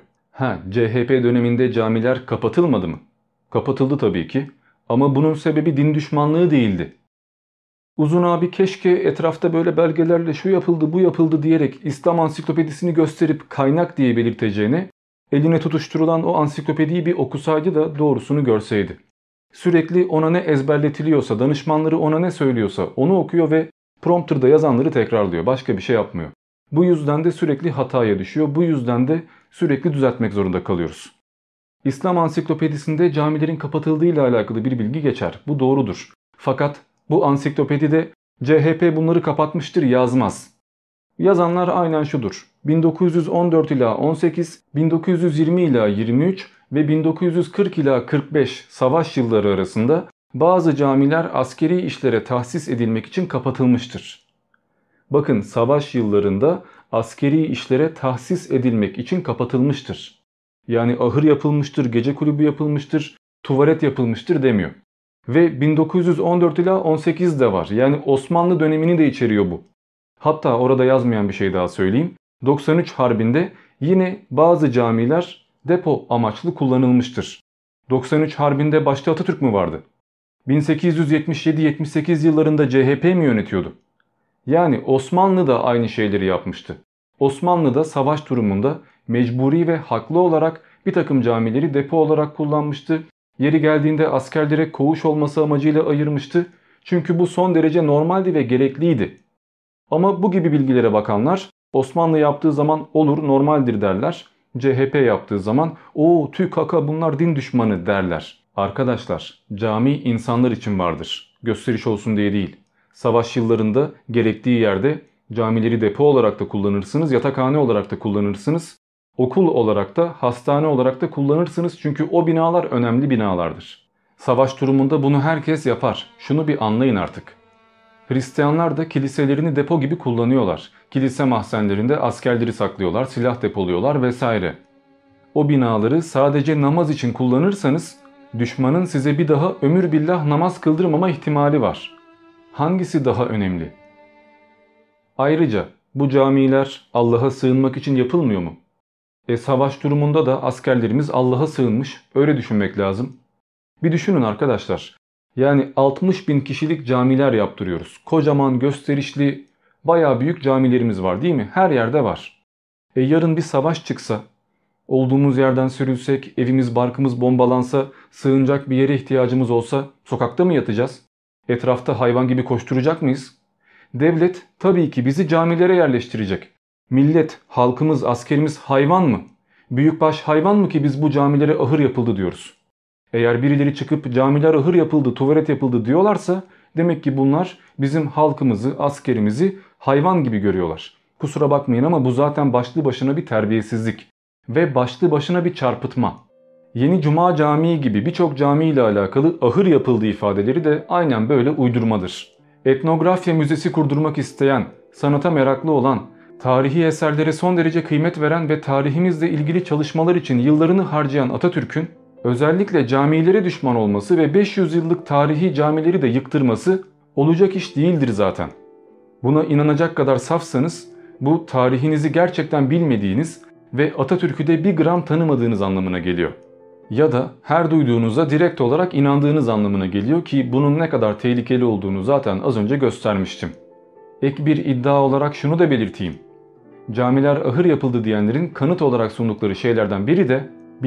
S3: CHP döneminde camiler kapatılmadı mı? Kapatıldı tabii ki ama bunun sebebi din düşmanlığı değildi. Uzun abi keşke etrafta böyle belgelerle şu yapıldı bu yapıldı diyerek İslam ansiklopedisini gösterip kaynak diye belirteceğine eline tutuşturulan o ansiklopediyi bir okusaydı da doğrusunu görseydi. Sürekli ona ne ezberletiliyorsa, danışmanları ona ne söylüyorsa onu okuyor ve prompterda yazanları tekrarlıyor. Başka bir şey yapmıyor. Bu yüzden de sürekli hataya düşüyor. Bu yüzden de sürekli düzeltmek zorunda kalıyoruz. İslam ansiklopedisinde camilerin kapatıldığıyla alakalı bir bilgi geçer. Bu doğrudur. Fakat bu ansiklopedide CHP bunları kapatmıştır yazmaz. Yazanlar aynen şudur. 1914 ila 18, 1920 ila 23 ve 1940 ila 45 savaş yılları arasında bazı camiler askeri işlere tahsis edilmek için kapatılmıştır. Bakın, savaş yıllarında askeri işlere tahsis edilmek için kapatılmıştır. Yani ahır yapılmıştır, gece kulübü yapılmıştır, tuvalet yapılmıştır demiyor. Ve 1914 ila 18 de var. Yani Osmanlı dönemini de içeriyor bu. Hatta orada yazmayan bir şey daha söyleyeyim. 93 Harbi'nde yine bazı camiler depo amaçlı kullanılmıştır. 93 Harbi'nde başta Atatürk mü vardı? 1877-78 yıllarında CHP mi yönetiyordu? Yani Osmanlı da aynı şeyleri yapmıştı. Osmanlı da savaş durumunda mecburi ve haklı olarak bir takım camileri depo olarak kullanmıştı. Yeri geldiğinde askerlere koğuş olması amacıyla ayırmıştı. Çünkü bu son derece normaldi ve gerekliydi. Ama bu gibi bilgilere bakanlar Osmanlı yaptığı zaman olur normaldir derler. CHP yaptığı zaman o tüh kaka bunlar din düşmanı derler. Arkadaşlar, cami insanlar için vardır. Gösteriş olsun diye değil. Savaş yıllarında gerektiği yerde camileri depo olarak da kullanırsınız, yatakhane olarak da kullanırsınız. Okul olarak da, hastane olarak da kullanırsınız çünkü o binalar önemli binalardır. Savaş durumunda bunu herkes yapar. Şunu bir anlayın artık. Hristiyanlar da kiliselerini depo gibi kullanıyorlar. Kilise mahzenlerinde askerleri saklıyorlar, silah depoluyorlar vesaire. O binaları sadece namaz için kullanırsanız düşmanın size bir daha ömür billah namaz kıldırmama ihtimali var. Hangisi daha önemli? Ayrıca bu camiler Allah'a sığınmak için yapılmıyor mu? Savaş durumunda da askerlerimiz Allah'a sığınmış. Öyle düşünmek lazım. Bir düşünün arkadaşlar. Yani 60 bin kişilik camiler yaptırıyoruz. Kocaman, gösterişli, bayağı büyük camilerimiz var değil mi? Her yerde var. Yarın bir savaş çıksa, olduğumuz yerden sürülsek, evimiz barkımız bombalansa, sığınacak bir yere ihtiyacımız olsa sokakta mı yatacağız? Etrafta hayvan gibi koşturacak mıyız? Devlet tabii ki bizi camilere yerleştirecek. Millet, halkımız, askerimiz hayvan mı? Büyükbaş hayvan mı ki biz bu camilere ahır yapıldı diyoruz? Eğer birileri çıkıp camiler ahır yapıldı, tuvalet yapıldı diyorlarsa demek ki bunlar bizim halkımızı, askerimizi hayvan gibi görüyorlar. Kusura bakmayın ama bu zaten başlı başına bir terbiyesizlik ve başlı başına bir çarpıtma. Yeni Cuma Camii gibi birçok cami ile alakalı ahır yapıldığı ifadeleri de aynen böyle uydurmadır. Etnografya müzesi kurdurmak isteyen, sanata meraklı olan, tarihi eserlere son derece kıymet veren ve tarihimizle ilgili çalışmalar için yıllarını harcayan Atatürk'ün özellikle camilere düşman olması ve 500 yıllık tarihi camileri de yıktırması olacak iş değildir zaten. Buna inanacak kadar safsanız bu tarihinizi gerçekten bilmediğiniz ve Atatürk'ü de bir gram tanımadığınız anlamına geliyor. Ya da her duyduğunuza direkt olarak inandığınız anlamına geliyor ki bunun ne kadar tehlikeli olduğunu zaten az önce göstermiştim. Ek bir iddia olarak şunu da belirteyim. Camiler ahır yapıldı diyenlerin kanıt olarak sundukları şeylerden biri de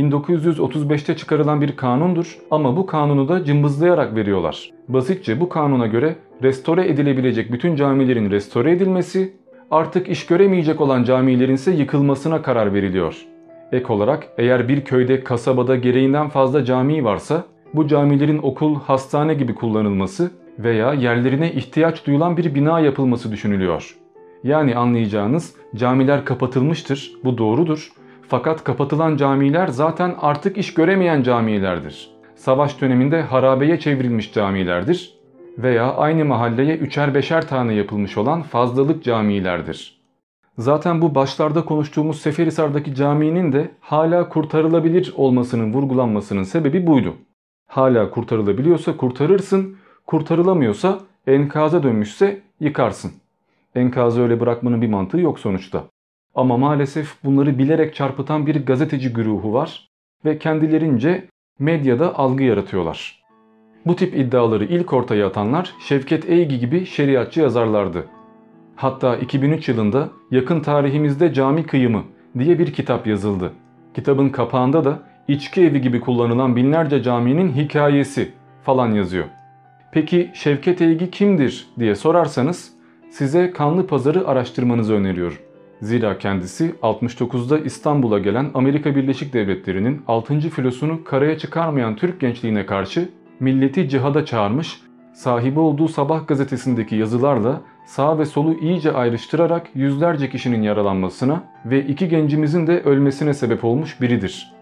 S3: 1935'te çıkarılan bir kanundur ama bu kanunu da cımbızlayarak veriyorlar. Basitçe bu kanuna göre restore edilebilecek bütün camilerin restore edilmesi, artık iş göremeyecek olan camilerin ise yıkılmasına karar veriliyor. Ek olarak eğer bir köyde, kasabada gereğinden fazla cami varsa bu camilerin okul, hastane gibi kullanılması veya yerlerine ihtiyaç duyulan bir bina yapılması düşünülüyor. Yani anlayacağınız camiler kapatılmıştır, bu doğrudur. Fakat kapatılan camiler zaten artık iş göremeyen camilerdir. Savaş döneminde harabeye çevrilmiş camilerdir veya aynı mahalleye 3'er 5'er tane yapılmış olan fazlalık camilerdir. Zaten bu başlarda konuştuğumuz Seferihisar'daki caminin de hala kurtarılabilir olmasının vurgulanmasının sebebi buydu. Hala kurtarılabiliyorsa kurtarırsın, kurtarılamıyorsa enkaza dönmüşse yıkarsın. Enkazı öyle bırakmanın bir mantığı yok sonuçta. Ama maalesef bunları bilerek çarpıtan bir gazeteci güruhu var ve kendilerince medyada algı yaratıyorlar. Bu tip iddiaları ilk ortaya atanlar Şevket Eygi gibi şeriatçı yazarlardı. Hatta 2003 yılında Yakın Tarihimizde Cami Kıyımı diye bir kitap yazıldı. Kitabın kapağında da içki evi gibi kullanılan binlerce caminin hikayesi falan yazıyor. Peki Şevket Eygi kimdir diye sorarsanız size Kanlıpazar'ı araştırmanızı öneriyorum. Zira kendisi 69'da İstanbul'a gelen Amerika Birleşik Devletleri'nin 6. filosunu karaya çıkarmayan Türk gençliğine karşı milleti cihada çağırmış, sahibi olduğu Sabah gazetesindeki yazılarla sağ ve solu iyice ayrıştırarak yüzlerce kişinin yaralanmasına ve 2 gencimizin de ölmesine sebep olmuş biridir.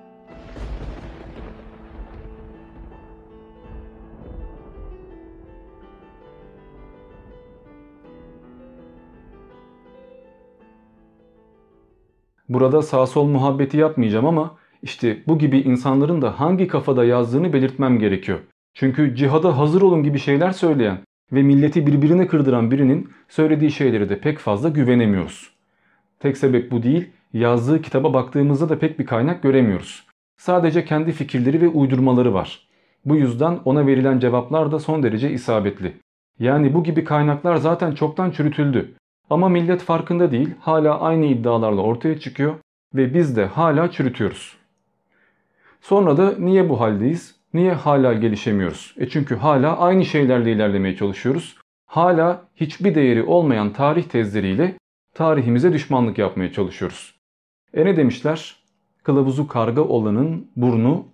S3: Burada sağ sol muhabbeti yapmayacağım ama işte bu gibi insanların da hangi kafada yazdığını belirtmem gerekiyor. Çünkü cihada hazır olun gibi şeyler söyleyen ve milleti birbirine kırdıran birinin söylediği şeylere de pek fazla güvenemiyoruz. Tek sebep bu değil, yazdığı kitaba baktığımızda da pek bir kaynak göremiyoruz. Sadece kendi fikirleri ve uydurmaları var. Bu yüzden ona verilen cevaplar da son derece isabetli. Yani bu gibi kaynaklar zaten çoktan çürütüldü. Ama millet farkında değil, hala aynı iddialarla ortaya çıkıyor ve biz de hala çürütüyoruz. Sonra da niye bu haldeyiz? Niye hala gelişemiyoruz? Çünkü hala aynı şeylerle ilerlemeye çalışıyoruz. Hala hiçbir değeri olmayan tarih tezleriyle tarihimize düşmanlık yapmaya çalışıyoruz. Ne demişler? Kılavuzu karga olanın burnu.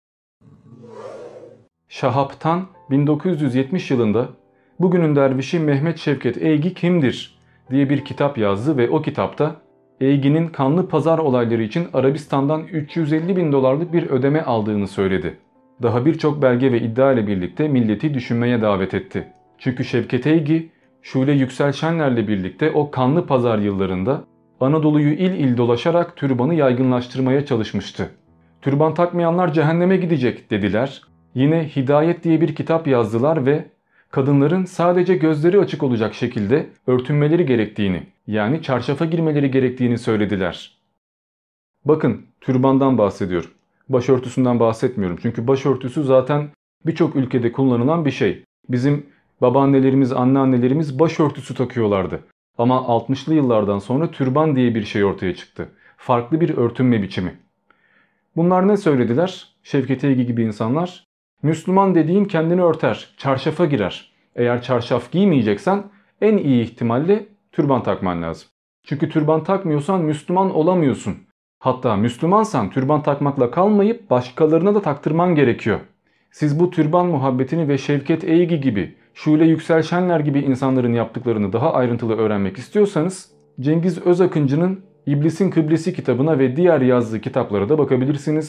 S3: Şahap'tan 1970 yılında bugünün dervişi Mehmet Şevket Eygi kimdir diye bir kitap yazdı ve o kitapta Eygi'nin Kanlıpazar olayları için Arabistan'dan $350.000 bir ödeme aldığını söyledi. Daha birçok belge ve iddia ile birlikte milleti düşünmeye davet etti. Çünkü Şevket Eygi, Şule Yüksel Şenler'le birlikte o Kanlıpazar yıllarında Anadolu'yu il il dolaşarak türbanı yaygınlaştırmaya çalışmıştı. Türban takmayanlar cehenneme gidecek dediler. Yine Hidayet diye bir kitap yazdılar ve kadınların sadece gözleri açık olacak şekilde örtünmeleri gerektiğini, yani çarşafa girmeleri gerektiğini söylediler. Bakın, türbandan bahsediyorum. Başörtüsünden bahsetmiyorum. Çünkü başörtüsü zaten birçok ülkede kullanılan bir şey. Bizim babaannelerimiz, anneannelerimiz başörtüsü takıyorlardı. Ama 60'lı yıllardan sonra türban diye bir şey ortaya çıktı. Farklı bir örtünme biçimi. Bunlar ne söylediler? Şevket Eygi gibi insanlar. Müslüman dediğin kendini örter, çarşafa girer. Eğer çarşaf giymeyeceksen en iyi ihtimalle türban takman lazım. Çünkü türban takmıyorsan Müslüman olamıyorsun. Hatta Müslümansan türban takmakla kalmayıp başkalarına da taktırman gerekiyor. Siz bu türban muhabbetini ve Şevket Eygi gibi, Şule Yüksel Şenler gibi insanların yaptıklarını daha ayrıntılı öğrenmek istiyorsanız Cengiz Özakıncı'nın İblisin Kıblesi kitabına ve diğer yazdığı kitaplara da bakabilirsiniz.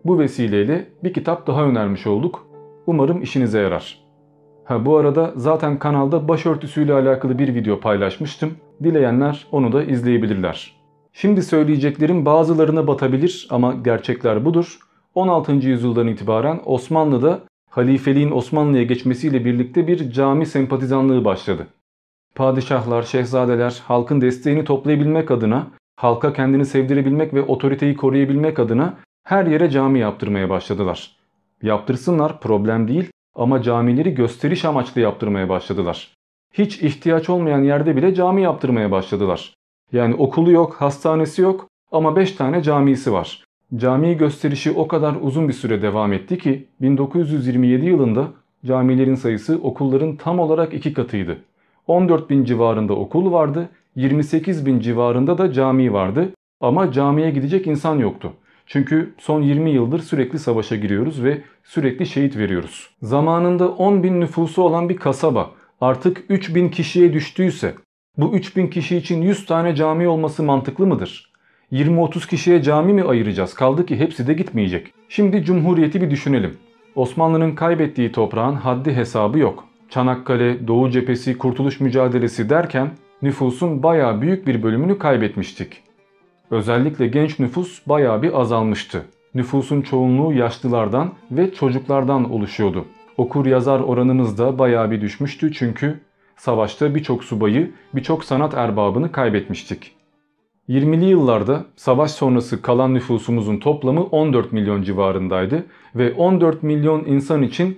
S3: Bu vesileyle bir kitap daha önermiş olduk. Umarım işinize yarar. Bu arada zaten kanalda başörtüsüyle alakalı bir video paylaşmıştım. Dileyenler onu da izleyebilirler. Şimdi söyleyeceklerim bazılarına batabilir ama gerçekler budur. 16. yüzyıldan itibaren Osmanlı'da halifeliğin Osmanlı'ya geçmesiyle birlikte bir cami sempatizanlığı başladı. Padişahlar, şehzadeler halkın desteğini toplayabilmek adına, halka kendini sevdirebilmek ve otoriteyi koruyabilmek adına her yere cami yaptırmaya başladılar. Yaptırsınlar, problem değil, ama camileri gösteriş amaçlı yaptırmaya başladılar. Hiç ihtiyaç olmayan yerde bile cami yaptırmaya başladılar. Yani okulu yok, hastanesi yok ama 5 tane camisi var. Cami gösterişi o kadar uzun bir süre devam etti ki 1927 yılında camilerin sayısı okulların tam olarak 2 katıydı. 14.000 civarında okul vardı, 28.000 civarında da cami vardı ama camiye gidecek insan yoktu. Çünkü son 20 yıldır sürekli savaşa giriyoruz ve sürekli şehit veriyoruz. Zamanında 10.000 nüfusu olan bir kasaba artık 3.000 kişiye düştüyse bu 3.000 kişi için 100 tane cami olması mantıklı mıdır? 20-30 kişiye cami mi ayıracağız? Kaldı ki hepsi de gitmeyecek. Şimdi Cumhuriyeti bir düşünelim. Osmanlı'nın kaybettiği toprağın haddi hesabı yok. Çanakkale, Doğu Cephesi, Kurtuluş Mücadelesi derken nüfusun bayağı büyük bir bölümünü kaybetmiştik. Özellikle genç nüfus bayağı bir azalmıştı. Nüfusun çoğunluğu yaşlılardan ve çocuklardan oluşuyordu. Okur yazar oranımız da bayağı bir düşmüştü çünkü savaşta birçok subayı, birçok sanat erbabını kaybetmiştik. 20'li yıllarda savaş sonrası kalan nüfusumuzun toplamı 14 milyon civarındaydı ve 14 milyon insan için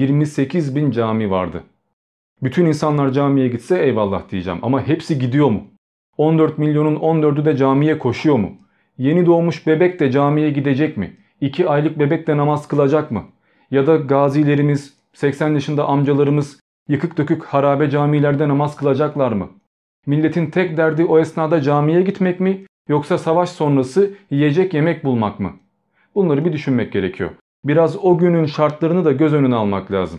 S3: 28 bin cami vardı. Bütün insanlar camiye gitse eyvallah diyeceğim ama hepsi gidiyor mu? 14 milyonun 14'ü de camiye koşuyor mu? Yeni doğmuş bebek de camiye gidecek mi? 2 aylık bebek de namaz kılacak mı? Ya da gazilerimiz, 80 yaşında amcalarımız yıkık dökük harabe camilerde namaz kılacaklar mı? Milletin tek derdi o esnada camiye gitmek mi yoksa savaş sonrası yiyecek yemek bulmak mı? Bunları bir düşünmek gerekiyor. Biraz o günün şartlarını da göz önüne almak lazım.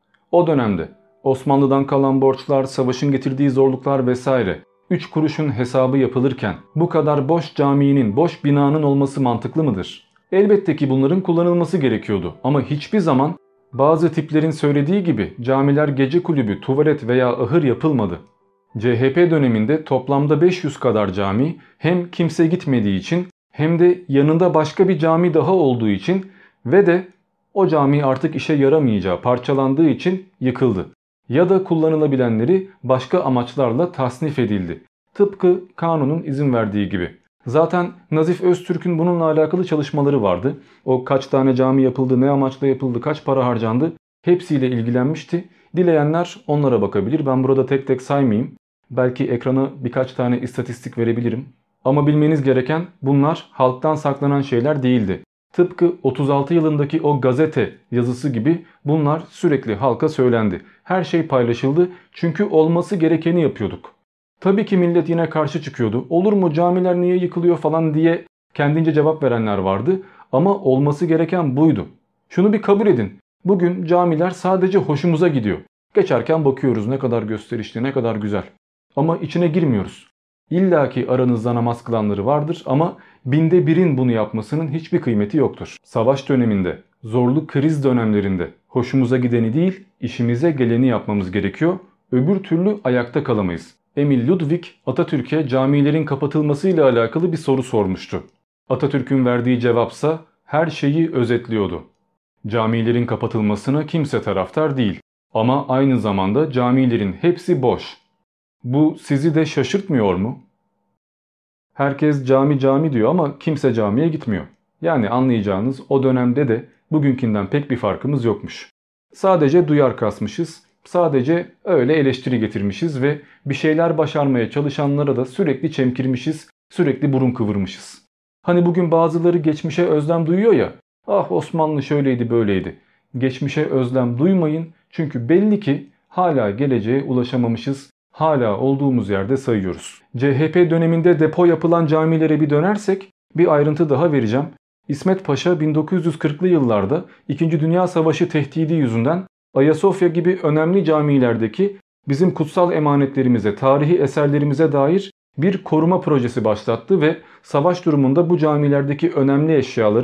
S3: O dönemde Osmanlı'dan kalan borçlar, savaşın getirdiği zorluklar vesaire 3 kuruşun hesabı yapılırken bu kadar boş caminin, boş binanın olması mantıklı mıdır? Elbette ki bunların kullanılması gerekiyordu ama hiçbir zaman bazı tiplerin söylediği gibi camiler gece kulübü, tuvalet veya ahır yapılmadı. CHP döneminde toplamda 500 kadar cami hem kimse gitmediği için hem de yanında başka bir cami daha olduğu için ve de o cami artık işe yaramayacağı parçalandığı için yıkıldı. Ya da kullanılabilenleri başka amaçlarla tasnif edildi. Tıpkı kanunun izin verdiği gibi. Zaten Nazif Öztürk'ün bununla alakalı çalışmaları vardı. O kaç tane cami yapıldı, ne amaçla yapıldı, kaç para harcandı hepsiyle ilgilenmişti. Dileyenler onlara bakabilir. Ben burada tek tek saymayayım. Belki ekrana birkaç tane istatistik verebilirim. Ama bilmeniz gereken bunlar halktan saklanan şeyler değildi. Tıpkı 36 yılındaki o gazete yazısı gibi bunlar sürekli halka söylendi. Her şey paylaşıldı çünkü olması gerekeni yapıyorduk. Tabii ki millet yine karşı çıkıyordu. Olur mu camiler niye yıkılıyor falan diye kendince cevap verenler vardı. Ama olması gereken buydu. Şunu bir kabul edin. Bugün camiler sadece hoşumuza gidiyor. Geçerken bakıyoruz ne kadar gösterişli, ne kadar güzel. Ama içine girmiyoruz. İlla ki aranızda namaz kılanları vardır ama binde 1'in bunu yapmasının hiçbir kıymeti yoktur. Savaş döneminde, zorlu kriz dönemlerinde hoşumuza gideni değil, işimize geleni yapmamız gerekiyor. Öbür türlü ayakta kalamayız. Emil Ludwig Atatürk'e camilerin kapatılmasıyla alakalı bir soru sormuştu. Atatürk'ün verdiği cevapsa her şeyi özetliyordu. Camilerin kapatılmasına kimse taraftar değil ama aynı zamanda camilerin hepsi boş. Bu sizi de şaşırtmıyor mu? Herkes cami cami diyor ama kimse camiye gitmiyor. Yani anlayacağınız o dönemde de bugünkünden pek bir farkımız yokmuş. Sadece duyar kasmışız, sadece öyle eleştiri getirmişiz ve bir şeyler başarmaya çalışanlara da sürekli çemkirmişiz, sürekli burun kıvırmışız. Hani bugün bazıları geçmişe özlem duyuyor ya, ah Osmanlı şöyleydi böyleydi. Geçmişe özlem duymayın çünkü belli ki hala geleceğe ulaşamamışız. Hala olduğumuz yerde sayıyoruz. CHP döneminde depo yapılan camilere bir dönersek bir ayrıntı daha vereceğim. İsmet Paşa 1940'lı yıllarda 2. Dünya Savaşı tehdidi yüzünden Ayasofya gibi önemli camilerdeki bizim kutsal emanetlerimize, tarihi eserlerimize dair bir koruma projesi başlattı ve savaş durumunda bu camilerdeki önemli eşyaların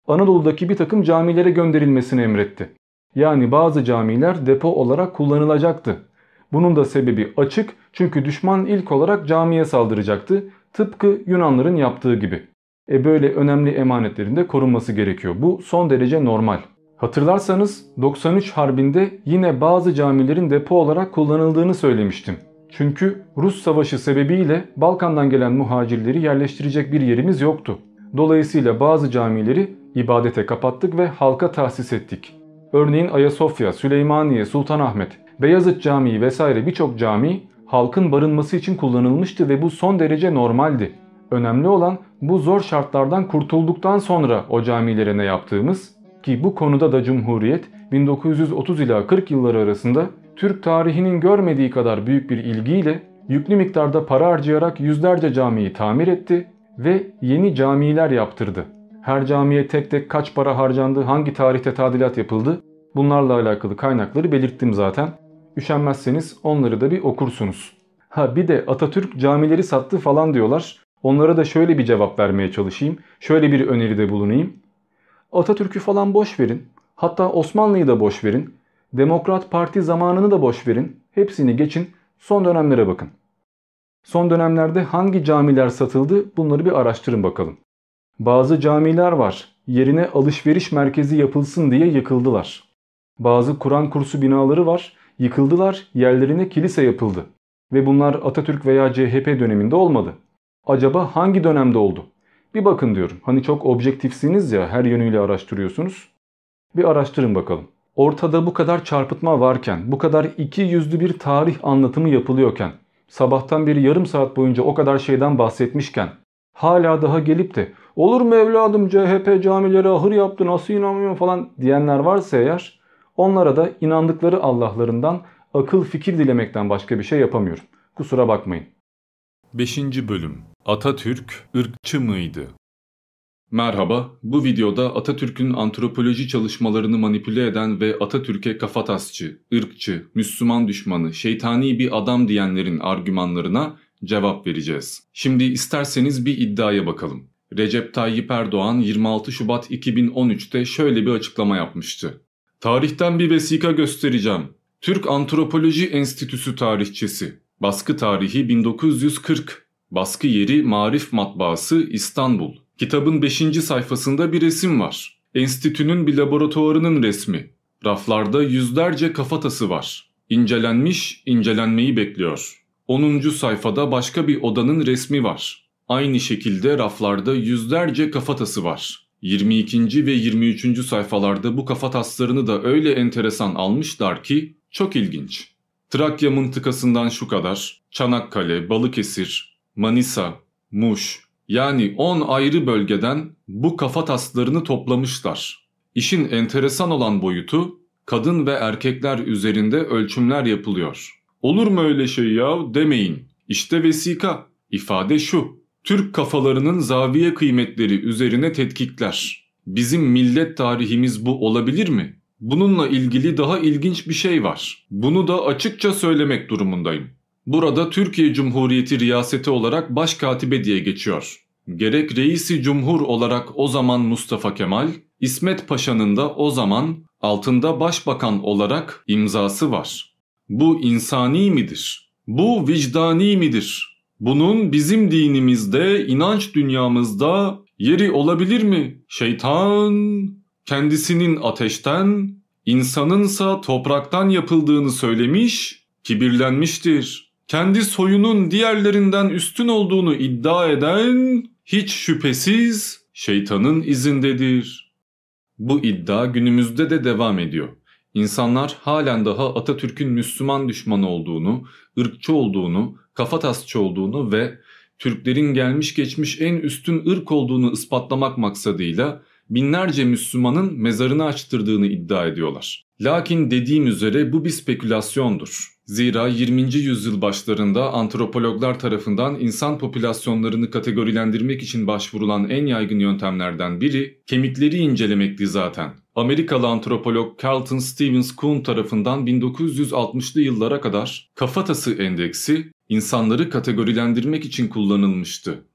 S3: Anadolu'daki bir takım camilere gönderilmesini emretti. Yani bazı camiler depo olarak kullanılacaktı. Bunun da sebebi açık, çünkü düşman ilk olarak camiye saldıracaktı. Tıpkı Yunanların yaptığı gibi. Böyle önemli emanetlerin de korunması gerekiyor. Bu son derece normal. Hatırlarsanız 93 Harbi'nde yine bazı camilerin depo olarak kullanıldığını söylemiştim. Çünkü Rus Savaşı sebebiyle Balkan'dan gelen muhacirleri yerleştirecek bir yerimiz yoktu. Dolayısıyla bazı camileri ibadete kapattık ve halka tahsis ettik. Örneğin Ayasofya, Süleymaniye, Sultanahmet, Beyazıt Camii vesaire birçok cami halkın barınması için kullanılmıştı ve bu son derece normaldi. Önemli olan bu zor şartlardan kurtulduktan sonra o camilere ne yaptığımız, ki bu konuda da Cumhuriyet 1930 ila 40 yılları arasında Türk tarihinin görmediği kadar büyük bir ilgiyle yüklü miktarda para harcayarak yüzlerce camiyi tamir etti ve yeni camiler yaptırdı. Her camiye tek tek kaç para harcandı, hangi tarihte tadilat yapıldı, bunlarla alakalı kaynakları belirttim zaten. Üşenmezseniz onları da bir okursunuz. Bir de Atatürk camileri sattı falan diyorlar. Onlara da şöyle bir cevap vermeye çalışayım. Şöyle bir öneride bulunayım. Atatürk'ü falan boş verin. Hatta Osmanlı'yı da boş verin. Demokrat Parti zamanını da boş verin. Hepsini geçin. Son dönemlere bakın. Son dönemlerde hangi camiler satıldı, bunları bir araştırın bakalım. Bazı camiler var. Yerine alışveriş merkezi yapılsın diye yıkıldılar. Bazı Kur'an kursu binaları var. Yıkıldılar, yerlerine kilise yapıldı. Ve bunlar Atatürk veya CHP döneminde olmadı. Acaba hangi dönemde oldu? Bir bakın diyorum. Hani çok objektifsiniz ya, her yönüyle araştırıyorsunuz. Bir araştırın bakalım. Ortada bu kadar çarpıtma varken, bu kadar iki yüzlü bir tarih anlatımı yapılıyorken, sabahtan beri yarım saat boyunca o kadar şeyden bahsetmişken, hala daha gelip de olur mu evladım CHP camileri ahır yaptı nasıl inanmıyor falan diyenler varsa eğer, onlara da inandıkları Allah'larından akıl fikir dilemekten başka bir şey yapamıyorum. Kusura bakmayın.
S1: 5. Bölüm Atatürk ırkçı mıydı? Merhaba, bu videoda Atatürk'ün antropoloji çalışmalarını manipüle eden ve Atatürk'e kafatasçı, ırkçı, Müslüman düşmanı, şeytani bir adam diyenlerin argümanlarına cevap vereceğiz. Şimdi isterseniz bir iddiaya bakalım. Recep Tayyip Erdoğan 26 Şubat 2013'te şöyle bir açıklama yapmıştı. Tarihten bir vesika göstereceğim. Türk Antropoloji Enstitüsü tarihçesi. Baskı tarihi 1940. Baskı yeri Maarif Matbaası İstanbul. Kitabın 5. sayfasında bir resim var. Enstitünün bir laboratuvarının resmi. Raflarda yüzlerce kafatası var. İncelenmiş, incelenmeyi bekliyor. 10. sayfada başka bir odanın resmi var. Aynı şekilde raflarda yüzlerce kafatası var. 22. ve 23. sayfalarda bu kafataslarını da öyle enteresan almışlar ki çok ilginç. Trakya mıntıkasından şu kadar, Çanakkale, Balıkesir, Manisa, Muş, yani 10 ayrı bölgeden bu kafataslarını toplamışlar. İşin enteresan olan boyutu, kadın ve erkekler üzerinde ölçümler yapılıyor. Olur mu öyle şey ya demeyin. İşte vesika. İfade şu. Türk kafalarının zaviye kıymetleri üzerine tetkikler. Bizim millet tarihimiz bu olabilir mi? Bununla ilgili daha ilginç bir şey var. Bunu da açıkça söylemek durumundayım. Burada Türkiye Cumhuriyeti riyaseti olarak başkatibe diye geçiyor. Gerek reisi cumhur olarak o zaman Mustafa Kemal, İsmet Paşa'nın da o zaman altında başbakan olarak imzası var. Bu insani midir? Bu vicdani midir? Bunun bizim dinimizde, inanç dünyamızda yeri olabilir mi? Şeytan kendisinin ateşten, insanınsa topraktan yapıldığını söylemiş, kibirlenmiştir. Kendi soyunun diğerlerinden üstün olduğunu iddia eden hiç şüphesiz şeytanın izindedir. Bu iddia günümüzde de devam ediyor. İnsanlar halen daha Atatürk'ün Müslüman düşmanı olduğunu, ırkçı olduğunu, kafatasçı olduğunu ve Türklerin gelmiş geçmiş en üstün ırk olduğunu ispatlamak maksadıyla binlerce Müslümanın mezarını açtırdığını iddia ediyorlar. Lakin dediğim üzere bu bir spekülasyondur. Zira 20. yüzyıl başlarında antropologlar tarafından insan popülasyonlarını kategorilendirmek için başvurulan en yaygın yöntemlerden biri kemikleri incelemekti zaten. Amerikalı antropolog Carlton Stevens Kuhn tarafından 1960'lı yıllara kadar kafatası endeksi insanları kategorilendirmek için kullanılmıştı.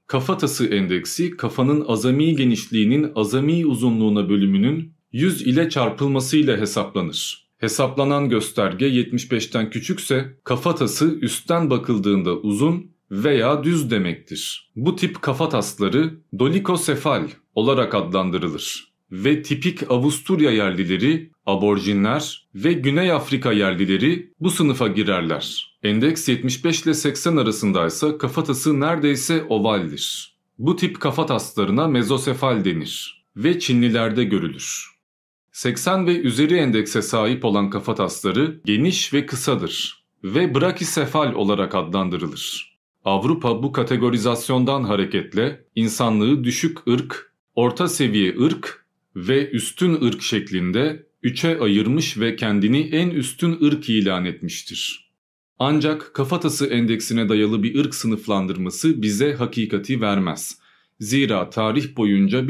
S1: Kafatası endeksi, kafanın azami genişliğinin azami uzunluğuna bölümünün 100 ile çarpılmasıyla hesaplanır. Hesaplanan gösterge 75'ten küçükse kafatası üstten bakıldığında uzun veya düz demektir. Bu tip kafatasları dolikosefal olarak adlandırılır ve tipik Avusturya yerlileri, aborjinler ve Güney Afrika yerlileri bu sınıfa girerler. Endeks 75 ile 80 arasındaysa kafatası neredeyse ovaldir. Bu tip kafataslarına mezosefal denir ve Çinlilerde görülür. 80 ve üzeri endekse sahip olan kafatasları geniş ve kısadır ve brakisefal olarak adlandırılır. Avrupa bu kategorizasyondan hareketle insanlığı düşük ırk, orta seviye ırk ve üstün ırk şeklinde 3'e ayırmış ve kendini en üstün ırk ilan etmiştir. Ancak kafatası endeksine dayalı bir ırk sınıflandırması bize hakikati vermez. Zira tarih boyunca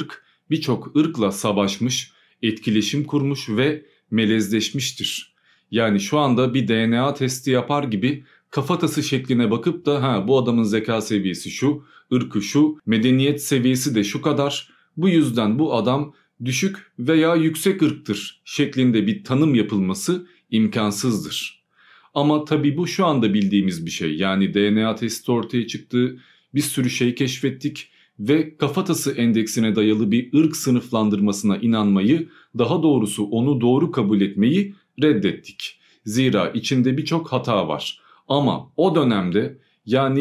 S1: birçok ırkla savaşmış, etkileşim kurmuş ve melezleşmiştir. Yani şu anda bir DNA testi yapar gibi kafatası şekline bakıp da bu adamın zeka seviyesi şu, ırkı şu, medeniyet seviyesi de şu kadar, bu yüzden bu adam düşük veya yüksek ırktır şeklinde bir tanım yapılması imkansızdır. Ama tabii bu şu anda bildiğimiz bir şey. Yani DNA testi ortaya çıktı, bir sürü şey keşfettik ve kafatası endeksine dayalı bir ırk sınıflandırmasına inanmayı, daha doğrusu onu doğru kabul etmeyi reddettik. Zira içinde birçok hata var. Ama o dönemde, yani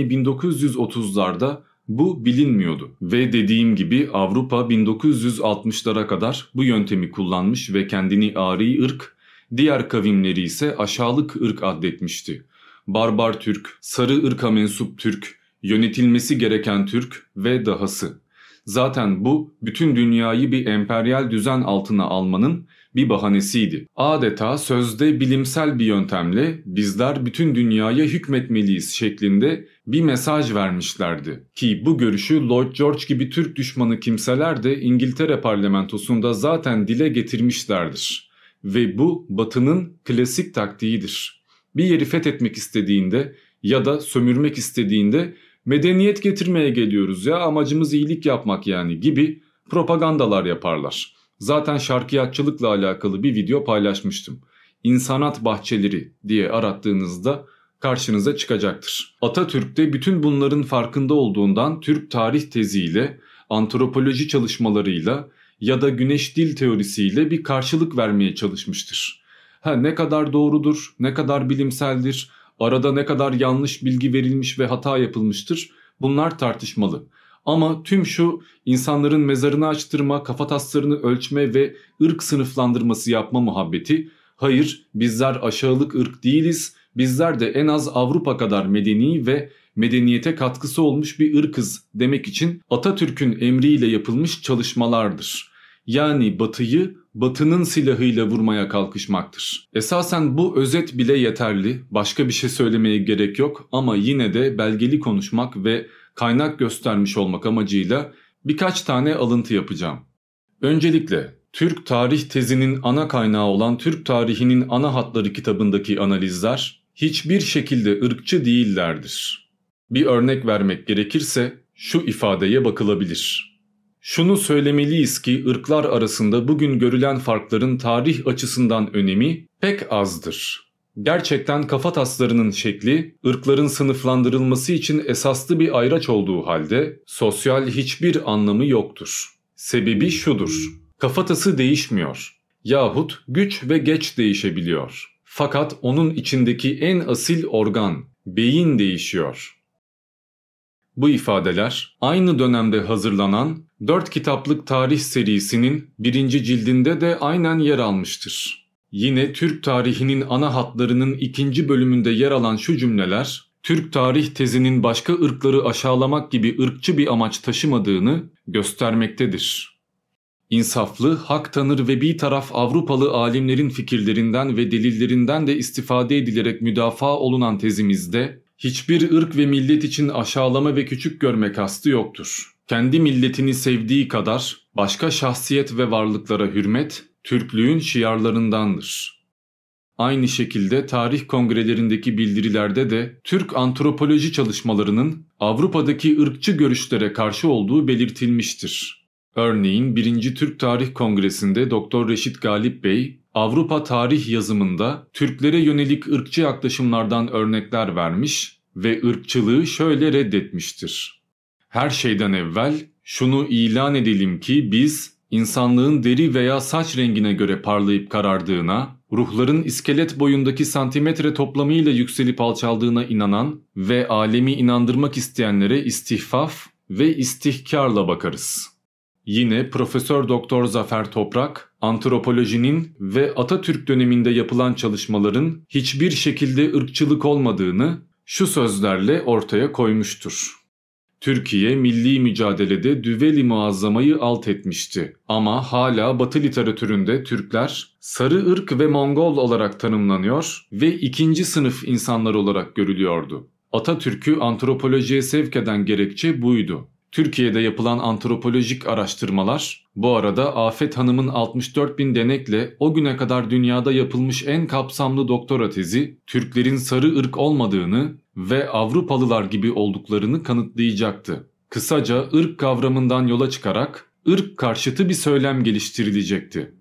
S1: 1930'larda bu bilinmiyordu. Ve dediğim gibi Avrupa 1960'lara kadar bu yöntemi kullanmış ve kendini ari ırk, diğer kavimleri ise aşağılık ırk addetmişti. Barbar Türk, sarı ırka mensup Türk, yönetilmesi gereken Türk ve dahası. Zaten bu bütün dünyayı bir emperyal düzen altına almanın bir bahanesiydi. Adeta sözde bilimsel bir yöntemle bizler bütün dünyaya hükmetmeliyiz şeklinde bir mesaj vermişlerdi. Ki bu görüşü Lloyd George gibi Türk düşmanı kimseler de İngiltere parlamentosunda zaten dile getirmişlerdir. Ve bu Batı'nın klasik taktiğidir. Bir yeri fethetmek istediğinde ya da sömürmek istediğinde medeniyet getirmeye geliyoruz ya, amacımız iyilik yapmak yani gibi propagandalar yaparlar. Zaten şarkiyatçılıkla alakalı bir video paylaşmıştım. İnsanat bahçeleri diye arattığınızda karşınıza çıkacaktır. Atatürk de bütün bunların farkında olduğundan Türk tarih teziyle, antropoloji çalışmalarıyla ya da güneş dil teorisiyle bir karşılık vermeye çalışmıştır. Ne kadar doğrudur, ne kadar bilimseldir, arada ne kadar yanlış bilgi verilmiş ve hata yapılmıştır, bunlar tartışmalı. Ama tüm şu insanların mezarını açtırma, kafataslarını ölçme ve ırk sınıflandırması yapma muhabbeti, hayır bizler aşağılık ırk değiliz, bizler de en az Avrupa kadar medeni ve medeniyete katkısı olmuş bir ırkız demek için Atatürk'ün emriyle yapılmış çalışmalardır. Yani Batı'yı Batı'nın silahıyla vurmaya kalkışmaktır. Esasen bu özet bile yeterli, başka bir şey söylemeye gerek yok ama yine de belgeli konuşmak ve kaynak göstermiş olmak amacıyla birkaç tane alıntı yapacağım. Öncelikle Türk tarih tezinin ana kaynağı olan Türk tarihinin ana hatları kitabındaki analizler hiçbir şekilde ırkçı değillerdir. Bir örnek vermek gerekirse şu ifadeye bakılabilir. Şunu söylemeliyiz ki ırklar arasında bugün görülen farkların tarih açısından önemi pek azdır. Gerçekten kafataslarının şekli, ırkların sınıflandırılması için esaslı bir ayraç olduğu halde sosyal hiçbir anlamı yoktur. Sebebi şudur: kafatası değişmiyor yahut güç ve geç değişebiliyor. Fakat onun içindeki en asil organ, beyin değişiyor. Bu ifadeler aynı dönemde hazırlanan 4 kitaplık tarih serisinin 1. cildinde de aynen yer almıştır. Yine Türk tarihinin ana hatlarının 2. bölümünde yer alan şu cümleler, Türk tarih tezinin başka ırkları aşağılamak gibi ırkçı bir amaç taşımadığını göstermektedir. İnsaflı, hak tanır ve bir taraf Avrupalı alimlerin fikirlerinden ve delillerinden de istifade edilerek müdafaa olunan tezimizde hiçbir ırk ve millet için aşağılama ve küçük görme kastı yoktur. Kendi milletini sevdiği kadar başka şahsiyet ve varlıklara hürmet, Türklüğün şiarlarındandır. Aynı şekilde tarih kongrelerindeki bildirilerde de Türk antropoloji çalışmalarının Avrupa'daki ırkçı görüşlere karşı olduğu belirtilmiştir. Örneğin 1. Türk Tarih Kongresi'nde Dr. Reşit Galip Bey, Avrupa tarih yazımında Türklere yönelik ırkçı yaklaşımlardan örnekler vermiş ve ırkçılığı şöyle reddetmiştir. Her şeyden evvel şunu ilan edelim ki biz, insanlığın deri veya saç rengine göre parlayıp karardığına, ruhların iskelet boyundaki santimetre toplamıyla yükselip alçaldığına inanan ve alemi inandırmak isteyenlere istihfaf ve istihkarla bakarız. Yine Profesör Doktor Zafer Toprak, antropolojinin ve Atatürk döneminde yapılan çalışmaların hiçbir şekilde ırkçılık olmadığını şu sözlerle ortaya koymuştur. Türkiye milli mücadelede Düveli Muazzama'yı alt etmişti ama hala Batı literatüründe Türkler sarı ırk ve Mongol olarak tanımlanıyor ve ikinci sınıf insanlar olarak görülüyordu. Atatürk'ü antropolojiye sevk eden gerekçe buydu. Türkiye'de yapılan antropolojik araştırmalar, bu arada Afet Hanım'ın 64.000 denekle o güne kadar dünyada yapılmış en kapsamlı doktora tezi, Türklerin sarı ırk olmadığını ve Avrupalılar gibi olduklarını kanıtlayacaktı. Kısaca ırk kavramından yola çıkarak ırk karşıtı bir söylem geliştirilecekti.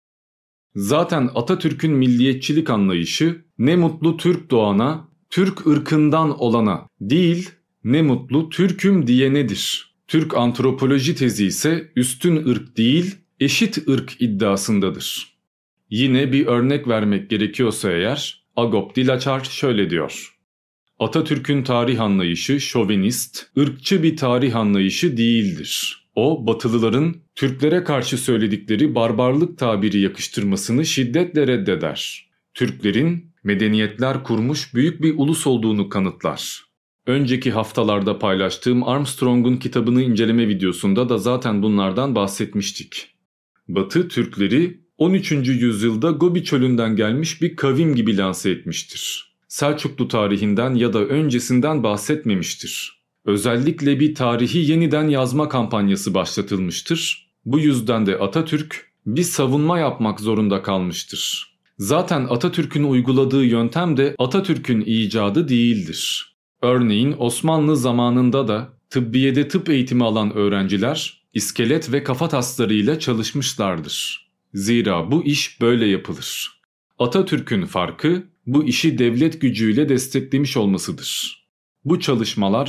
S1: Zaten Atatürk'ün milliyetçilik anlayışı ne mutlu Türk doğana, Türk ırkından olana değil, ne mutlu Türk'üm diyenedir. Türk antropoloji tezi ise üstün ırk değil, eşit ırk iddiasındadır. Yine bir örnek vermek gerekiyorsa eğer, Agop Dilaçar şöyle diyor. Atatürk'ün tarih anlayışı şovenist, ırkçı bir tarih anlayışı değildir. O, Batılıların Türklere karşı söyledikleri barbarlık tabiri yakıştırmasını şiddetle reddeder. Türklerin medeniyetler kurmuş büyük bir ulus olduğunu kanıtlar. Önceki haftalarda paylaştığım Armstrong'un kitabını inceleme videosunda da zaten bunlardan bahsetmiştik. Batı Türkleri 13. yüzyılda Gobi çölünden gelmiş bir kavim gibi lanse etmiştir. Selçuklu tarihinden ya da öncesinden bahsetmemiştir. Özellikle bir tarihi yeniden yazma kampanyası başlatılmıştır. Bu yüzden de Atatürk bir savunma yapmak zorunda kalmıştır. Zaten Atatürk'ün uyguladığı yöntem de Atatürk'ün icadı değildir. Örneğin Osmanlı zamanında da tıbbiyede tıp eğitimi alan öğrenciler iskelet ve kafa taslarıyla çalışmışlardır. Zira bu iş böyle yapılır. Atatürk'ün farkı bu işi devlet gücüyle desteklemiş olmasıdır. Bu çalışmalar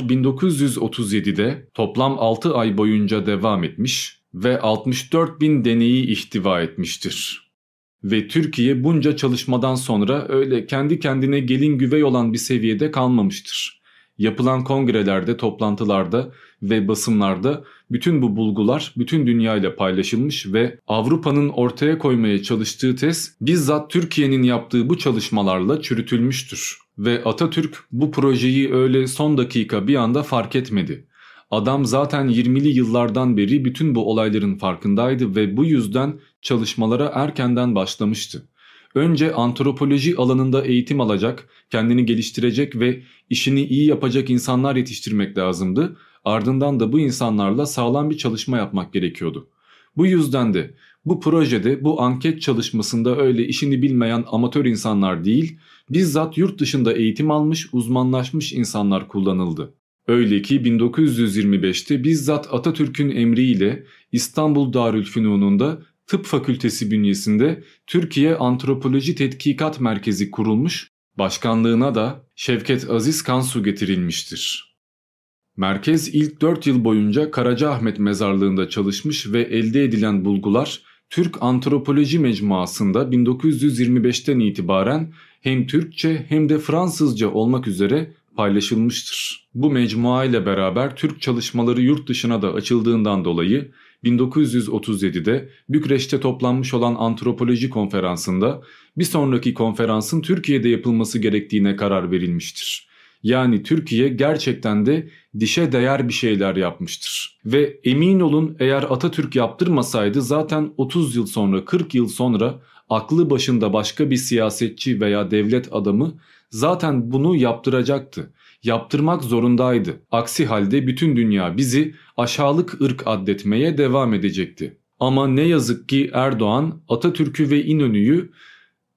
S1: 1937'de toplam 6 ay boyunca devam etmiş ve 64.000 deneyi ihtiva etmiştir. Ve Türkiye bunca çalışmadan sonra öyle kendi kendine gelin güvey olan bir seviyede kalmamıştır. Yapılan kongrelerde, toplantılarda ve basımlarda bütün bu bulgular bütün dünyayla paylaşılmış ve Avrupa'nın ortaya koymaya çalıştığı tez bizzat Türkiye'nin yaptığı bu çalışmalarla çürütülmüştür. Ve Atatürk bu projeyi öyle son dakika bir anda fark etmedi. Adam zaten 20'li yıllardan beri bütün bu olayların farkındaydı ve bu yüzden çalışmalara erkenden başlamıştı. Önce antropoloji alanında eğitim alacak, kendini geliştirecek ve işini iyi yapacak insanlar yetiştirmek lazımdı. Ardından da bu insanlarla sağlam bir çalışma yapmak gerekiyordu. Bu yüzden de bu projede, bu anket çalışmasında öyle işini bilmeyen amatör insanlar değil, bizzat yurt dışında eğitim almış, uzmanlaşmış insanlar kullanıldı. Öyle ki 1925'te bizzat Atatürk'ün emriyle İstanbul Darülfünun'unda Tıp Fakültesi bünyesinde Türkiye Antropoloji Tetkikat Merkezi kurulmuş, başkanlığına da Şevket Aziz Kansu getirilmiştir. Merkez ilk 4 yıl boyunca Karacaahmet Mezarlığı'nda çalışmış ve elde edilen bulgular Türk Antropoloji Mecmuası'nda 1925'ten itibaren hem Türkçe hem de Fransızca olmak üzere paylaşılmıştır. Bu mecmua ile beraber Türk çalışmaları yurt dışına da açıldığından dolayı 1937'de Bükreş'te toplanmış olan antropoloji konferansında bir sonraki konferansın Türkiye'de yapılması gerektiğine karar verilmiştir. Yani Türkiye gerçekten de dişe değer bir şeyler yapmıştır. Ve emin olun eğer Atatürk yaptırmasaydı zaten 30 yıl sonra 40 yıl sonra aklı başında başka bir siyasetçi veya devlet adamı zaten bunu yaptıracaktı. Yaptırmak zorundaydı. Aksi halde bütün dünya bizi aşağılık ırk addetmeye devam edecekti. Ama ne yazık ki Erdoğan Atatürk'ü ve İnönü'yü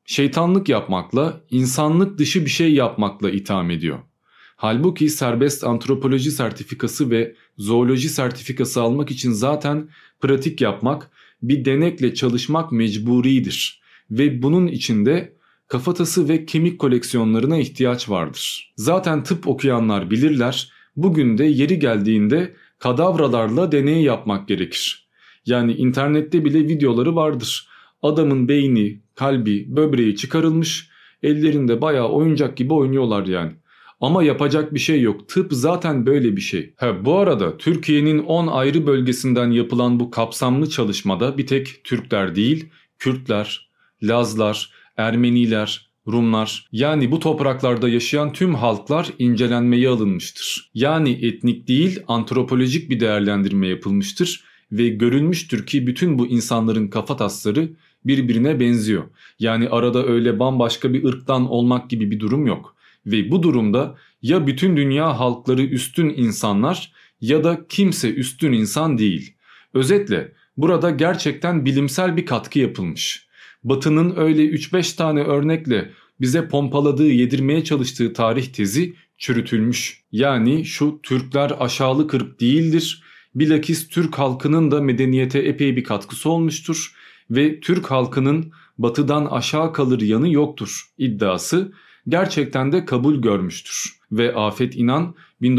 S1: şeytanlık yapmakla, insanlık dışı bir şey yapmakla itham ediyor. Halbuki serbest antropoloji sertifikası ve zooloji sertifikası almak için zaten pratik yapmak, bir denekle çalışmak mecburidir ve bunun içinde kafatası ve kemik koleksiyonlarına ihtiyaç vardır. Zaten tıp okuyanlar bilirler, bugün de yeri geldiğinde kadavralarla deney yapmak gerekir. Yani internette bile videoları vardır. Adamın beyni, kalbi, böbreği çıkarılmış, ellerinde bayağı oyuncak gibi oynuyorlar yani. Ama yapacak bir şey yok. Tıp zaten böyle bir şey. Bu arada Türkiye'nin 10 ayrı bölgesinden yapılan bu kapsamlı çalışmada bir tek Türkler değil, Kürtler, Lazlar, Ermeniler, Rumlar, yani bu topraklarda yaşayan tüm halklar incelenmeye alınmıştır. Yani etnik değil, antropolojik bir değerlendirme yapılmıştır ve görülmüştür ki bütün bu insanların kafatasları birbirine benziyor. Yani arada öyle bambaşka bir ırktan olmak gibi bir durum yok. Ve bu durumda ya bütün dünya halkları üstün insanlar ya da kimse üstün insan değil. Özetle burada gerçekten bilimsel bir katkı yapılmış. Batı'nın öyle 3-5 tane örnekle bize pompaladığı, yedirmeye çalıştığı tarih tezi çürütülmüş. Yani şu Türkler aşağılık ırk değildir. Bilakis Türk halkının da medeniyete epey bir katkısı olmuştur ve Türk halkının Batı'dan aşağı kalır yanı yoktur iddiası gerçekten de kabul görmüştür. Ve Afet İnan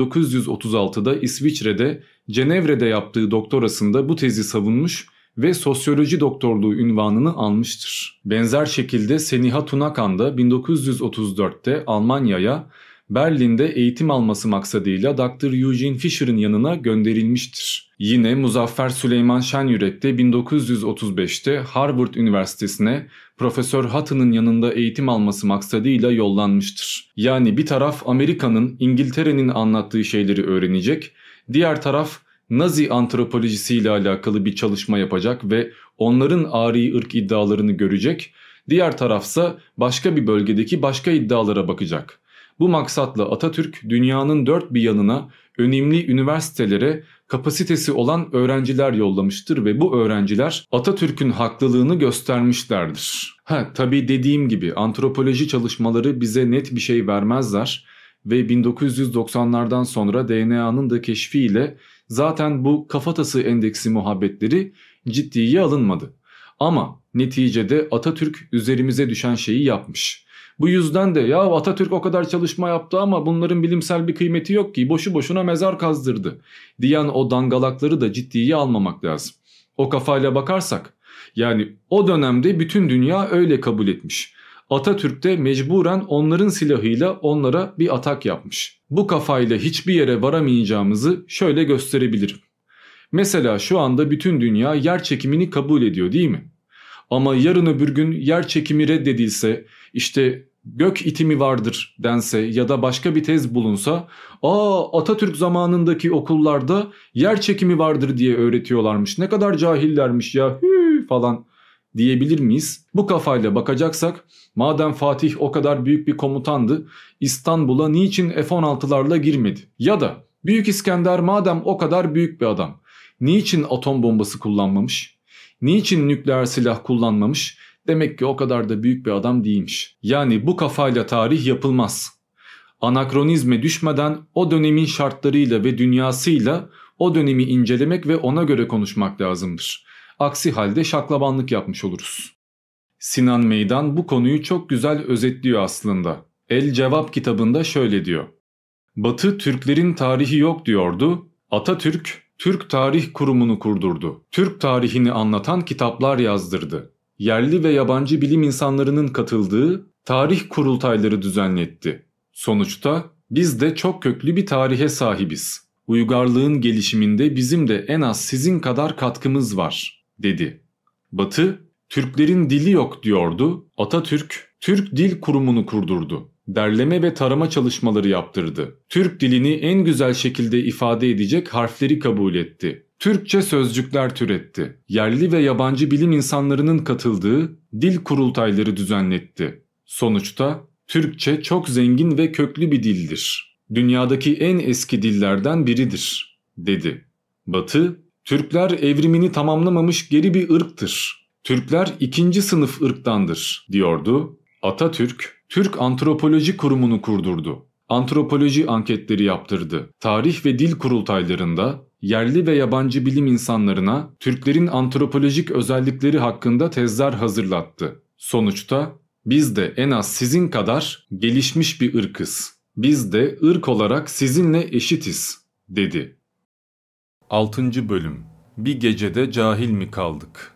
S1: 1936'da İsviçre'de Cenevre'de yaptığı doktorasında bu tezi savunmuş ve sosyoloji doktorluğu unvanını almıştır. Benzer şekilde Seniha Tunakan da 1934'te Almanya'ya Berlin'de eğitim alması maksadıyla Dr. Eugene Fischer'ın yanına gönderilmiştir. Yine Muzaffer Süleyman Şenyürek de 1935'te Harvard Üniversitesi'ne Profesör Hutton'ın yanında eğitim alması maksadıyla yollanmıştır. Yani bir taraf Amerika'nın, İngiltere'nin anlattığı şeyleri öğrenecek, diğer taraf Nazi antropolojisiyle alakalı bir çalışma yapacak ve onların ari ırk iddialarını görecek, diğer tarafsa başka bir bölgedeki başka iddialara bakacak. Bu maksatla Atatürk dünyanın dört bir yanına önemli üniversitelere kapasitesi olan öğrenciler yollamıştır ve bu öğrenciler Atatürk'ün haklılığını göstermişlerdir. Tabii dediğim gibi antropoloji çalışmaları bize net bir şey vermezler ve 1990'lardan sonra DNA'nın da keşfiyle zaten bu kafatası endeksi muhabbetleri ciddiye alınmadı. Ama neticede Atatürk üzerimize düşen şeyi yapmış. Bu yüzden de ya Atatürk o kadar çalışma yaptı ama bunların bilimsel bir kıymeti yok ki, boşu boşuna mezar kazdırdı diyen o dangalakları da ciddiye almamak lazım. O kafayla bakarsak yani o dönemde bütün dünya öyle kabul etmiş. Atatürk de mecburen onların silahıyla onlara bir atak yapmış. Bu kafayla hiçbir yere varamayacağımızı şöyle gösterebilirim. Mesela şu anda bütün dünya yer çekimini kabul ediyor değil mi? Ama yarın öbür gün yer çekimi reddedilse, işte gök itimi vardır dense ya da başka bir tez bulunsa, Atatürk zamanındaki okullarda yer çekimi vardır diye öğretiyorlarmış, ne kadar cahillermiş ya falan diyebilir miyiz? Bu kafayla bakacaksak madem Fatih o kadar büyük bir komutandı, İstanbul'a niçin F-16'larla girmedi? Ya da Büyük İskender madem o kadar büyük bir adam, niçin atom bombası kullanmamış? Niçin nükleer silah kullanmamış? Demek ki o kadar da büyük bir adam değilmiş. Yani bu kafayla tarih yapılmaz. Anakronizme düşmeden o dönemin şartlarıyla ve dünyasıyla o dönemi incelemek ve ona göre konuşmak lazımdır. Aksi halde şaklabanlık yapmış oluruz. Sinan Meydan bu konuyu çok güzel özetliyor aslında. El Cevap kitabında şöyle diyor. Batı Türklerin tarihi yok diyordu. Atatürk Türk Tarih Kurumu'nu kurdurdu. Türk tarihini anlatan kitaplar yazdırdı. Yerli ve yabancı bilim insanlarının katıldığı tarih kurultayları düzenletti. Sonuçta biz de çok köklü bir tarihe sahibiz. Uygarlığın gelişiminde bizim de en az sizin kadar katkımız var, dedi. Batı, Türklerin dili yok diyordu. Atatürk, Türk Dil Kurumu'nu kurdurdu. Derleme ve tarama çalışmaları yaptırdı. Türk dilini en güzel şekilde ifade edecek harfleri kabul etti. Türkçe sözcükler türetti. Yerli ve yabancı bilim insanlarının katıldığı dil kurultayları düzenletti. Sonuçta Türkçe çok zengin ve köklü bir dildir. Dünyadaki en eski dillerden biridir, dedi. Batı, Türkler evrimini tamamlamamış geri bir ırktır, Türkler ikinci sınıf ırktandır diyordu. Atatürk, Türk Antropoloji Kurumu'nu kurdurdu. Antropoloji anketleri yaptırdı. Tarih ve dil kurultaylarında yerli ve yabancı bilim insanlarına Türklerin antropolojik özellikleri hakkında tezler hazırlattı. Sonuçta biz de en az sizin kadar gelişmiş bir ırkız. Biz de ırk olarak sizinle eşitiz, dedi. 6. Bölüm. Bir gecede cahil mi kaldık?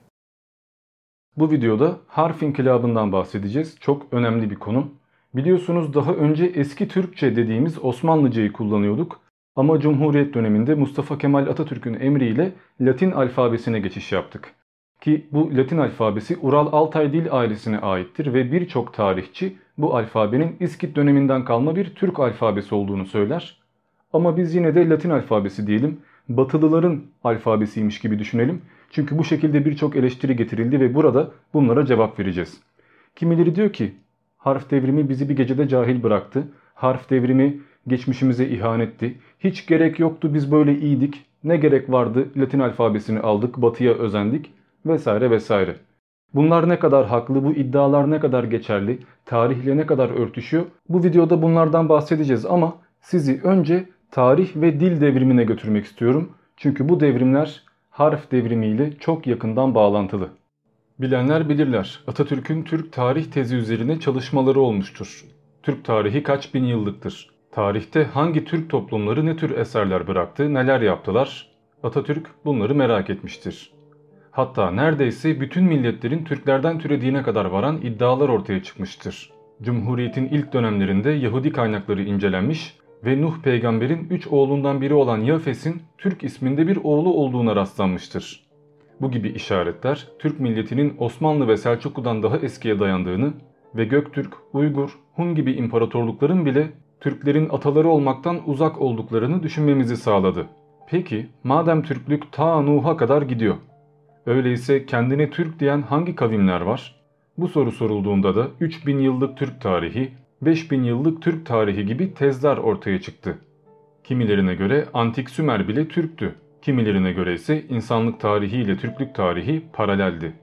S3: Bu videoda harf inkılabından bahsedeceğiz. Çok önemli bir konu. Biliyorsunuz daha önce eski Türkçe dediğimiz Osmanlıcayı kullanıyorduk. Ama Cumhuriyet döneminde Mustafa Kemal Atatürk'ün emriyle Latin alfabesine geçiş yaptık. Ki bu Latin alfabesi Ural-Altay dil ailesine aittir ve birçok tarihçi bu alfabenin İskit döneminden kalma bir Türk alfabesi olduğunu söyler. Ama biz yine de Latin alfabesi diyelim, Batılıların alfabesiymiş gibi düşünelim. Çünkü bu şekilde birçok eleştiri getirildi ve burada bunlara cevap vereceğiz. Kimileri diyor ki harf devrimi bizi bir gecede cahil bıraktı. Harf devrimi geçmişimize ihanetti. Hiç gerek yoktu, biz böyle iyiydik. Ne gerek vardı, Latin alfabesini aldık, batıya özendik vesaire vesaire. Bunlar ne kadar haklı, bu iddialar ne kadar geçerli, tarihle ne kadar örtüşüyor? Bu videoda bunlardan bahsedeceğiz ama sizi önce tarih ve dil devrimine götürmek istiyorum. Çünkü bu devrimler harf devrimiyle çok yakından bağlantılı. Bilenler bilirler, Atatürk'ün Türk tarih tezi üzerine çalışmaları olmuştur. Türk tarihi kaç bin yıllıktır? Tarihte hangi Türk toplumları ne tür eserler bıraktı, neler yaptılar? Atatürk bunları merak etmiştir. Hatta neredeyse bütün milletlerin Türklerden türediğine kadar varan iddialar ortaya çıkmıştır. Cumhuriyet'in ilk dönemlerinde Yahudi kaynakları incelenmiş ve Nuh peygamberin 3 oğlundan biri olan Yafes'in Türk isminde bir oğlu olduğuna rastlanmıştır. Bu gibi işaretler Türk milletinin Osmanlı ve Selçuklu'dan daha eskiye dayandığını ve Göktürk, Uygur, Hun gibi imparatorlukların bile Türklerin ataları olmaktan uzak olduklarını düşünmemizi sağladı. Peki madem Türklük ta Nuh'a kadar gidiyor, öyleyse kendine Türk diyen hangi kavimler var? Bu soru sorulduğunda da 3000 yıllık Türk tarihi, 5000 yıllık Türk tarihi gibi tezler ortaya çıktı. Kimilerine göre Antik Sümer bile Türktü. Kimilerine göre ise insanlık tarihi ile Türklük tarihi paraleldi.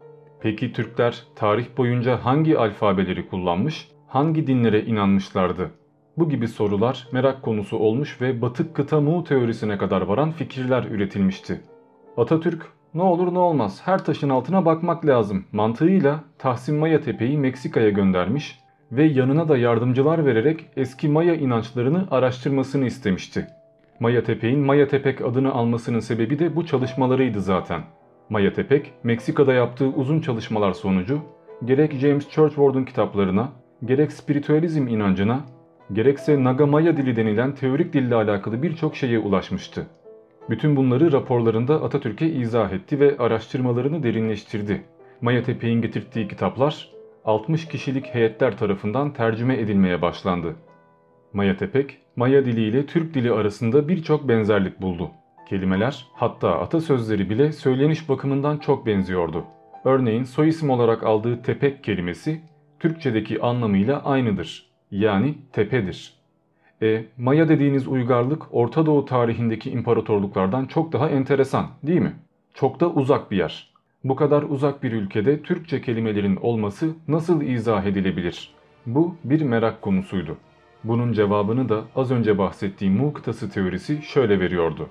S3: Peki Türkler tarih boyunca hangi alfabeleri kullanmış, hangi dinlere inanmışlardı? Bu gibi sorular merak konusu olmuş ve Batık kıta Mu teorisine kadar varan fikirler üretilmişti. Atatürk, ne olur ne olmaz her taşın altına bakmak lazım mantığıyla Tahsin Maya Tepe'yi Meksika'ya göndermiş ve yanına da yardımcılar vererek eski Maya inançlarını araştırmasını istemişti. Maya Tepek'in Maya Tepek adını almasının sebebi de bu çalışmalarıydı zaten. Maya Tepek, Meksika'da yaptığı uzun çalışmalar sonucu gerek James Churchward'un kitaplarına, gerek spiritüalizm inancına, gerekse Naga Maya dili denilen teorik dille alakalı birçok şeye ulaşmıştı. Bütün bunları raporlarında Atatürk'e izah etti ve araştırmalarını derinleştirdi. Maya Tepek'in getirdiği kitaplar 60 kişilik heyetler tarafından tercüme edilmeye başlandı. Maya Tepek, Maya dili ile Türk dili arasında birçok benzerlik buldu. Kelimeler, hatta atasözleri bile söyleniş bakımından çok benziyordu. Örneğin soyisim olarak aldığı Tepek kelimesi Türkçedeki anlamıyla aynıdır. Yani tepedir. Maya dediğiniz uygarlık Orta Doğu tarihindeki imparatorluklardan çok daha enteresan, değil mi? Çok da uzak bir yer. Bu kadar uzak bir ülkede Türkçe kelimelerin olması nasıl izah edilebilir? Bu bir merak konusuydu. Bunun cevabını da az önce bahsettiğim Mu kıtası teorisi şöyle veriyordu.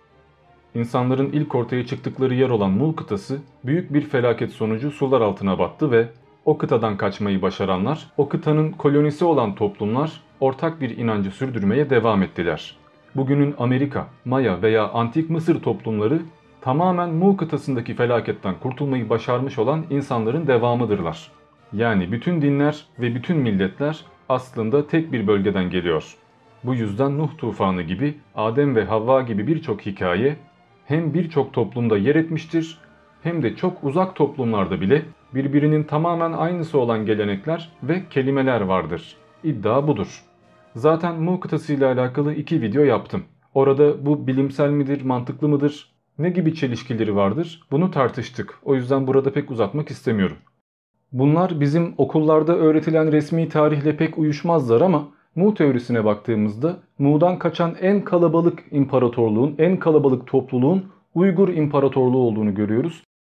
S3: İnsanların ilk ortaya çıktıkları yer olan Mu kıtası büyük bir felaket sonucu sular altına battı ve o kıtadan kaçmayı başaranlar, o kıtanın kolonisi olan toplumlar ortak bir inancı sürdürmeye devam ettiler. Bugünün Amerika, Maya veya Antik Mısır toplumları tamamen Mu kıtasındaki felaketten kurtulmayı başarmış olan insanların devamıdırlar. Yani bütün dinler ve bütün milletler aslında tek bir bölgeden geliyor. Bu yüzden Nuh tufanı gibi, Adem ve Havva gibi birçok hikaye hem birçok toplumda yer etmiştir hem de çok uzak toplumlarda bile birbirinin tamamen aynısı olan gelenekler ve kelimeler vardır. İddia budur. Zaten Mu kıtası ile alakalı 2 video yaptım. Orada bu bilimsel midir, mantıklı mıdır, ne gibi çelişkileri vardır bunu tartıştık. O yüzden burada pek uzatmak istemiyorum. Bunlar bizim okullarda öğretilen resmi tarihle pek uyuşmazlar ama Mu teorisine baktığımızda Mu'dan kaçan en kalabalık imparatorluğun, en kalabalık topluluğun Uygur İmparatorluğu olduğunu görüyoruz.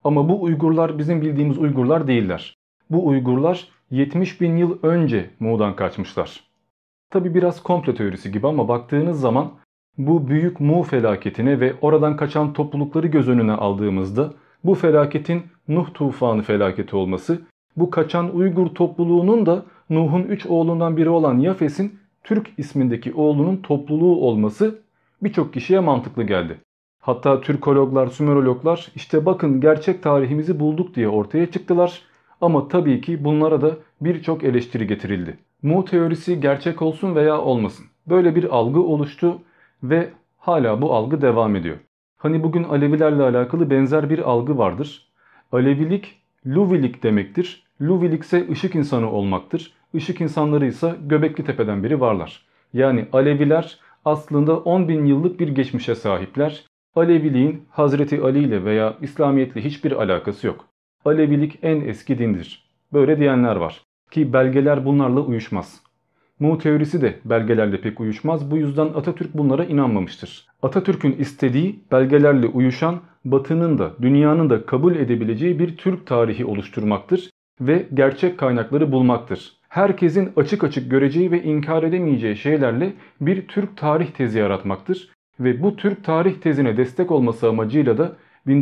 S3: Ama bu Uygurlar bizim bildiğimiz Uygurlar değiller. Bu Uygurlar 70 bin yıl önce Mu'dan kaçmışlar. Tabi biraz komplo teorisi gibi ama baktığınız zaman bu büyük Mu felaketine ve oradan kaçan toplulukları göz önüne aldığımızda bu felaketin Nuh tufanı felaketi olması, bu kaçan Uygur topluluğunun da Nuh'un 3 oğlundan biri olan Yafes'in Türk ismindeki oğlunun topluluğu olması birçok kişiye mantıklı geldi. Hatta Türkologlar, Sümerologlar işte bakın gerçek tarihimizi bulduk diye ortaya çıktılar. Ama tabii ki bunlara da birçok eleştiri getirildi. Mu teorisi gerçek olsun veya olmasın. Böyle bir algı oluştu ve hala bu algı devam ediyor. Hani bugün Alevilerle alakalı benzer bir algı vardır. Alevilik, Luvilik demektir. Luvilik ise ışık insanı olmaktır. Işık insanları ise Göbekli Tepe'den biri varlar. Yani Aleviler aslında 10 bin yıllık bir geçmişe sahipler. Aleviliğin Hazreti Ali ile veya İslamiyetle hiçbir alakası yok. Alevilik en eski dindir. Böyle diyenler var. Ki belgeler bunlarla uyuşmaz. Mu teorisi de belgelerle pek uyuşmaz. Bu yüzden Atatürk bunlara inanmamıştır. Atatürk'ün istediği belgelerle uyuşan, Batı'nın da dünyanın da kabul edebileceği bir Türk tarihi oluşturmaktır ve gerçek kaynakları bulmaktır. Herkesin açık açık göreceği ve inkar edemeyeceği şeylerle bir Türk tarih tezi yaratmaktır. Ve bu Türk tarih tezine destek olması amacıyla da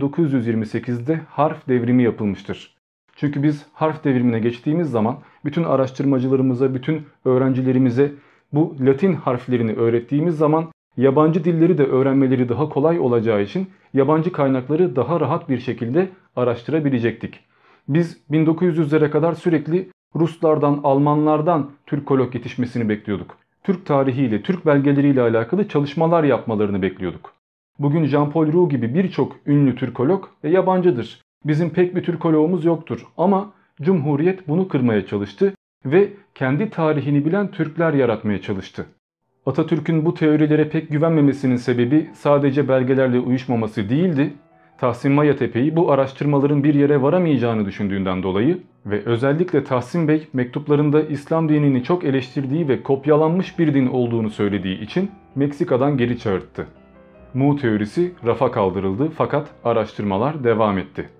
S3: 1928'de harf devrimi yapılmıştır. Çünkü biz harf devrimine geçtiğimiz zaman bütün araştırmacılarımıza, bütün öğrencilerimize bu Latin harflerini öğrettiğimiz zaman yabancı dilleri de öğrenmeleri daha kolay olacağı için yabancı kaynakları daha rahat bir şekilde araştırabilecektik. Biz 1900'lere kadar sürekli Ruslardan, Almanlardan Türkolog yetişmesini bekliyorduk. Türk tarihiyle, Türk belgeleriyle alakalı çalışmalar yapmalarını bekliyorduk. Bugün Jean-Paul Roux gibi birçok ünlü Türkolog yabancıdır. Bizim pek bir Türkologumuz yoktur ama Cumhuriyet bunu kırmaya çalıştı ve kendi tarihini bilen Türkler yaratmaya çalıştı. Atatürk'ün bu teorilere pek güvenmemesinin sebebi sadece belgelerle uyuşmaması değildi. Tahsin Mayatepe'yi bu araştırmaların bir yere varamayacağını düşündüğünden dolayı ve özellikle Tahsin Bey mektuplarında İslam dinini çok eleştirdiği ve kopyalanmış bir din olduğunu söylediği için Meksika'dan geri çağırttı. Mu teorisi rafa kaldırıldı fakat araştırmalar devam etti.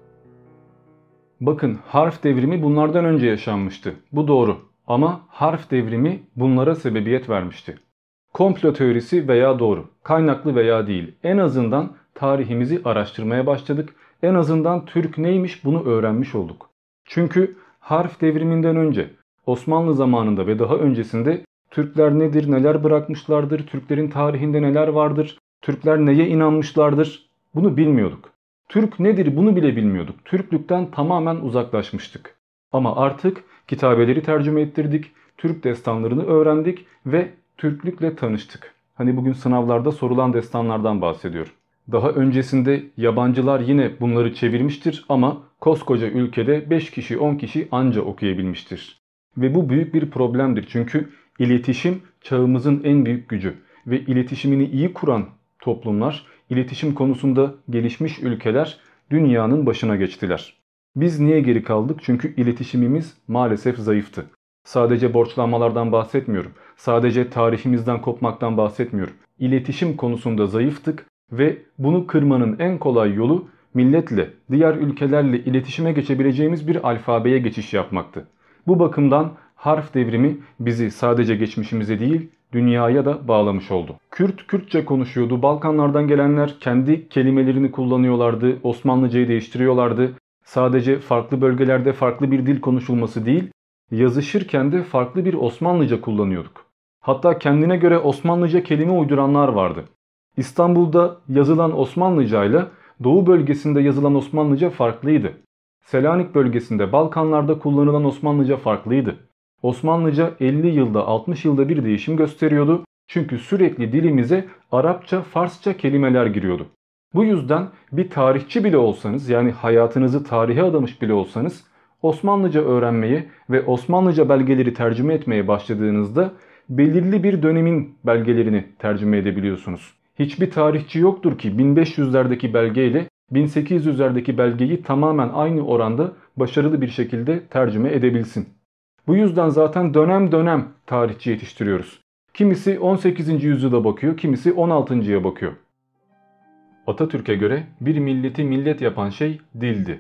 S3: Bakın harf devrimi bunlardan önce yaşanmıştı. Bu doğru ama harf devrimi bunlara sebebiyet vermişti. Komplo teorisi veya doğru, kaynaklı veya değil, en azından tarihimizi araştırmaya başladık. En azından Türk neymiş bunu öğrenmiş olduk. Çünkü harf devriminden önce Osmanlı zamanında ve daha öncesinde Türkler nedir, neler bırakmışlardır, Türklerin tarihinde neler vardır, Türkler neye inanmışlardır bunu bilmiyorduk. Türk nedir bunu bile bilmiyorduk. Türklükten tamamen uzaklaşmıştık. Ama artık kitabeleri tercüme ettirdik, Türk destanlarını öğrendik ve Türklükle tanıştık. Hani bugün sınavlarda sorulan destanlardan bahsediyorum. Daha öncesinde yabancılar yine bunları çevirmiştir ama koskoca ülkede 5 kişi 10 kişi anca okuyabilmiştir. Ve bu büyük bir problemdir çünkü iletişim çağımızın en büyük gücü ve iletişimini iyi kuran toplumlar, iletişim konusunda gelişmiş ülkeler dünyanın başına geçtiler. Biz niye geri kaldık? Çünkü iletişimimiz maalesef zayıftı. Sadece borçlanmalardan bahsetmiyorum. Sadece tarihimizden kopmaktan bahsetmiyorum. İletişim konusunda zayıftık ve bunu kırmanın en kolay yolu milletle, diğer ülkelerle iletişime geçebileceğimiz bir alfabeye geçiş yapmaktı. Bu bakımdan harf devrimi bizi sadece geçmişimize değil, dünyaya da bağlamış oldu. Kürt, Kürtçe konuşuyordu. Balkanlardan gelenler kendi kelimelerini kullanıyorlardı. Osmanlıcayı değiştiriyorlardı. Sadece farklı bölgelerde farklı bir dil konuşulması değil, yazışırken de farklı bir Osmanlıca kullanıyorduk. Hatta kendine göre Osmanlıca kelime uyduranlar vardı. İstanbul'da yazılan Osmanlıca ile Doğu bölgesinde yazılan Osmanlıca farklıydı. Selanik bölgesinde, Balkanlarda kullanılan Osmanlıca farklıydı. Osmanlıca 50 yılda 60 yılda bir değişim gösteriyordu. Çünkü sürekli dilimize Arapça, Farsça kelimeler giriyordu. Bu yüzden bir tarihçi bile olsanız, yani hayatınızı tarihe adamış bile olsanız, Osmanlıca öğrenmeye ve Osmanlıca belgeleri tercüme etmeye başladığınızda belirli bir dönemin belgelerini tercüme edebiliyorsunuz. Hiçbir tarihçi yoktur ki 1500'lerdeki belgeyle 1800'lerdeki belgeyi tamamen aynı oranda başarılı bir şekilde tercüme edebilsin. Bu yüzden zaten dönem dönem tarihçi yetiştiriyoruz. Kimisi 18. yüzyıla bakıyor, kimisi 16.'ya bakıyor. Atatürk'e göre bir milleti millet yapan şey dildi.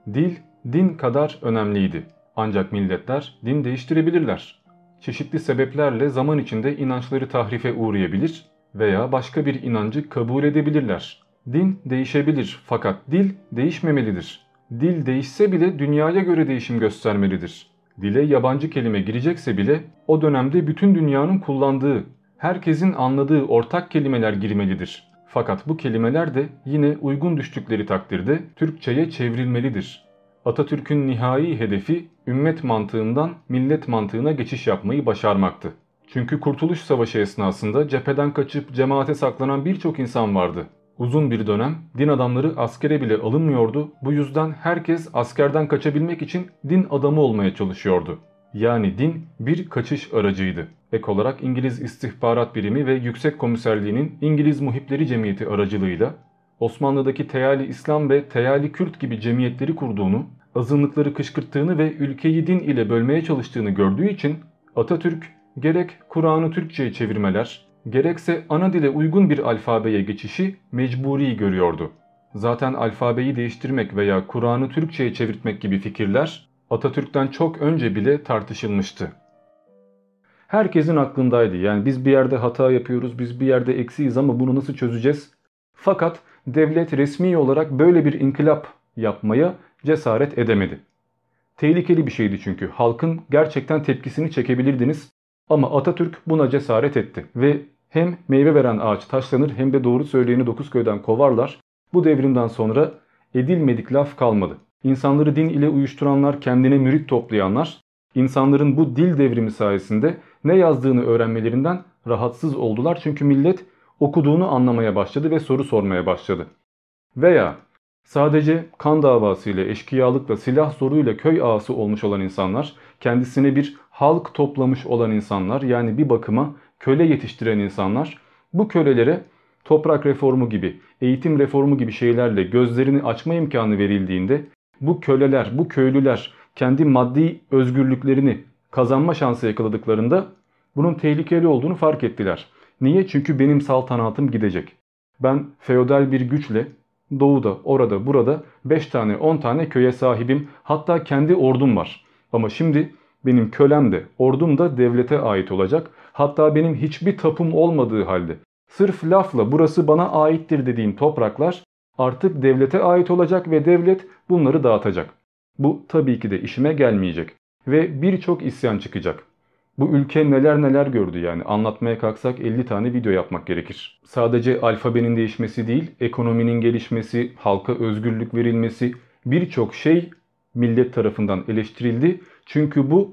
S3: Dil, din kadar önemliydi. Ancak milletler din değiştirebilirler. Çeşitli sebeplerle zaman içinde inançları tahrife uğrayabilir veya başka bir inancı kabul edebilirler. Din değişebilir fakat dil değişmemelidir. Dil değişse bile dünyaya göre değişim göstermelidir. Dile yabancı kelime girecekse bile o dönemde bütün dünyanın kullandığı, herkesin anladığı ortak kelimeler girmelidir. Fakat bu kelimeler de yine uygun düştükleri takdirde Türkçe'ye çevrilmelidir. Atatürk'ün nihai hedefi ümmet mantığından millet mantığına geçiş yapmayı başarmaktı. Çünkü Kurtuluş Savaşı esnasında cepheden kaçıp cemaate saklanan birçok insan vardı. Uzun bir dönem din adamları askere bile alınmıyordu. Bu yüzden herkes askerden kaçabilmek için din adamı olmaya çalışıyordu. Yani din bir kaçış aracıydı. Ek olarak İngiliz İstihbarat Birimi ve Yüksek Komiserliği'nin İngiliz Muhipleri Cemiyeti aracılığıyla Osmanlı'daki Teali İslam ve Teali Kürt gibi cemiyetleri kurduğunu, azınlıkları kışkırttığını ve ülkeyi din ile bölmeye çalıştığını gördüğü için Atatürk gerek Kur'an'ı Türkçe'ye çevirmeler, gerekse ana dile uygun bir alfabeye geçişi mecburi görüyordu. Zaten alfabeyi değiştirmek veya Kur'an'ı Türkçe'ye çevirtmek gibi fikirler Atatürk'ten çok önce bile tartışılmıştı. Herkesin aklındaydı. Yani biz bir yerde hata yapıyoruz, biz bir yerde eksiyiz ama bunu nasıl çözeceğiz? Fakat devlet resmi olarak böyle bir inkılap yapmaya cesaret edemedi. Tehlikeli bir şeydi çünkü. Halkın gerçekten tepkisini çekebilirdiniz. Ama Atatürk buna cesaret etti. Ve hem meyve veren ağaç taşlanır hem de doğru söyleyeni Dokuzköy'den kovarlar. Bu devrimden sonra edilmedik laf kalmadı. İnsanları din ile uyuşturanlar, kendine mürit toplayanlar, insanların bu dil devrimi sayesinde ne yazdığını öğrenmelerinden rahatsız oldular. Çünkü millet okuduğunu anlamaya başladı ve soru sormaya başladı. Veya sadece kan davasıyla, eşkıyalıkla, silah zoruyla köy ağası olmuş olan insanlar, kendisine bir halk toplamış olan insanlar, yani bir bakıma köle yetiştiren insanlar, bu kölelere toprak reformu gibi, eğitim reformu gibi şeylerle gözlerini açma imkanı verildiğinde, bu köleler, bu köylüler kendi maddi özgürlüklerini kazanma şansı yakaladıklarında bunun tehlikeli olduğunu fark ettiler. Niye? Çünkü benim saltanatım gidecek. Ben feodal bir güçle doğuda, orada, burada 5 tane, 10 tane köye sahibim. Hatta kendi ordum var. Ama şimdi benim kölem de, ordum da devlete ait olacak. Hatta benim hiçbir tapum olmadığı halde sırf lafla burası bana aittir dediğim topraklar artık devlete ait olacak ve devlet bunları dağıtacak. Bu tabii ki de işime gelmeyecek ve birçok isyan çıkacak. Bu ülke neler neler gördü yani, anlatmaya kalksak 50 tane video yapmak gerekir. Sadece alfabenin değişmesi değil, ekonominin gelişmesi, halka özgürlük verilmesi, birçok şey millet tarafından eleştirildi. Çünkü bu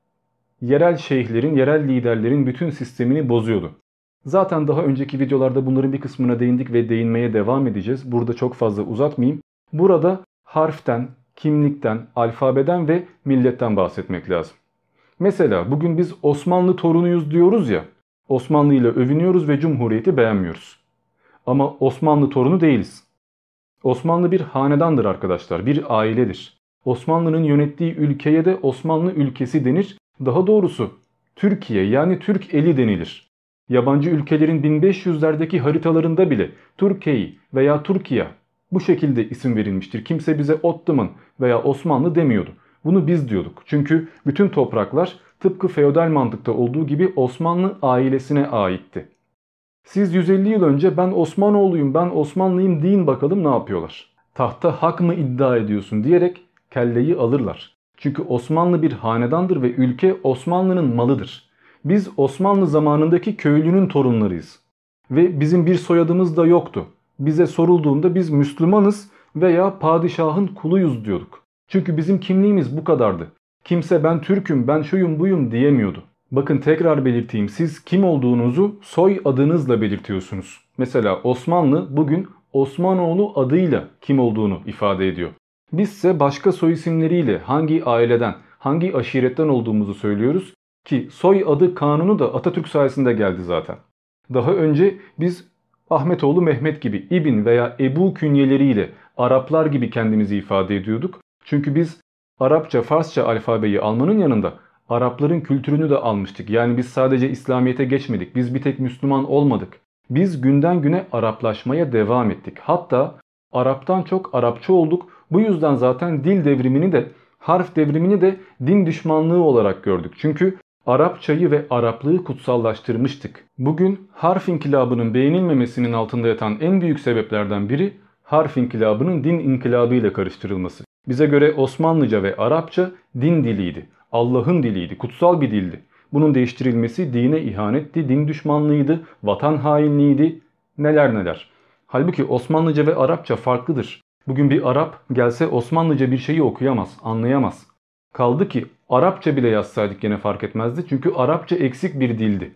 S3: yerel şeyhlerin, yerel liderlerin bütün sistemini bozuyordu. Zaten daha önceki videolarda bunların bir kısmına değindik ve değinmeye devam edeceğiz. Burada çok fazla uzatmayayım. Burada harften, kimlikten, alfabeden ve milletten bahsetmek lazım. Mesela bugün biz Osmanlı torunuyuz diyoruz ya, Osmanlı ile övünüyoruz ve Cumhuriyeti beğenmiyoruz. Ama Osmanlı torunu değiliz. Osmanlı bir hanedandır arkadaşlar, bir ailedir. Osmanlı'nın yönettiği ülkeye de Osmanlı ülkesi denir. Daha doğrusu Türkiye, yani Türk eli denilir. Yabancı ülkelerin 1500'lerdeki haritalarında bile Türkiye veya Türkiye bu şekilde isim verilmiştir. Kimse bize Ottoman veya Osmanlı demiyordu. Bunu biz diyorduk. Çünkü bütün topraklar tıpkı feodal mantıkta olduğu gibi Osmanlı ailesine aitti. Siz 150 yıl önce ben Osmanoğluyum, ben Osmanlıyım deyin bakalım ne yapıyorlar. Tahta hak mı iddia ediyorsun diyerek kelleyi alırlar. Çünkü Osmanlı bir hanedandır ve ülke Osmanlı'nın malıdır. Biz Osmanlı zamanındaki köylünün torunlarıyız. Ve bizim bir soyadımız da yoktu. Bize sorulduğunda biz Müslümanız veya padişahın kuluyuz diyorduk. Çünkü bizim kimliğimiz bu kadardı. Kimse ben Türk'üm, ben şuyum buyum diyemiyordu. Bakın tekrar belirteyim, siz kim olduğunuzu soy adınızla belirtiyorsunuz. Mesela Osmanlı bugün Osmanoğlu adıyla kim olduğunu ifade ediyor. Bizse başka soy isimleriyle hangi aileden, hangi aşiretten olduğumuzu söylüyoruz ki soy adı kanunu da Atatürk sayesinde geldi zaten. Daha önce biz Ahmetoğlu Mehmet gibi İbn veya Ebu künyeleriyle Araplar gibi kendimizi ifade ediyorduk. Çünkü biz Arapça, Farsça alfabeyi almanın yanında Arapların kültürünü de almıştık. Yani biz sadece İslamiyet'e geçmedik. Biz bir tek Müslüman olmadık. Biz günden güne Araplaşmaya devam ettik. Hatta Arap'tan çok Arapça olduk. Bu yüzden zaten dil devrimini de harf devrimini de din düşmanlığı olarak gördük. Çünkü Arapçayı ve Araplığı kutsallaştırmıştık. Bugün harf inkılabının beğenilmemesinin altında yatan en büyük sebeplerden biri harf inkılabının din inkılabı ile karıştırılması. Bize göre Osmanlıca ve Arapça din diliydi. Allah'ın diliydi, kutsal bir dildi. Bunun değiştirilmesi dine ihanetti, din düşmanlığıydı, vatan hainliğiydi, neler neler. Halbuki Osmanlıca ve Arapça farklıdır. Bugün bir Arap gelse Osmanlıca bir şeyi okuyamaz, anlayamaz. Kaldı ki Arapça bile yazsaydık yine fark etmezdi çünkü Arapça eksik bir dildi.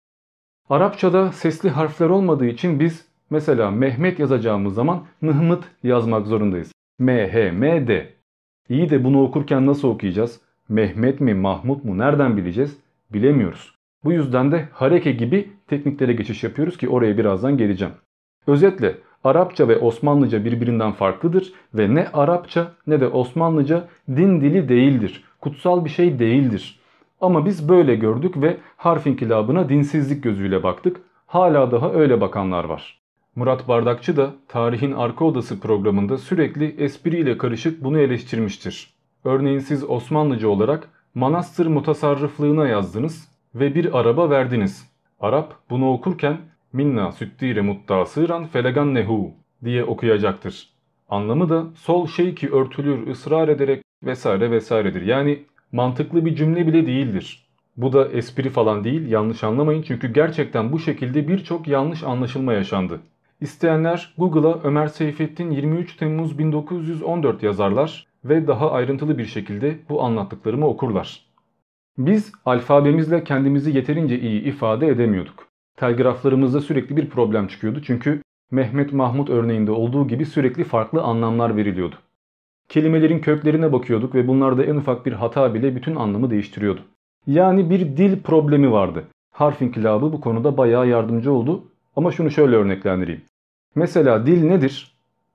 S3: Arapçada sesli harfler olmadığı için biz mesela Mehmet yazacağımız zaman Mıhmıt yazmak zorundayız. M-H-M-D. İyi de bunu okurken nasıl okuyacağız? Mehmet mi, Mahmut mu nereden bileceğiz? Bilemiyoruz. Bu yüzden de hareke gibi tekniklere geçiş yapıyoruz ki oraya birazdan geleceğim. Özetle Arapça ve Osmanlıca birbirinden farklıdır ve ne Arapça ne de Osmanlıca din dili değildir. Kutsal bir şey değildir. Ama biz böyle gördük ve harf inkılabına dinsizlik gözüyle baktık. Hala daha öyle bakanlar var. Murat Bardakçı da Tarihin Arka Odası programında sürekli espriyle karışık bunu eleştirmiştir. Örneğin siz Osmanlıca olarak manastır mutasarrıflığına yazdınız ve bir araba verdiniz. Arap bunu okurken minna süttire muttasıran felegan nehu diye okuyacaktır. Anlamı da sol şey ki örtülür ısrar ederek vesaire vesairedir. Yani mantıklı bir cümle bile değildir. Bu da espri falan değil, yanlış anlamayın çünkü gerçekten bu şekilde birçok yanlış anlaşılma yaşandı. İsteyenler Google'a Ömer Seyfettin 23 Temmuz 1914 yazarlar ve daha ayrıntılı bir şekilde bu anlattıklarımı okurlar. Biz alfabemizle kendimizi yeterince iyi ifade edemiyorduk. Telgraflarımızda sürekli bir problem çıkıyordu çünkü Mehmet Mahmut örneğinde olduğu gibi sürekli farklı anlamlar veriliyordu. Kelimelerin köklerine bakıyorduk ve bunlarda en ufak bir hata bile bütün anlamı değiştiriyordu. Yani bir dil problemi vardı. Harf inkılabı bu konuda bayağı yardımcı oldu ama şunu şöyle örneklendireyim. Mesela dil nedir?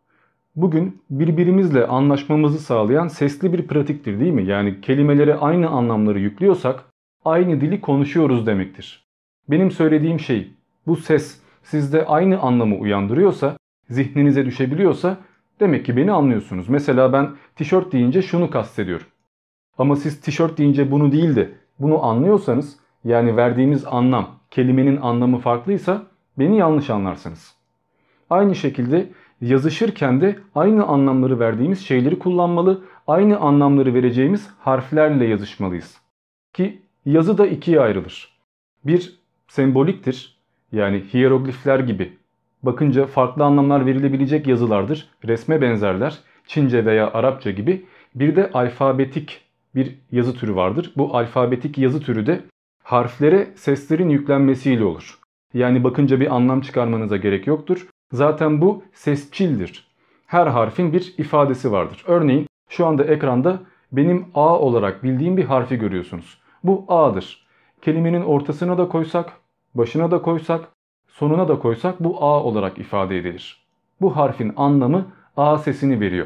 S3: Bugün birbirimizle anlaşmamızı sağlayan sesli bir pratiktir değil mi? Yani kelimelere aynı anlamları yüklüyorsak aynı dili konuşuyoruz demektir. Benim söylediğim şey bu ses sizde aynı anlamı uyandırıyorsa, zihninize düşebiliyorsa demek ki beni anlıyorsunuz. Mesela ben tişört deyince şunu kastediyorum. Ama siz tişört deyince bunu değil de bunu anlıyorsanız yani verdiğimiz anlam, kelimenin anlamı farklıysa beni yanlış anlarsınız. Aynı şekilde yazışırken de aynı anlamları verdiğimiz şeyleri kullanmalı, aynı anlamları vereceğimiz harflerle yazışmalıyız. Ki yazı da ikiye ayrılır. Bir semboliktir, yani hieroglifler gibi. Bakınca farklı anlamlar verilebilecek yazılardır, resme benzerler, Çince veya Arapça gibi. Bir de alfabetik bir yazı türü vardır. Bu alfabetik yazı türü de harflere seslerin yüklenmesiyle olur. Yani bakınca bir anlam çıkarmanıza gerek yoktur. Zaten bu sesçildir. Her harfin bir ifadesi vardır. Örneğin şu anda ekranda benim A olarak bildiğim bir harfi görüyorsunuz. Bu A'dır. Kelimenin ortasına da koysak, başına da koysak, sonuna da koysak bu A olarak ifade edilir. Bu harfin anlamı A sesini veriyor.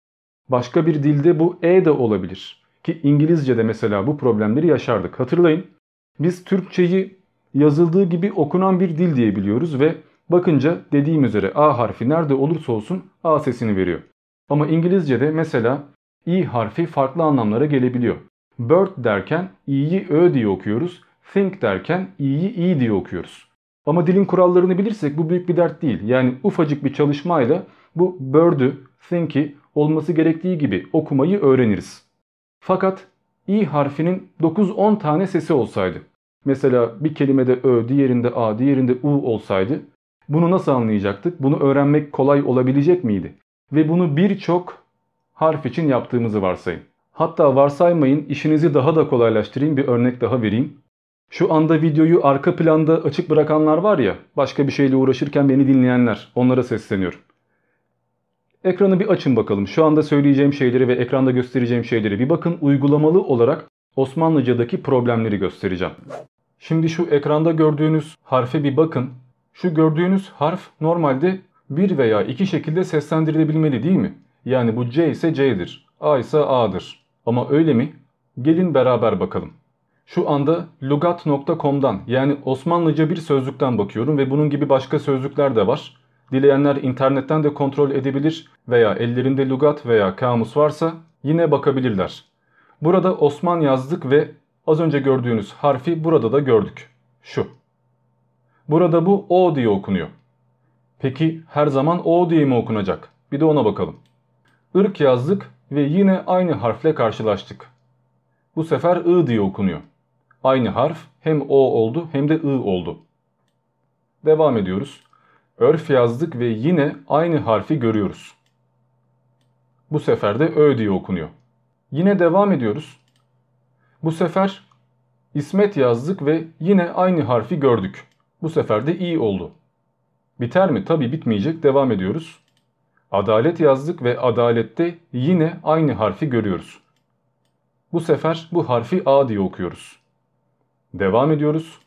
S3: Başka bir dilde bu E de olabilir. Ki İngilizce'de mesela bu problemleri yaşardık. Hatırlayın, biz Türkçeyi yazıldığı gibi okunan bir dil diye biliyoruz ve bakınca dediğim üzere A harfi nerede olursa olsun A sesini veriyor. Ama İngilizce'de mesela I harfi farklı anlamlara gelebiliyor. Bird derken i'yi ö diye okuyoruz. Think derken i'yi i diye okuyoruz. Ama dilin kurallarını bilirsek bu büyük bir dert değil. Yani ufacık bir çalışmayla bu bird'ü, think'i olması gerektiği gibi okumayı öğreniriz. Fakat i harfinin 9-10 tane sesi olsaydı, mesela bir kelimede ö, diğerinde a, diğerinde u olsaydı bunu nasıl anlayacaktık? Bunu öğrenmek kolay olabilecek miydi? Ve bunu birçok harf için yaptığımızı varsayın. Hatta varsaymayın, işinizi daha da kolaylaştırayım, bir örnek daha vereyim. Şu anda videoyu arka planda açık bırakanlar var ya, başka bir şeyle uğraşırken beni dinleyenler, onlara sesleniyorum. Ekranı bir açın bakalım. Şu anda söyleyeceğim şeyleri ve ekranda göstereceğim şeyleri bir bakın. Uygulamalı olarak Osmanlıca'daki problemleri göstereceğim. Şimdi şu ekranda gördüğünüz harfe bir bakın. Şu gördüğünüz harf normalde bir veya iki şekilde seslendirilebilmeli değil mi? Yani bu C ise C'dir, A ise A'dır. Ama öyle mi? Gelin beraber bakalım. Şu anda lugat.com'dan yani Osmanlıca bir sözlükten bakıyorum ve bunun gibi başka sözlükler de var. Dileyenler internetten de kontrol edebilir veya ellerinde lügat veya kamus varsa yine bakabilirler. Burada Osman yazdık ve az önce gördüğünüz harfi burada da gördük. Şu. Burada bu O diye okunuyor. Peki her zaman O diye mi okunacak? Bir de ona bakalım. Irk yazdık ve yine aynı harfle karşılaştık. Bu sefer I diye okunuyor. Aynı harf hem O oldu hem de I oldu. Devam ediyoruz. Örf yazdık ve yine aynı harfi görüyoruz. Bu sefer de Ö diye okunuyor. Yine devam ediyoruz. Bu sefer İsmet yazdık ve yine aynı harfi gördük. Bu sefer de İ oldu. Biter mi? Tabii bitmeyecek. Devam ediyoruz. Adalet yazdık ve adalette yine aynı harfi görüyoruz. Bu sefer bu harfi A diye okuyoruz. Devam ediyoruz.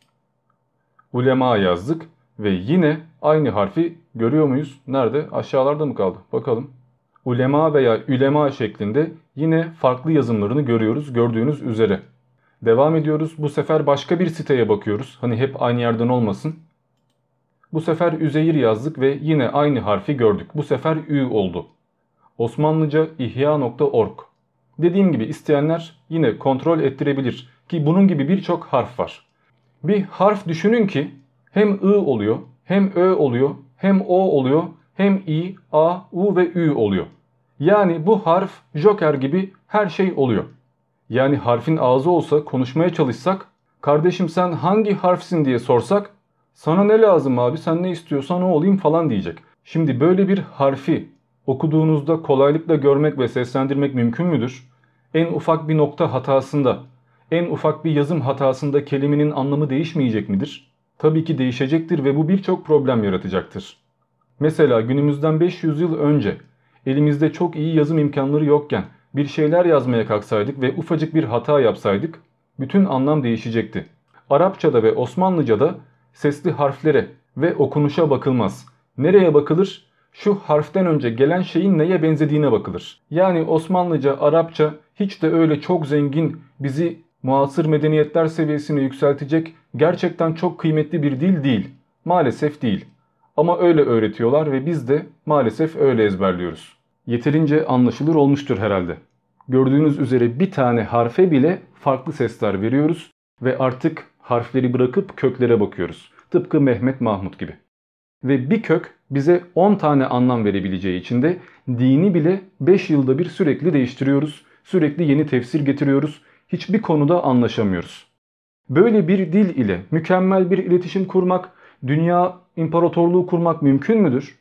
S3: Ulema yazdık ve yine aynı harfi görüyor muyuz? Nerede? Aşağılarda mı kaldı? Bakalım. Ulema veya ülema şeklinde yine farklı yazımlarını görüyoruz gördüğünüz üzere. Devam ediyoruz. Bu sefer başka bir siteye bakıyoruz. Hani hep aynı yerden olmasın. Bu sefer Üzeyir yazdık ve yine aynı harfi gördük. Bu sefer Ü oldu. Osmanlıca ihya.org. Dediğim gibi isteyenler yine kontrol ettirebilir ki bunun gibi birçok harf var. Bir harf düşünün ki hem I oluyor, hem Ö oluyor, hem O oluyor, hem İ, A, U ve Ü oluyor. Yani bu harf Joker gibi her şey oluyor. Yani harfin ağzı olsa konuşmaya çalışsak, kardeşim sen hangi harfsin diye sorsak, sana ne lazım abi sen ne istiyorsan o olayım falan diyecek. Şimdi böyle bir harfi okuduğunuzda kolaylıkla görmek ve seslendirmek mümkün müdür? En ufak bir nokta hatasında, en ufak bir yazım hatasında kelimenin anlamı değişmeyecek midir? Tabii ki değişecektir ve bu birçok problem yaratacaktır. Mesela günümüzden 500 yıl önce elimizde çok iyi yazım imkanları yokken bir şeyler yazmaya kalksaydık ve ufacık bir hata yapsaydık bütün anlam değişecekti. Arapçada ve Osmanlıca'da sesli harflere ve okunuşa bakılmaz. Nereye bakılır? Şu harften önce gelen şeyin neye benzediğine bakılır. Yani Osmanlıca, Arapça hiç de öyle çok zengin, bizi muasır medeniyetler seviyesine yükseltecek gerçekten çok kıymetli bir dil değil. Maalesef değil. Ama öyle öğretiyorlar ve biz de maalesef öyle ezberliyoruz. Yeterince anlaşılır olmuştur herhalde. Gördüğünüz üzere bir tane harfe bile farklı sesler veriyoruz ve artık harfleri bırakıp köklere bakıyoruz. Tıpkı Mehmet Mahmut gibi. Ve bir kök bize 10 tane anlam verebileceği için de dini bile 5 yılda bir sürekli değiştiriyoruz. Sürekli yeni tefsir getiriyoruz. Hiçbir konuda anlaşamıyoruz. Böyle bir dil ile mükemmel bir iletişim kurmak, dünya imparatorluğu kurmak mümkün müdür?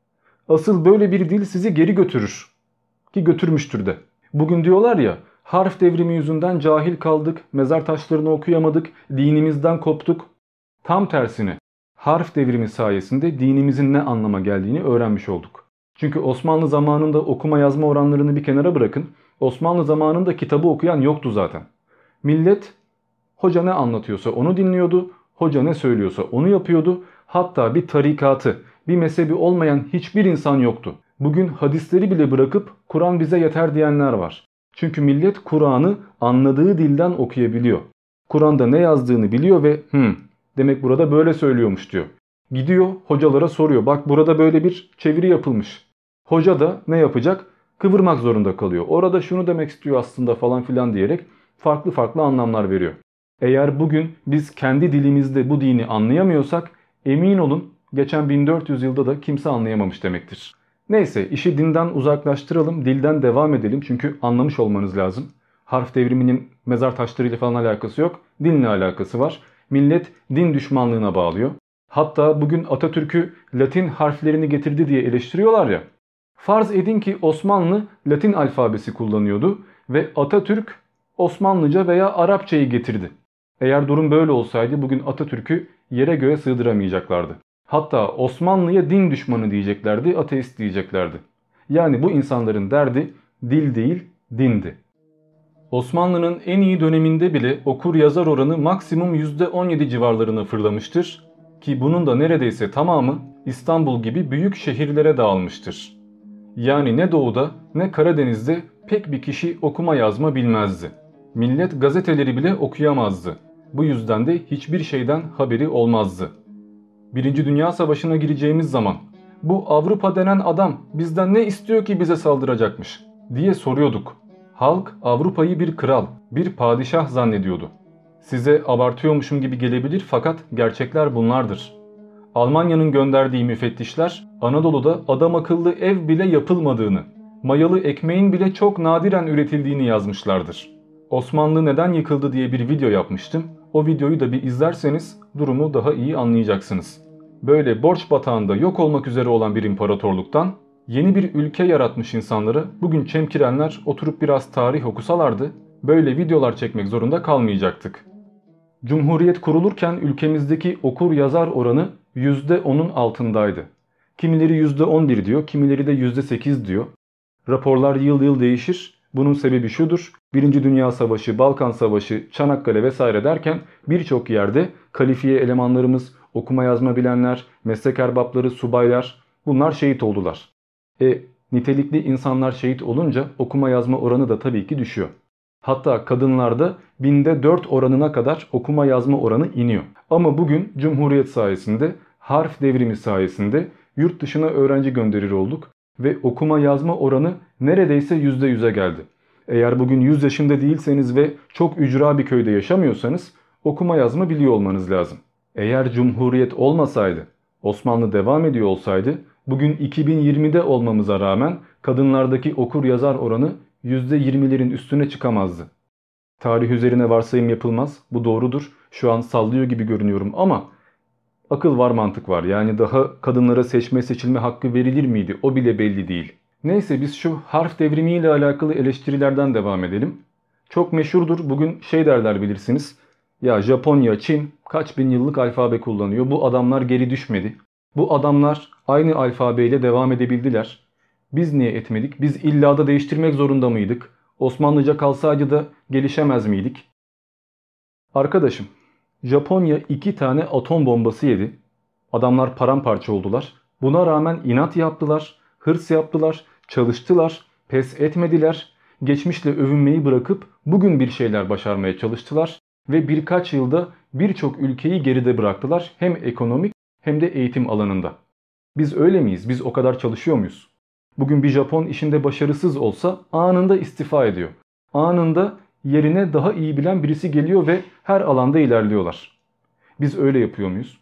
S3: Asıl böyle bir dil sizi geri götürür. Ki götürmüştür de. Bugün diyorlar ya, harf devrimi yüzünden cahil kaldık, mezar taşlarını okuyamadık, dinimizden koptuk. Tam tersine harf devrimi sayesinde dinimizin ne anlama geldiğini öğrenmiş olduk. Çünkü Osmanlı zamanında okuma yazma oranlarını bir kenara bırakın. Osmanlı zamanında kitabı okuyan yoktu zaten. Millet hoca ne anlatıyorsa onu dinliyordu, hoca ne söylüyorsa onu yapıyordu. Hatta bir tarikatı, bir mezhebi olmayan hiçbir insan yoktu. Bugün hadisleri bile bırakıp Kur'an bize yeter diyenler var. Çünkü millet Kur'an'ı anladığı dilden okuyabiliyor. Kur'an'da ne yazdığını biliyor ve demek burada böyle söylüyormuş diyor. Gidiyor hocalara soruyor. Bak burada böyle bir çeviri yapılmış. Hoca da ne yapacak? Kıvırmak zorunda kalıyor. Orada şunu demek istiyor aslında falan filan diyerek farklı farklı anlamlar veriyor. Eğer bugün biz kendi dilimizde bu dini anlayamıyorsak emin olun geçen 1400 yılda da kimse anlayamamış demektir. Neyse işi dinden uzaklaştıralım, dilden devam edelim çünkü anlamış olmanız lazım. Harf devriminin mezar taşlarıyla falan alakası yok, dinle alakası var. Millet din düşmanlığına bağlıyor. Hatta bugün Atatürk'ü Latin harflerini getirdi diye eleştiriyorlar ya. Farz edin ki Osmanlı Latin alfabesi kullanıyordu ve Atatürk Osmanlıca veya Arapçayı getirdi. Eğer durum böyle olsaydı bugün Atatürk'ü yere göğe sığdıramayacaklardı. Hatta Osmanlı'ya din düşmanı diyeceklerdi, ateist diyeceklerdi. Yani bu insanların derdi dil değil, dindi. Osmanlı'nın en iyi döneminde bile okur yazar oranı maksimum %17 civarlarına fırlamıştır ki bunun da neredeyse tamamı İstanbul gibi büyük şehirlere dağılmıştır. Yani ne doğuda ne Karadeniz'de pek bir kişi okuma yazma bilmezdi. Millet gazeteleri bile okuyamazdı. Bu yüzden de hiçbir şeyden haberi olmazdı. Birinci Dünya Savaşı'na gireceğimiz zaman Bu Avrupa denen adam bizden ne istiyor ki bize saldıracakmış diye soruyorduk. Halk Avrupa'yı bir kral, bir padişah zannediyordu. Size abartıyormuşum gibi gelebilir fakat gerçekler bunlardır. Almanya'nın gönderdiği müfettişler Anadolu'da adamakıllı ev bile yapılmadığını, mayalı ekmeğin bile çok nadiren üretildiğini yazmışlardır. Osmanlı neden yıkıldı diye bir video yapmıştım. O videoyu da bir izlerseniz durumu daha iyi anlayacaksınız. Böyle borç batağında yok olmak üzere olan bir imparatorluktan yeni bir ülke yaratmış insanları bugün çemkirenler oturup biraz tarih okusalardı böyle videolar çekmek zorunda kalmayacaktık. Cumhuriyet kurulurken ülkemizdeki okur yazar oranı %10'un altındaydı. Kimileri %11 diyor, kimileri de %8 diyor. Raporlar yıl yıl değişir. Bunun sebebi şudur: Birinci Dünya Savaşı, Balkan Savaşı, Çanakkale vesaire derken birçok yerde kalifiye elemanlarımız, okuma yazma bilenler, meslek erbapları, subaylar bunlar şehit oldular. Nitelikli insanlar şehit olunca okuma yazma oranı da tabii ki düşüyor. Hatta kadınlarda 4 oranına kadar okuma yazma oranı iniyor. Ama bugün Cumhuriyet sayesinde, harf devrimi sayesinde yurt dışına öğrenci gönderir olduk ve okuma yazma oranı neredeyse %100'e geldi. Eğer bugün 100 yaşında değilseniz ve çok ücra bir köyde yaşamıyorsanız okuma yazma biliyor olmanız lazım. Eğer Cumhuriyet olmasaydı, Osmanlı devam ediyor olsaydı bugün 2020'de olmamıza rağmen kadınlardaki okur yazar oranı %20'lerin üstüne çıkamazdı. Tarih üzerine varsayım yapılmaz. Bu doğrudur. Şu an sallıyor gibi görünüyorum ama akıl var, mantık var. Yani daha kadınlara seçme seçilme hakkı verilir miydi? O bile belli değil. Neyse biz şu harf devrimiyle alakalı eleştirilerden devam edelim. Çok meşhurdur. Bugün derler bilirsiniz. Ya Japonya, Çin kaç bin yıllık alfabe kullanıyor. Bu adamlar geri düşmedi. Bu adamlar aynı alfabeyle devam edebildiler. Biz niye etmedik? Biz illa da değiştirmek zorunda mıydık? Osmanlıca kalsaydı da gelişemez miydik? Arkadaşım, Japonya 2 tane atom bombası yedi. Adamlar paramparça oldular. Buna rağmen inat yaptılar, hırs yaptılar, çalıştılar, pes etmediler. Geçmişle övünmeyi bırakıp bugün bir şeyler başarmaya çalıştılar ve birkaç yılda birçok ülkeyi geride bıraktılar hem ekonomik hem de eğitim alanında. Biz öyle miyiz? Biz o kadar çalışıyor muyuz? Bugün bir Japon işinde başarısız olsa anında istifa ediyor. Anında yerine daha iyi bilen birisi geliyor ve her alanda ilerliyorlar. Biz öyle yapıyor muyuz?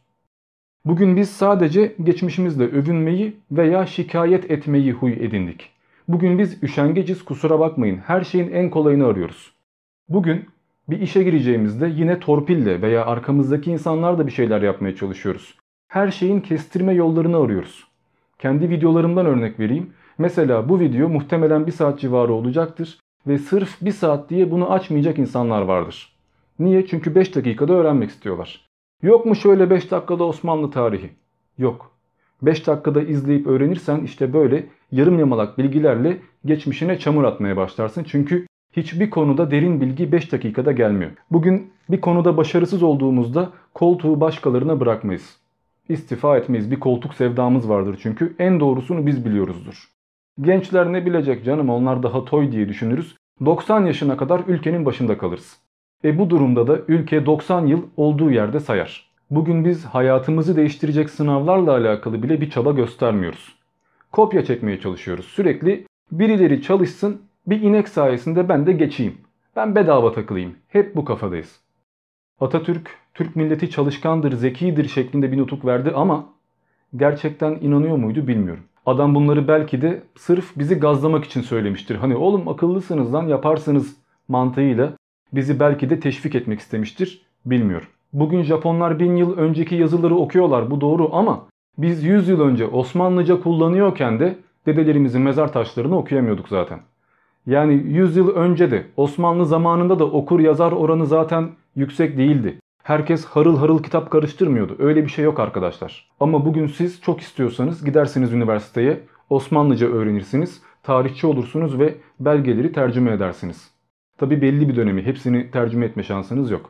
S3: Bugün biz sadece geçmişimizle övünmeyi veya şikayet etmeyi huy edindik. Bugün biz üşengeciz, kusura bakmayın, her şeyin en kolayını arıyoruz. Bugün bir işe gireceğimizde yine torpille veya arkamızdaki insanlarla bir şeyler yapmaya çalışıyoruz. Her şeyin kestirme yollarını arıyoruz. Kendi videolarımdan örnek vereyim. Mesela bu video muhtemelen 1 saat civarı olacaktır ve sırf 1 saat diye bunu açmayacak insanlar vardır. Niye? Çünkü 5 dakikada öğrenmek istiyorlar. Yok mu şöyle 5 dakikada Osmanlı tarihi? Yok. 5 dakikada izleyip öğrenirsen işte böyle yarım yamalak bilgilerle geçmişine çamur atmaya başlarsın. Çünkü hiçbir konuda derin bilgi 5 dakikada gelmiyor. Bugün bir konuda başarısız olduğumuzda koltuğu başkalarına bırakmayız. İstifa etmeyiz. Bir koltuk sevdamız vardır çünkü. En doğrusunu biz biliyoruzdur. Gençler ne bilecek canım, onlar daha toy diye düşünürüz. 90 yaşına kadar ülkenin başında kalırız. Bu durumda da ülke 90 yıl olduğu yerde sayar. Bugün biz hayatımızı değiştirecek sınavlarla alakalı bile bir çaba göstermiyoruz. Kopya çekmeye çalışıyoruz. Sürekli birileri çalışsın, bir inek sayesinde ben de geçeyim. Ben bedava takılayım. Hep bu kafadayız. Atatürk, Türk milleti çalışkandır, zekidir şeklinde bir nutuk verdi ama gerçekten inanıyor muydu bilmiyorum. Adam bunları belki de sırf bizi gazlamak için söylemiştir. Hani oğlum akıllısınız lan, yaparsınız mantığıyla bizi belki de teşvik etmek istemiştir. Bilmiyorum. Bugün Japonlar 1000 yıl önceki yazıları okuyorlar, bu doğru, ama biz 100 yıl önce Osmanlıca kullanıyorken de dedelerimizin mezar taşlarını okuyamıyorduk zaten. Yani 100 yıl önce de Osmanlı zamanında da okur yazar oranı zaten yüksek değildi. Herkes harıl harıl kitap karıştırmıyordu. Öyle bir şey yok arkadaşlar. Ama bugün siz çok istiyorsanız gidersiniz üniversiteye, Osmanlıca öğrenirsiniz, tarihçi olursunuz ve belgeleri tercüme edersiniz. Tabi belli bir dönemi, hepsini tercüme etme şansınız yok.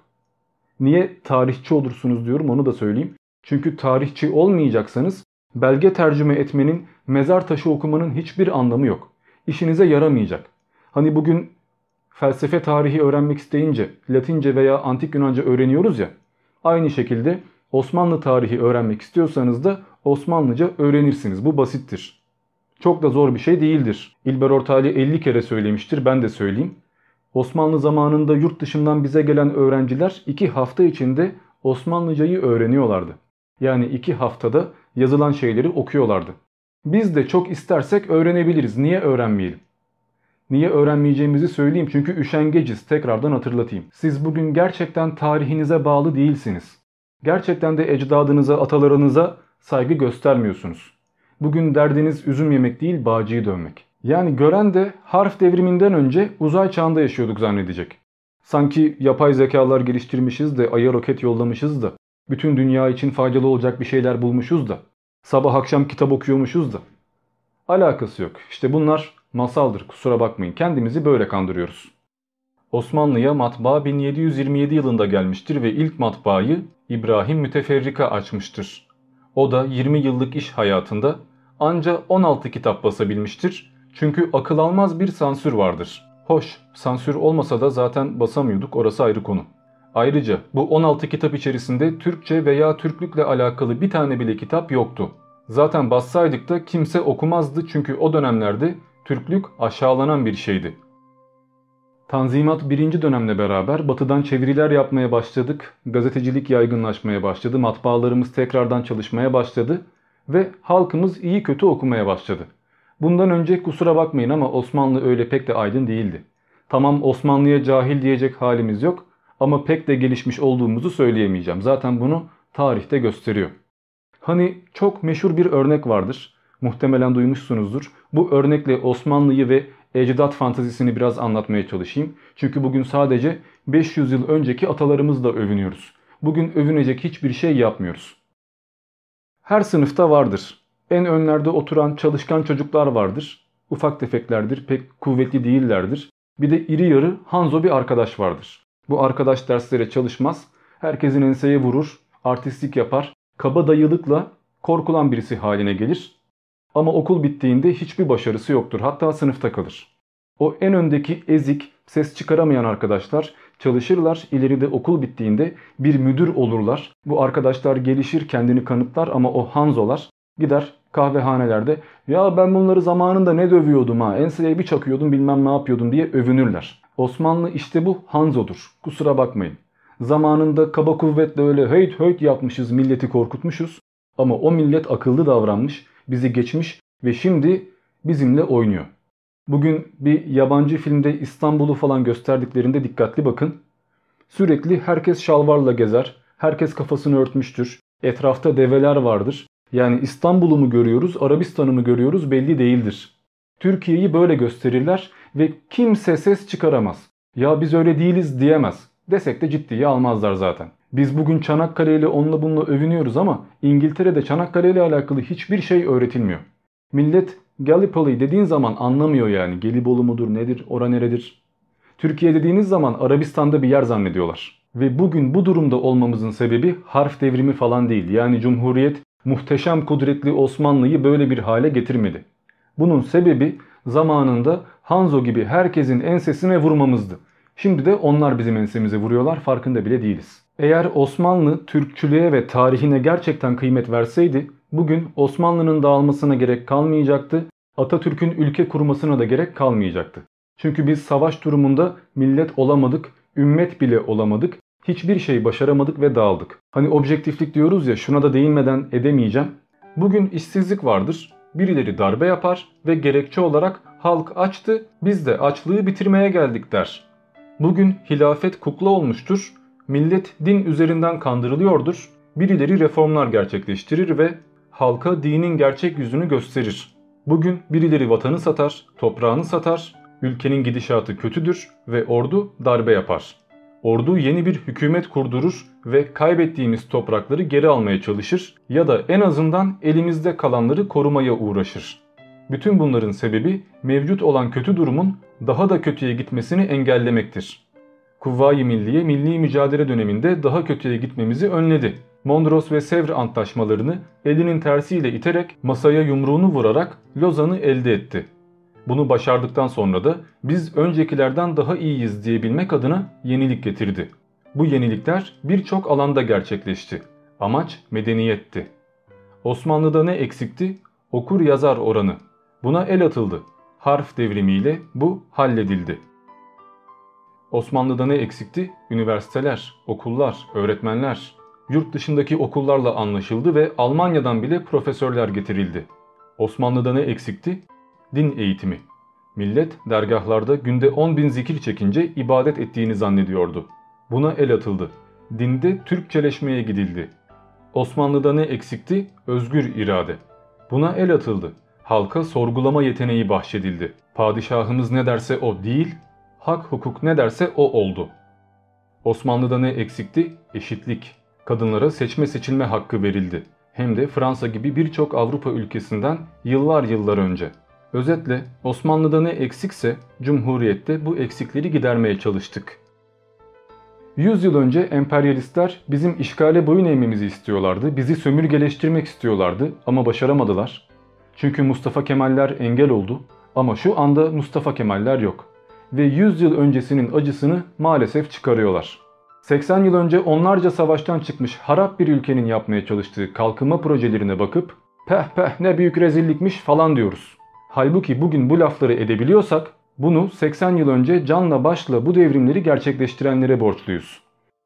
S3: Niye tarihçi olursunuz diyorum, onu da söyleyeyim. Çünkü tarihçi olmayacaksanız belge tercüme etmenin, mezar taşı okumanın hiçbir anlamı yok. İşinize yaramayacak. Hani bugün felsefe tarihi öğrenmek isteyince Latince veya Antik Yunanca öğreniyoruz ya. Aynı şekilde Osmanlı tarihi öğrenmek istiyorsanız da Osmanlıca öğrenirsiniz. Bu basittir. Çok da zor bir şey değildir. İlber Ortaylı 50 kere söylemiştir, ben de söyleyeyim. Osmanlı zamanında yurt dışından bize gelen öğrenciler 2 hafta içinde Osmanlıcayı öğreniyorlardı. Yani 2 haftada yazılan şeyleri okuyorlardı. Biz de çok istersek öğrenebiliriz. Niye öğrenmeyelim? Niye öğrenmeyeceğimizi söyleyeyim çünkü üşengeciz. Tekrardan hatırlatayım. Siz bugün gerçekten tarihinize bağlı değilsiniz. Gerçekten de ecdadınıza, atalarınıza saygı göstermiyorsunuz. Bugün derdiniz üzüm yemek değil, bağcıyı dövmek. Yani gören de harf devriminden önce uzay çağında yaşıyorduk zannedecek. Sanki yapay zekalar geliştirmişiz de aya roket yollamışız da bütün dünya için faydalı olacak bir şeyler bulmuşuz da sabah akşam kitap okuyormuşuz da. Alakası yok. İşte bunlar masaldır, kusura bakmayın. Kendimizi böyle kandırıyoruz. Osmanlı'ya matbaa 1727 yılında gelmiştir ve ilk matbaayı İbrahim Müteferrika açmıştır. O da 20 yıllık iş hayatında anca 16 kitap basabilmiştir. Çünkü akıl almaz bir sansür vardır. Hoş, sansür olmasa da zaten basamıyorduk, orası ayrı konu. Ayrıca bu 16 kitap içerisinde Türkçe veya Türklükle alakalı bir tane bile kitap yoktu. Zaten bassaydık da kimse okumazdı çünkü o dönemlerde Türklük aşağılanan bir şeydi. Tanzimat 1. dönemle beraber batıdan çeviriler yapmaya başladık, gazetecilik yaygınlaşmaya başladı, matbaalarımız tekrardan çalışmaya başladı ve halkımız iyi kötü okumaya başladı. Bundan önce kusura bakmayın ama Osmanlı öyle pek de aydın değildi. Tamam, Osmanlı'ya cahil diyecek halimiz yok ama pek de gelişmiş olduğumuzu söyleyemeyeceğim. Zaten bunu tarihte gösteriyor. Hani çok meşhur bir örnek vardır. Muhtemelen duymuşsunuzdur. Bu örnekle Osmanlı'yı ve ecdat fantazisini biraz anlatmaya çalışayım. Çünkü bugün sadece 500 yıl önceki atalarımızla övünüyoruz. Bugün övünecek hiçbir şey yapmıyoruz. Her sınıfta vardır. En önlerde oturan çalışkan çocuklar vardır. Ufak tefeklerdir, pek kuvvetli değillerdir. Bir de iri yarı Hanzo bir arkadaş vardır. Bu arkadaş derslere çalışmaz, herkesin enseye vurur, artistlik yapar, kabadayılıkla korkulan birisi haline gelir. Ama okul bittiğinde hiçbir başarısı yoktur, hatta sınıfta kalır. O en öndeki ezik, ses çıkaramayan arkadaşlar çalışırlar, ileride okul bittiğinde bir müdür olurlar. Bu arkadaşlar gelişir, kendini kanıtlar ama o Hanzolar gider kahvehanelerde "Ya ben bunları zamanında ne dövüyordum ha, enseye bir çakıyordum bilmem ne yapıyordum" diye övünürler. Osmanlı işte bu Hanzo'dur, kusura bakmayın. Zamanında kaba kuvvetle öyle höyt höyt yapmışız, milleti korkutmuşuz. Ama o millet akıllı davranmış, bizi geçmiş ve şimdi bizimle oynuyor. Bugün bir yabancı filmde İstanbul'u falan gösterdiklerinde dikkatli bakın. Sürekli herkes şalvarla gezer, herkes kafasını örtmüştür, etrafta develer vardır. Yani İstanbul'u mu görüyoruz, Arabistan'ı mı görüyoruz belli değildir. Türkiye'yi böyle gösterirler ve kimse ses çıkaramaz. Ya biz öyle değiliz diyemez. Desek de ciddiye almazlar zaten. Biz bugün Çanakkale ile onunla bununla övünüyoruz ama İngiltere'de Çanakkale ile alakalı hiçbir şey öğretilmiyor. Millet Gallipoli dediğin zaman anlamıyor yani. Gelibolu mudur nedir, ora neredir? Türkiye dediğiniz zaman Arabistan'da bir yer zannediyorlar. Ve bugün bu durumda olmamızın sebebi harf devrimi falan değil. Yani Cumhuriyet muhteşem kudretli Osmanlı'yı böyle bir hale getirmedi. Bunun sebebi zamanında Hanzo gibi herkesin ensesine vurmamızdı. Şimdi de onlar bizim ensemize vuruyorlar, farkında bile değiliz. Eğer Osmanlı Türkçülüğe ve tarihine gerçekten kıymet verseydi bugün Osmanlı'nın dağılmasına gerek kalmayacaktı, Atatürk'ün ülke kurmasına da gerek kalmayacaktı. Çünkü biz savaş durumunda millet olamadık, ümmet bile olamadık, hiçbir şey başaramadık ve dağıldık. Hani objektiflik diyoruz ya, şuna da değinmeden edemeyeceğim. Bugün işsizlik vardır, birileri darbe yapar ve gerekçe olarak halk açtı, biz de açlığı bitirmeye geldik der. Bugün hilafet kukla olmuştur, millet din üzerinden kandırılıyordur, birileri reformlar gerçekleştirir ve halka dinin gerçek yüzünü gösterir. Bugün birileri vatanı satar, toprağını satar, ülkenin gidişatı kötüdür ve ordu darbe yapar. Ordu yeni bir hükümet kurdurur ve kaybettiğimiz toprakları geri almaya çalışır ya da en azından elimizde kalanları korumaya uğraşır. Bütün bunların sebebi mevcut olan kötü durumun daha da kötüye gitmesini engellemektir. Kuvvayi Milliye milli mücadele döneminde daha kötüye gitmemizi önledi. Mondros ve Sevr antlaşmalarını elinin tersiyle iterek masaya yumruğunu vurarak Lozan'ı elde etti. Bunu başardıktan sonra da biz öncekilerden daha iyiyiz diyebilmek adına yenilik getirdi. Bu yenilikler birçok alanda gerçekleşti. Amaç medeniyetti. Osmanlı'da ne eksikti? Okur yazar oranı. Buna el atıldı. Harf devrimiyle bu halledildi. Osmanlı'da ne eksikti? Üniversiteler, okullar, öğretmenler. Yurt dışındaki okullarla anlaşıldı ve Almanya'dan bile profesörler getirildi. Osmanlı'da ne eksikti? Din eğitimi. Millet dergahlarda günde 10.000 zikir çekince ibadet ettiğini zannediyordu. Buna el atıldı. Dinde Türkçeleşmeye gidildi. Osmanlı'da ne eksikti? Özgür irade. Buna el atıldı. Halka sorgulama yeteneği bahşedildi. Padişahımız ne derse o değil, hak hukuk ne derse o oldu. Osmanlı'da ne eksikti? Eşitlik. Kadınlara seçme seçilme hakkı verildi. Hem de Fransa gibi birçok Avrupa ülkesinden yıllar önce. Özetle Osmanlı'da ne eksikse Cumhuriyet'te bu eksikleri gidermeye çalıştık. 100 yıl önce emperyalistler bizim işgale boyun eğmemizi istiyorlardı, bizi sömürgeleştirmek istiyorlardı ama başaramadılar. Çünkü Mustafa Kemaller engel oldu ama şu anda Mustafa Kemaller yok. Ve 100 yıl öncesinin acısını maalesef çıkarıyorlar. 80 yıl önce onlarca savaştan çıkmış harap bir ülkenin yapmaya çalıştığı kalkınma projelerine bakıp peh ne büyük rezillikmiş falan diyoruz. Halbuki bugün bu lafları edebiliyorsak bunu 80 yıl önce canla başla bu devrimleri gerçekleştirenlere borçluyuz.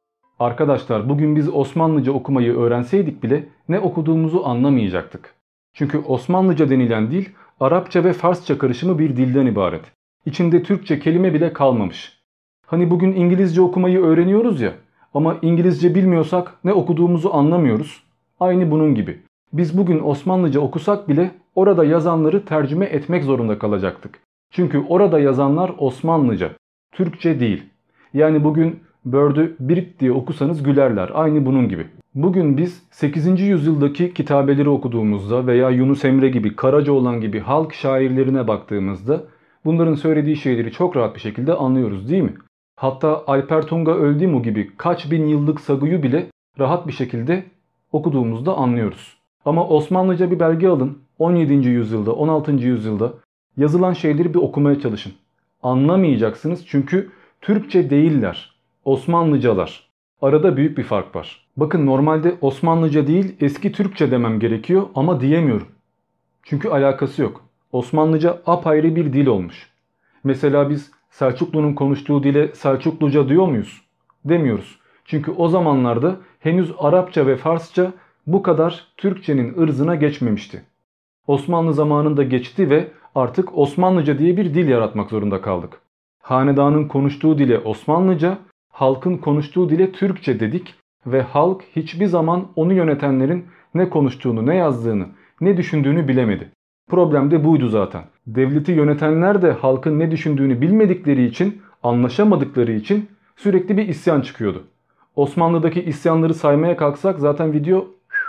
S3: Arkadaşlar bugün biz Osmanlıca okumayı öğrenseydik bile ne okuduğumuzu anlamayacaktık. Çünkü Osmanlıca denilen dil Arapça ve Farsça karışımı bir dilden ibaret. İçinde Türkçe kelime bile kalmamış. Hani bugün İngilizce okumayı öğreniyoruz ya ama İngilizce bilmiyorsak ne okuduğumuzu anlamıyoruz. Aynı bunun gibi. Biz bugün Osmanlıca okusak bile orada yazanları tercüme etmek zorunda kalacaktık. Çünkü orada yazanlar Osmanlıca, Türkçe değil. Yani bugün Bird'ü Birt diye okusanız gülerler. Aynı bunun gibi. Bugün biz 8. yüzyıldaki kitabeleri okuduğumuzda veya Yunus Emre gibi, Karacaoğlan gibi halk şairlerine baktığımızda bunların söylediği şeyleri çok rahat bir şekilde anlıyoruz değil mi? Hatta Alper Tunga Öldümu gibi kaç bin yıllık saguyu bile rahat bir şekilde okuduğumuzda anlıyoruz. Ama Osmanlıca bir belge alın. 17. yüzyılda, 16. yüzyılda yazılan şeyleri bir okumaya çalışın. Anlamayacaksınız çünkü Türkçe değiller. Osmanlıcalar. Arada büyük bir fark var. Bakın normalde Osmanlıca değil eski Türkçe demem gerekiyor ama diyemiyorum. Çünkü alakası yok. Osmanlıca apayrı bir dil olmuş. Mesela biz Selçuklu'nun konuştuğu dile Selçukluca diyor muyuz? Demiyoruz. Çünkü o zamanlarda henüz Arapça ve Farsça bu kadar Türkçenin ırzına geçmemişti. Osmanlı zamanında geçti ve artık Osmanlıca diye bir dil yaratmak zorunda kaldık. Hanedanın konuştuğu dile Osmanlıca, halkın konuştuğu dile Türkçe dedik ve halk hiçbir zaman onu yönetenlerin ne konuştuğunu, ne yazdığını, ne düşündüğünü bilemedi. Problem de buydu zaten. Devleti yönetenler de halkın ne düşündüğünü bilmedikleri için, anlaşamadıkları için sürekli bir isyan çıkıyordu. Osmanlı'daki isyanları saymaya kalksak zaten video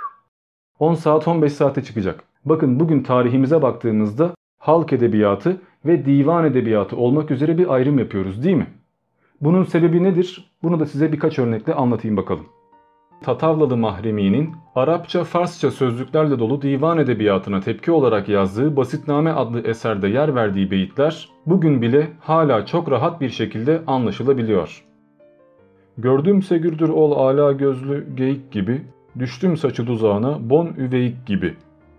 S3: 10 saat 15 saate çıkacak. Bakın bugün tarihimize baktığımızda halk edebiyatı ve divan edebiyatı olmak üzere bir ayrım yapıyoruz değil mi? Bunun sebebi nedir? Bunu da size birkaç örnekle anlatayım bakalım. Tatavlalı Mahremi'nin Arapça, Farsça sözlüklerle dolu divan edebiyatına tepki olarak yazdığı Basitname adlı eserde yer verdiği beyitler bugün bile hala çok rahat bir şekilde anlaşılabiliyor. Gördümse gürdür ol ala gözlü geyik gibi, düştüm saçı tuzağına bon üveyik gibi.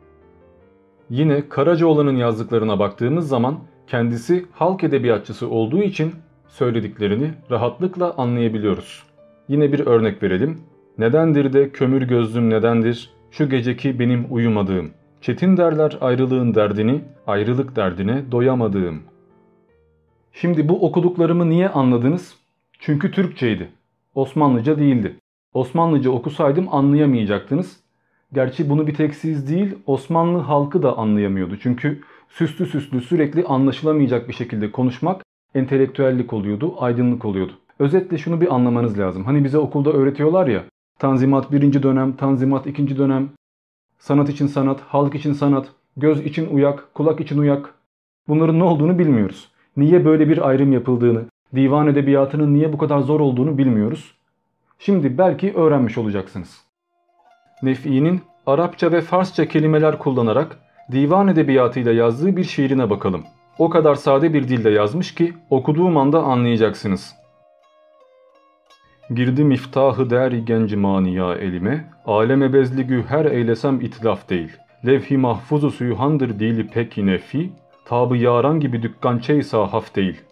S3: Yine Karacaoğlan'ın yazdıklarına baktığımız zaman kendisi halk edebiyatçısı olduğu için söylediklerini rahatlıkla anlayabiliyoruz. Yine bir örnek verelim. Nedendir de kömür gözlüm nedendir, şu geceki benim uyumadığım. Çetin derler ayrılığın derdini, ayrılık derdine doyamadığım. Şimdi bu okuduklarımı niye anladınız? Çünkü Türkçeydi. Osmanlıca değildi. Osmanlıca okusaydım anlayamayacaktınız. Gerçi bunu bir tek siz değil, Osmanlı halkı da anlayamıyordu. Çünkü süslü süslü sürekli anlaşılamayacak bir şekilde konuşmak entelektüellik oluyordu, aydınlık oluyordu. Özetle şunu bir anlamanız lazım. Hani bize okulda öğretiyorlar ya, Tanzimat 1. dönem, Tanzimat 2. dönem, sanat için sanat, halk için sanat, göz için uyak, kulak için uyak. Bunların ne olduğunu bilmiyoruz. Niye böyle bir ayrım yapıldığını, divan edebiyatının niye bu kadar zor olduğunu bilmiyoruz. Şimdi belki öğrenmiş olacaksınız. Nefi'nin Arapça ve Farsça kelimeler kullanarak divan edebiyatıyla yazdığı bir şiirine bakalım. O kadar sade bir dilde yazmış ki okuduğum anda anlayacaksınız. Girdi miftahı der-i genci maniya elime, aleme bezligü her eylesem itlaf değil. Levh-i mahfuzu suyuhandır dili peki nefi, tabı yaran gibi dükkançey sahaf değil.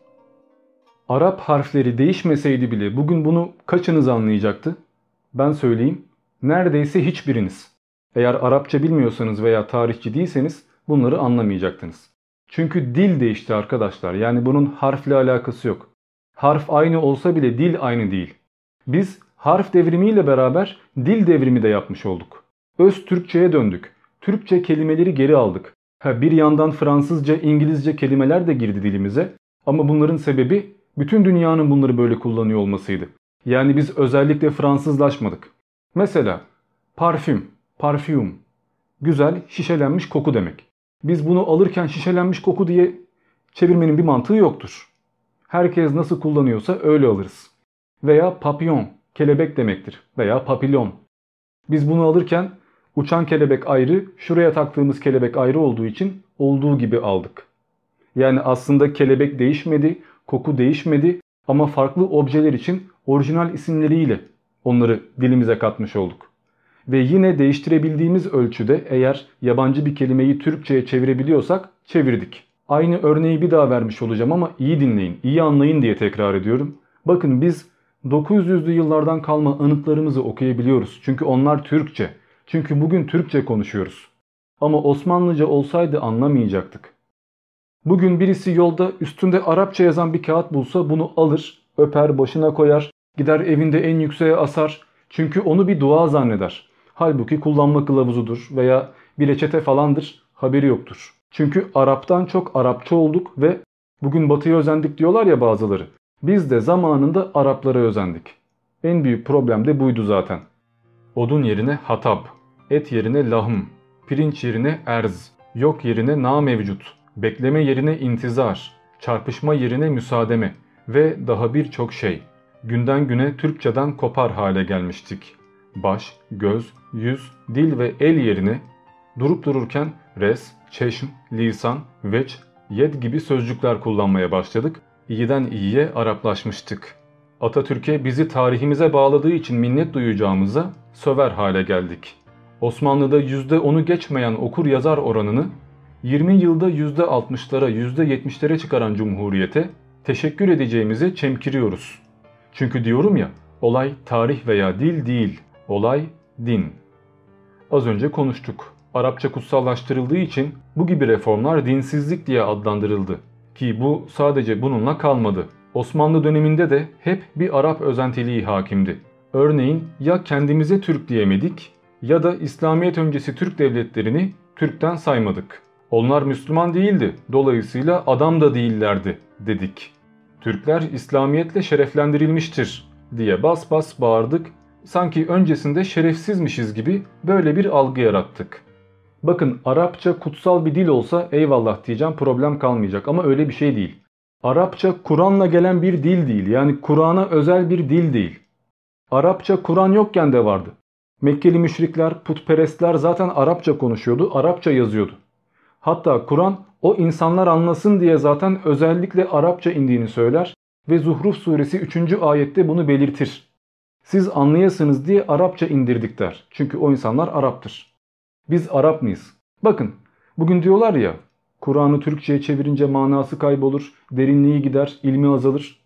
S3: Arap harfleri değişmeseydi bile bugün bunu kaçınız anlayacaktı? Ben söyleyeyim, neredeyse hiçbiriniz. Eğer Arapça bilmiyorsanız veya tarihçi değilseniz bunları anlamayacaktınız. Çünkü dil değişti arkadaşlar, yani bunun harfle alakası yok. Harf aynı olsa bile dil aynı değil. Biz harf devrimiyle beraber dil devrimi de yapmış olduk. Öz Türkçe'ye döndük. Türkçe kelimeleri geri aldık. Bir yandan Fransızca, İngilizce kelimeler de girdi dilimize. Ama bunların sebebi bütün dünyanın bunları böyle kullanıyor olmasıydı. Yani biz özellikle Fransızlaşmadık. Mesela parfüm, parfüm. Güzel, şişelenmiş koku demek. Biz bunu alırken şişelenmiş koku diye çevirmenin bir mantığı yoktur. Herkes nasıl kullanıyorsa öyle alırız. Veya papillon, kelebek demektir. Veya papillon. Biz bunu alırken uçan kelebek ayrı, şuraya taktığımız kelebek ayrı olduğu için olduğu gibi aldık. Yani aslında kelebek değişmedi, koku değişmedi ama farklı objeler için orijinal isimleriyle onları dilimize katmış olduk. Ve yine değiştirebildiğimiz ölçüde eğer yabancı bir kelimeyi Türkçe'ye çevirebiliyorsak çevirdik. Aynı örneği bir daha vermiş olacağım ama iyi dinleyin, iyi anlayın diye tekrar ediyorum. Bakın biz 900'lü yıllardan kalma anıtlarımızı okuyabiliyoruz. Çünkü onlar Türkçe. Çünkü bugün Türkçe konuşuyoruz. Ama Osmanlıca olsaydı anlamayacaktık. Bugün birisi yolda üstünde Arapça yazan bir kağıt bulsa bunu alır, öper, başına koyar, gider evinde en yükseğe asar. Çünkü onu bir dua zanneder. Halbuki kullanma kılavuzudur veya bir reçete falandır, haberi yoktur. Çünkü Arap'tan çok Arapça olduk ve bugün Batı'ya özendik diyorlar ya bazıları. Biz de zamanında Araplara özendik. En büyük problem de buydu zaten. Odun yerine hatab, et yerine lahm, pirinç yerine erz, yok yerine na mevcut, bekleme yerine intizar, çarpışma yerine müsaademe ve daha birçok şey. Günden güne Türkçeden kopar hale gelmiştik. Baş, göz, yüz, dil ve el yerine durup dururken res, çeşm, lisan, veç, yed gibi sözcükler kullanmaya başladık. İyiden iyiye Araplaşmıştık. Atatürk'e bizi tarihimize bağladığı için minnet duyacağımıza söver hale geldik. Osmanlı'da %10'u geçmeyen okur yazar oranını 20 yılda %60'lara %70'lere çıkaran Cumhuriyete teşekkür edeceğimizi çemkiriyoruz. Çünkü diyorum ya, olay tarih veya dil değil, olay din. Az önce konuştuk. Arapça kutsallaştırıldığı için bu gibi reformlar dinsizlik diye adlandırıldı. Ki bu sadece bununla kalmadı. Osmanlı döneminde de hep bir Arap özentiliği hakimdi. Örneğin ya kendimize Türk diyemedik ya da İslamiyet öncesi Türk devletlerini Türk'ten saymadık. Onlar Müslüman değildi, dolayısıyla adam da değillerdi dedik. Türkler İslamiyetle şereflendirilmiştir diye bas bas bağırdık. Sanki öncesinde şerefsizmişiz gibi böyle bir algı yarattık. Bakın Arapça kutsal bir dil olsa eyvallah diyeceğim, problem kalmayacak ama öyle bir şey değil. Arapça Kur'an'la gelen bir dil değil, yani Kur'an'a özel bir dil değil. Arapça Kur'an yokken de vardı. Mekkeli müşrikler, putperestler zaten Arapça konuşuyordu, Arapça yazıyordu. Hatta Kur'an o insanlar anlasın diye zaten özellikle Arapça indiğini söyler ve Zuhruf suresi 3. ayette bunu belirtir. Siz anlayasınız diye Arapça indirdik der. Çünkü o insanlar Arap'tır. Biz Arap mıyız? Bakın bugün diyorlar ya, Kur'an'ı Türkçe'ye çevirince manası kaybolur, derinliği gider, ilmi azalır.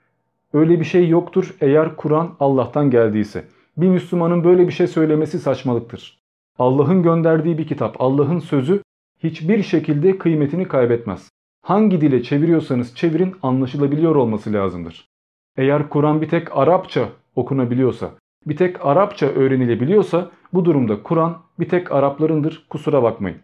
S3: Öyle bir şey yoktur eğer Kur'an Allah'tan geldiyse. Bir Müslümanın böyle bir şey söylemesi saçmalıktır. Allah'ın gönderdiği bir kitap, Allah'ın sözü hiçbir şekilde kıymetini kaybetmez. Hangi dile çeviriyorsanız çevirin anlaşılabiliyor olması lazımdır. Eğer Kur'an bir tek Arapça okunabiliyorsa, bir tek Arapça öğrenilebiliyorsa bu durumda Kur'an bir tek Araplarındır, kusura bakmayın.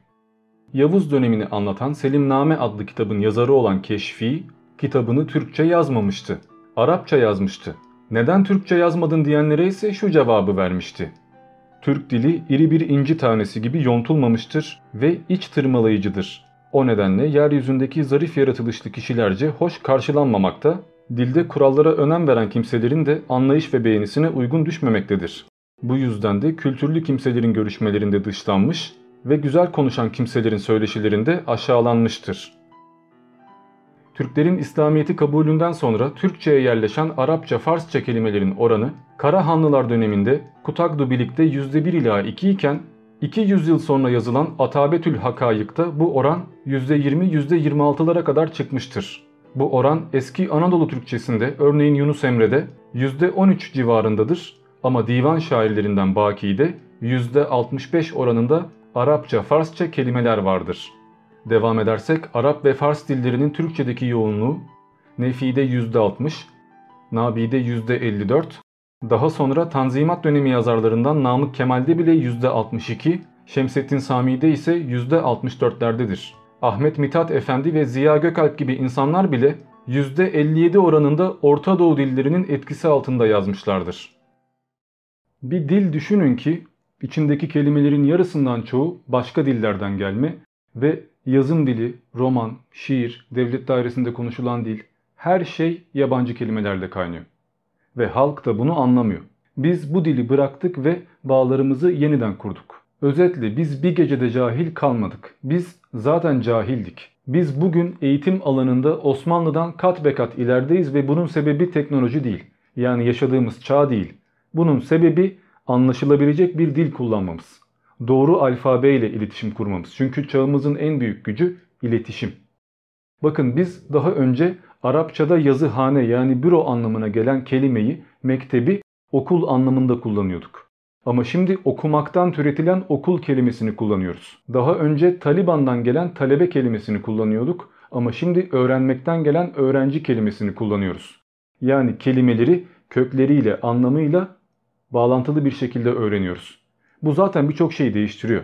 S3: Yavuz dönemini anlatan Selimname adlı kitabın yazarı olan Keşfi kitabını Türkçe yazmamıştı. Arapça yazmıştı. Neden Türkçe yazmadın diyenlere ise şu cevabı vermişti. Türk dili iri bir inci tanesi gibi yontulmamıştır ve iç tırmalayıcıdır. O nedenle yeryüzündeki zarif yaratılışlı kişilerce hoş karşılanmamakta, dilde kurallara önem veren kimselerin de anlayış ve beğenisine uygun düşmemektedir. Bu yüzden de kültürlü kimselerin görüşmelerinde dışlanmış ve güzel konuşan kimselerin söyleşilerinde aşağılanmıştır. Türklerin İslamiyet'i kabulünden sonra Türkçe'ye yerleşen Arapça, Farsça kelimelerin oranı Karahanlılar döneminde Kutagdu-Bilik'te %1 ila 2 iken 200 yıl sonra yazılan Atabetül Hakayık'ta bu oran %20, %26'lara kadar çıkmıştır. Bu oran eski Anadolu Türkçesinde örneğin Yunus Emre'de %13 civarındadır ama divan şairlerinden Baki'de %65 oranında Arapça, Farsça kelimeler vardır. Devam edersek Arap ve Fars dillerinin Türkçedeki yoğunluğu Nefi'de %60, Nabi'de %54, daha sonra Tanzimat dönemi yazarlarından Namık Kemal'de bile %62, Şemsettin Sami'de ise %64'lerdedir. Ahmet Mithat Efendi ve Ziya Gökalp gibi insanlar bile %57 oranında Orta Doğu dillerinin etkisi altında yazmışlardır. Bir dil düşünün ki içindeki kelimelerin yarısından çoğu başka dillerden gelme ve yazım dili, roman, şiir, devlet dairesinde konuşulan dil, her şey yabancı kelimelerle kaynıyor. Ve halk da bunu anlamıyor. Biz bu dili bıraktık ve bağlarımızı yeniden kurduk. Özetle biz bir gecede cahil kalmadık. Biz zaten cahildik. Biz bugün eğitim alanında Osmanlı'dan kat be kat ilerideyiz ve bunun sebebi teknoloji değil. Yani yaşadığımız çağ değil. Bunun sebebi anlaşılabilecek bir dil kullanmamız. Doğru alfabe ile iletişim kurmamız. Çünkü çağımızın en büyük gücü iletişim. Bakın biz daha önce Arapçada yazıhane yani büro anlamına gelen kelimeyi, mektebi okul anlamında kullanıyorduk. Ama şimdi okumaktan türetilen okul kelimesini kullanıyoruz. Daha önce Taliban'dan gelen talebe kelimesini kullanıyorduk ama şimdi öğrenmekten gelen öğrenci kelimesini kullanıyoruz. Yani kelimeleri kökleriyle, anlamıyla bağlantılı bir şekilde öğreniyoruz. Bu zaten birçok şeyi değiştiriyor.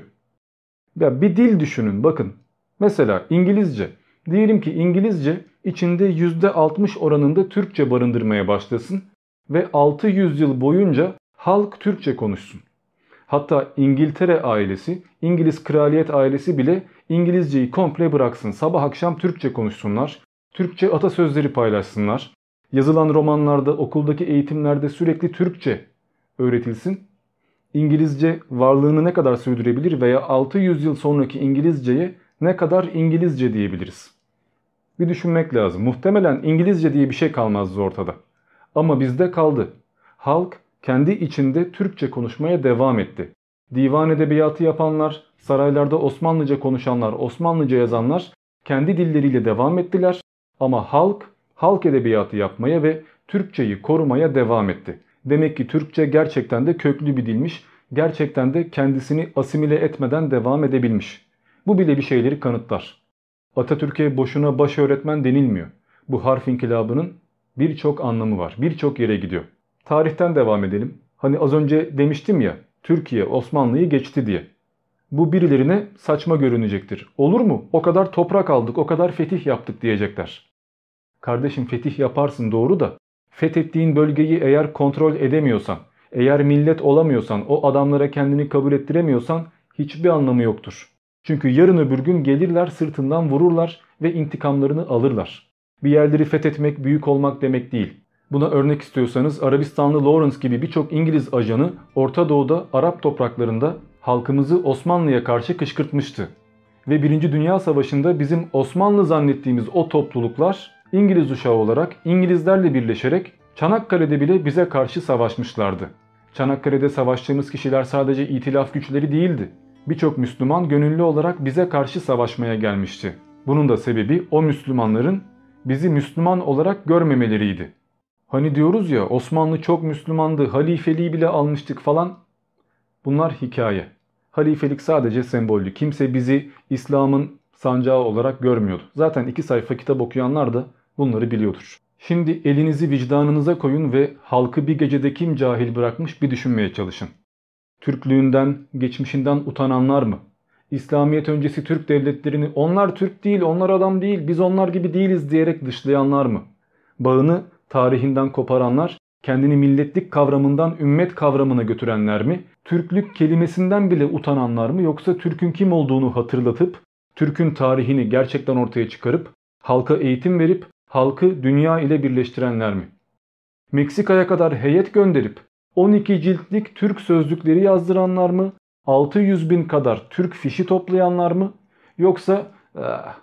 S3: Ya bir dil düşünün bakın. Mesela İngilizce. Diyelim ki İngilizce içinde %60 oranında Türkçe barındırmaya başlasın ve 600 yıl boyunca halk Türkçe konuşsun. Hatta İngiltere ailesi, İngiliz kraliyet ailesi bile İngilizceyi komple bıraksın. Sabah akşam Türkçe konuşsunlar. Türkçe atasözleri paylaşsınlar. Yazılan romanlarda, okuldaki eğitimlerde sürekli Türkçe öğretilsin. İngilizce varlığını ne kadar sürdürebilir veya 600 yıl sonraki İngilizceye ne kadar İngilizce diyebiliriz? Bir düşünmek lazım. Muhtemelen İngilizce diye bir şey kalmazdı ortada. Ama bizde kaldı. Halk kendi içinde Türkçe konuşmaya devam etti. Divan edebiyatı yapanlar, saraylarda Osmanlıca konuşanlar, Osmanlıca yazanlar kendi dilleriyle devam ettiler. Ama halk edebiyatı yapmaya ve Türkçeyi korumaya devam etti. Demek ki Türkçe gerçekten de köklü bir dilmiş. Gerçekten de kendisini asimile etmeden devam edebilmiş. Bu bile bir şeyleri kanıtlar. Atatürk'e boşuna baş öğretmen denilmiyor. Bu harf inkılabının birçok anlamı var. Birçok yere gidiyor. Tarihten devam edelim. Hani az önce demiştim ya, Türkiye Osmanlı'yı geçti diye. Bu birilerine saçma görünecektir. Olur mu? O kadar toprak aldık, o kadar fetih yaptık diyecekler. Kardeşim fetih yaparsın doğru da fethettiğin bölgeyi eğer kontrol edemiyorsan, eğer millet olamıyorsan, o adamlara kendini kabul ettiremiyorsan hiçbir anlamı yoktur. Çünkü yarın öbür gün gelirler sırtından vururlar ve intikamlarını alırlar. Bir yerleri fethetmek büyük olmak demek değil. Buna örnek istiyorsanız Arabistanlı Lawrence gibi birçok İngiliz ajanı Orta Doğu'da Arap topraklarında halkımızı Osmanlı'ya karşı kışkırtmıştı. Ve 1. Dünya Savaşı'nda bizim Osmanlı zannettiğimiz o topluluklar İngiliz uşağı olarak İngilizlerle birleşerek Çanakkale'de bile bize karşı savaşmışlardı. Çanakkale'de savaştığımız kişiler sadece itilaf güçleri değildi. Birçok Müslüman gönüllü olarak bize karşı savaşmaya gelmişti. Bunun da sebebi o Müslümanların bizi Müslüman olarak görmemeleriydi. Hani diyoruz ya Osmanlı çok Müslümandı, halifeliği bile almıştık falan. Bunlar hikaye. Halifelik sadece semboldü. Kimse bizi İslam'ın sancağı olarak görmüyordu. Zaten 2 sayfa kitap okuyanlar da bunları biliyordur. Şimdi elinizi vicdanınıza koyun ve halkı bir gecede kim cahil bırakmış bir düşünmeye çalışın. Türklüğünden, geçmişinden utananlar mı? İslamiyet öncesi Türk devletlerini onlar Türk değil, onlar adam değil, biz onlar gibi değiliz diyerek dışlayanlar mı? Bağını tarihinden koparanlar, kendini milletlik kavramından ümmet kavramına götürenler mi? Türklük kelimesinden bile utananlar mı? Yoksa Türk'ün kim olduğunu hatırlatıp, Türk'ün tarihini gerçekten ortaya çıkarıp, halka eğitim verip, halkı dünya ile birleştirenler mi? Meksika'ya kadar heyet gönderip, 12 ciltlik Türk sözlükleri yazdıranlar mı? 600.000 kadar Türk fişi toplayanlar mı? Yoksa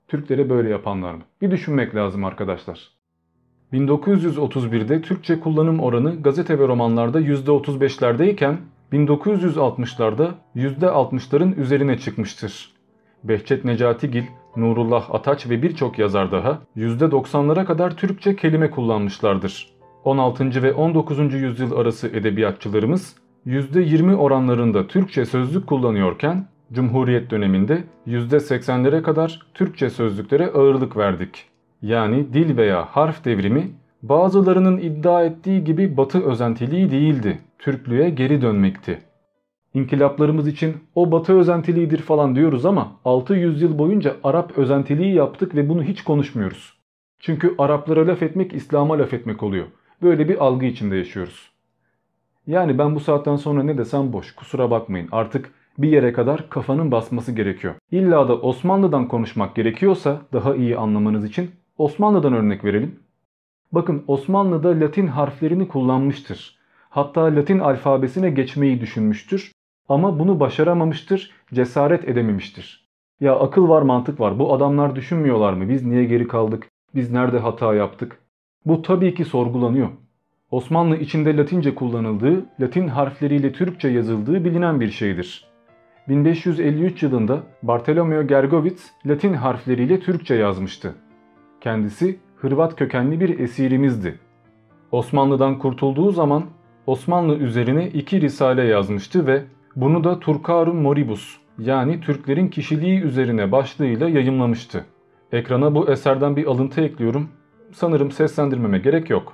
S3: Türklere böyle yapanlar mı? Bir düşünmek lazım arkadaşlar. 1931'de Türkçe kullanım oranı gazete ve romanlarda %35'lerdeyken 1960'larda %60'ların üzerine çıkmıştır. Behçet Necatigil, Nurullah Ataç ve birçok yazar daha %90'lara kadar Türkçe kelime kullanmışlardır. 16. ve 19. yüzyıl arası edebiyatçılarımız %20 oranlarında Türkçe sözlük kullanıyorken Cumhuriyet döneminde %80'lere kadar Türkçe sözlüklere ağırlık verdik. Yani dil veya harf devrimi bazılarının iddia ettiği gibi Batı özentiliği değildi, Türklüğe geri dönmekti. İnkılaplarımız için o Batı özentiliğidir falan diyoruz ama 600 yıl boyunca Arap özentiliği yaptık ve bunu hiç konuşmuyoruz. Çünkü Araplara laf etmek İslam'a laf etmek oluyor. Böyle bir algı içinde yaşıyoruz. Yani ben bu saatten sonra ne desem boş, kusura bakmayın, artık bir yere kadar kafanın basması gerekiyor. İlla da Osmanlı'dan konuşmak gerekiyorsa daha iyi anlamanız için Osmanlı'dan örnek verelim. Bakın, Osmanlı'da Latin harflerini kullanmıştır. Hatta Latin alfabesine geçmeyi düşünmüştür. Ama bunu başaramamıştır, cesaret edememiştir. Ya akıl var, mantık var. Bu adamlar düşünmüyorlar mı? Biz niye geri kaldık? Biz nerede hata yaptık? Bu tabii ki sorgulanıyor. Osmanlı içinde Latince kullanıldığı, Latin harfleriyle Türkçe yazıldığı bilinen bir şeydir. 1553 yılında Bartolomeo Gergovitz Latin harfleriyle Türkçe yazmıştı. Kendisi Hırvat kökenli bir esirimizdi. Osmanlı'dan kurtulduğu zaman Osmanlı üzerine 2 risale yazmıştı ve bunu da Turcarum Moribus, yani Türklerin kişiliği üzerine başlığıyla yayımlamıştı. Ekrana bu eserden bir alıntı ekliyorum. Sanırım seslendirmeme gerek yok.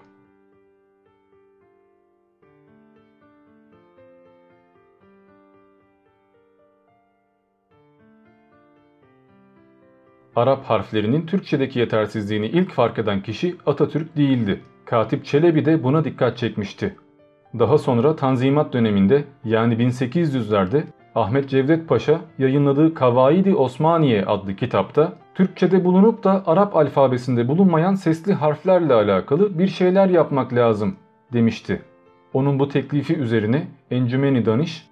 S3: Arap harflerinin Türkçedeki yetersizliğini ilk fark eden kişi Atatürk değildi. Katip Çelebi de buna dikkat çekmişti. Daha sonra Tanzimat döneminde, yani 1800'lerde Ahmet Cevdet Paşa yayınladığı Kavaidi Osmaniye adlı kitapta Türkçede bulunup da Arap alfabesinde bulunmayan sesli harflerle alakalı bir şeyler yapmak lazım demişti. Onun bu teklifi üzerine Encümeni Danış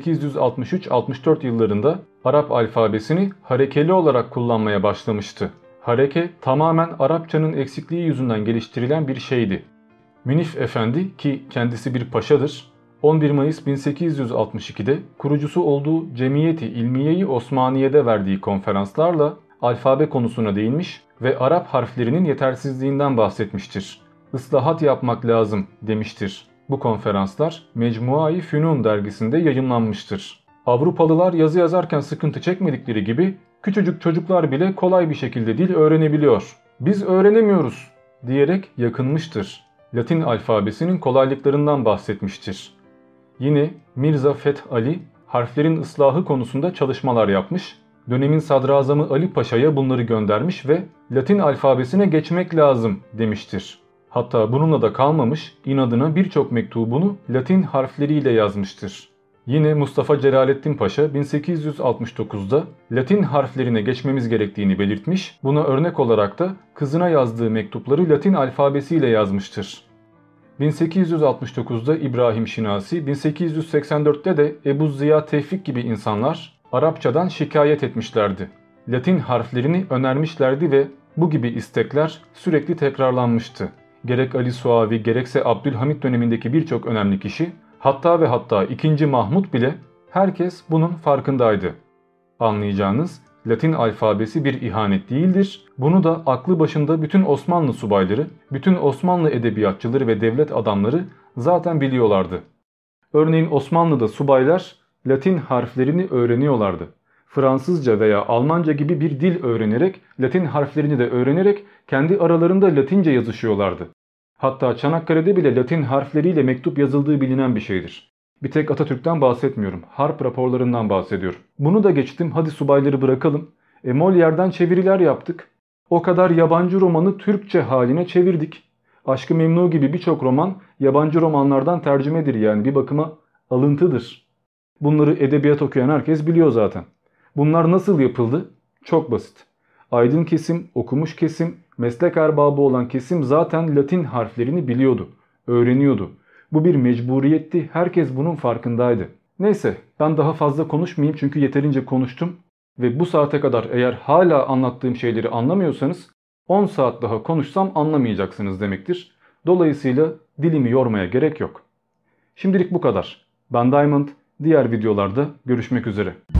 S3: 1863-64 yıllarında Arap alfabesini harekeli olarak kullanmaya başlamıştı. Hareke tamamen Arapçanın eksikliği yüzünden geliştirilen bir şeydi. Münif Efendi, ki kendisi bir paşadır, 11 Mayıs 1862'de kurucusu olduğu Cemiyeti İlmiye-i Osmaniye'de verdiği konferanslarla alfabe konusuna değinmiş ve Arap harflerinin yetersizliğinden bahsetmiştir. Islahat yapmak lazım demiştir. Bu konferanslar Mecmua-i Fünun dergisinde yayımlanmıştır. Avrupalılar yazı yazarken sıkıntı çekmedikleri gibi küçücük çocuklar bile kolay bir şekilde dil öğrenebiliyor. Biz öğrenemiyoruz diyerek yakınmıştır. Latin alfabesinin kolaylıklarından bahsetmiştir. Yine Mirza Feth Ali harflerin ıslahı konusunda çalışmalar yapmış, dönemin sadrazamı Ali Paşa'ya bunları göndermiş ve Latin alfabesine geçmek lazım demiştir. Hatta bununla da kalmamış, inadına birçok mektubunu Latin harfleriyle yazmıştır. Yine Mustafa Celaleddin Paşa 1869'da Latin harflerine geçmemiz gerektiğini belirtmiş, buna örnek olarak da kızına yazdığı mektupları Latin alfabesiyle yazmıştır. 1869'da İbrahim Şinasi, 1884'te de Ebu Ziya Tevfik gibi insanlar Arapçadan şikayet etmişlerdi. Latin harflerini önermişlerdi ve bu gibi istekler sürekli tekrarlanmıştı. Gerek Ali Suavi gerekse Abdülhamit dönemindeki birçok önemli kişi, hatta ve hatta 2. Mahmut bile, herkes bunun farkındaydı. Anlayacağınız, Latin alfabesi bir ihanet değildir. Bunu da aklı başında bütün Osmanlı subayları, bütün Osmanlı edebiyatçıları ve devlet adamları zaten biliyorlardı. Örneğin Osmanlı'da subaylar Latin harflerini öğreniyorlardı. Fransızca veya Almanca gibi bir dil öğrenerek, Latin harflerini de öğrenerek kendi aralarında Latince yazışıyorlardı. Hatta Çanakkale'de bile Latin harfleriyle mektup yazıldığı bilinen bir şeydir. Bir tek Atatürk'ten bahsetmiyorum. Harp raporlarından bahsediyorum. Bunu da geçtim, hadi subayları bırakalım. Molière'den çeviriler yaptık. O kadar yabancı romanı Türkçe haline çevirdik. Aşk-ı Memnu gibi birçok roman yabancı romanlardan tercümedir, yani bir bakıma alıntıdır. Bunları edebiyat okuyan herkes biliyor zaten. Bunlar nasıl yapıldı? Çok basit. Aydın kesim, okumuş kesim, meslek erbabı olan kesim zaten Latin harflerini biliyordu, öğreniyordu. Bu bir mecburiyetti, herkes bunun farkındaydı. Neyse, ben daha fazla konuşmayayım çünkü yeterince konuştum. ve bu saate kadar eğer hala anlattığım şeyleri anlamıyorsanız 10 saat daha konuşsam anlamayacaksınız demektir. Dolayısıyla dilimi yormaya gerek yok. Şimdilik bu kadar. Ben Diamond, diğer videolarda görüşmek üzere.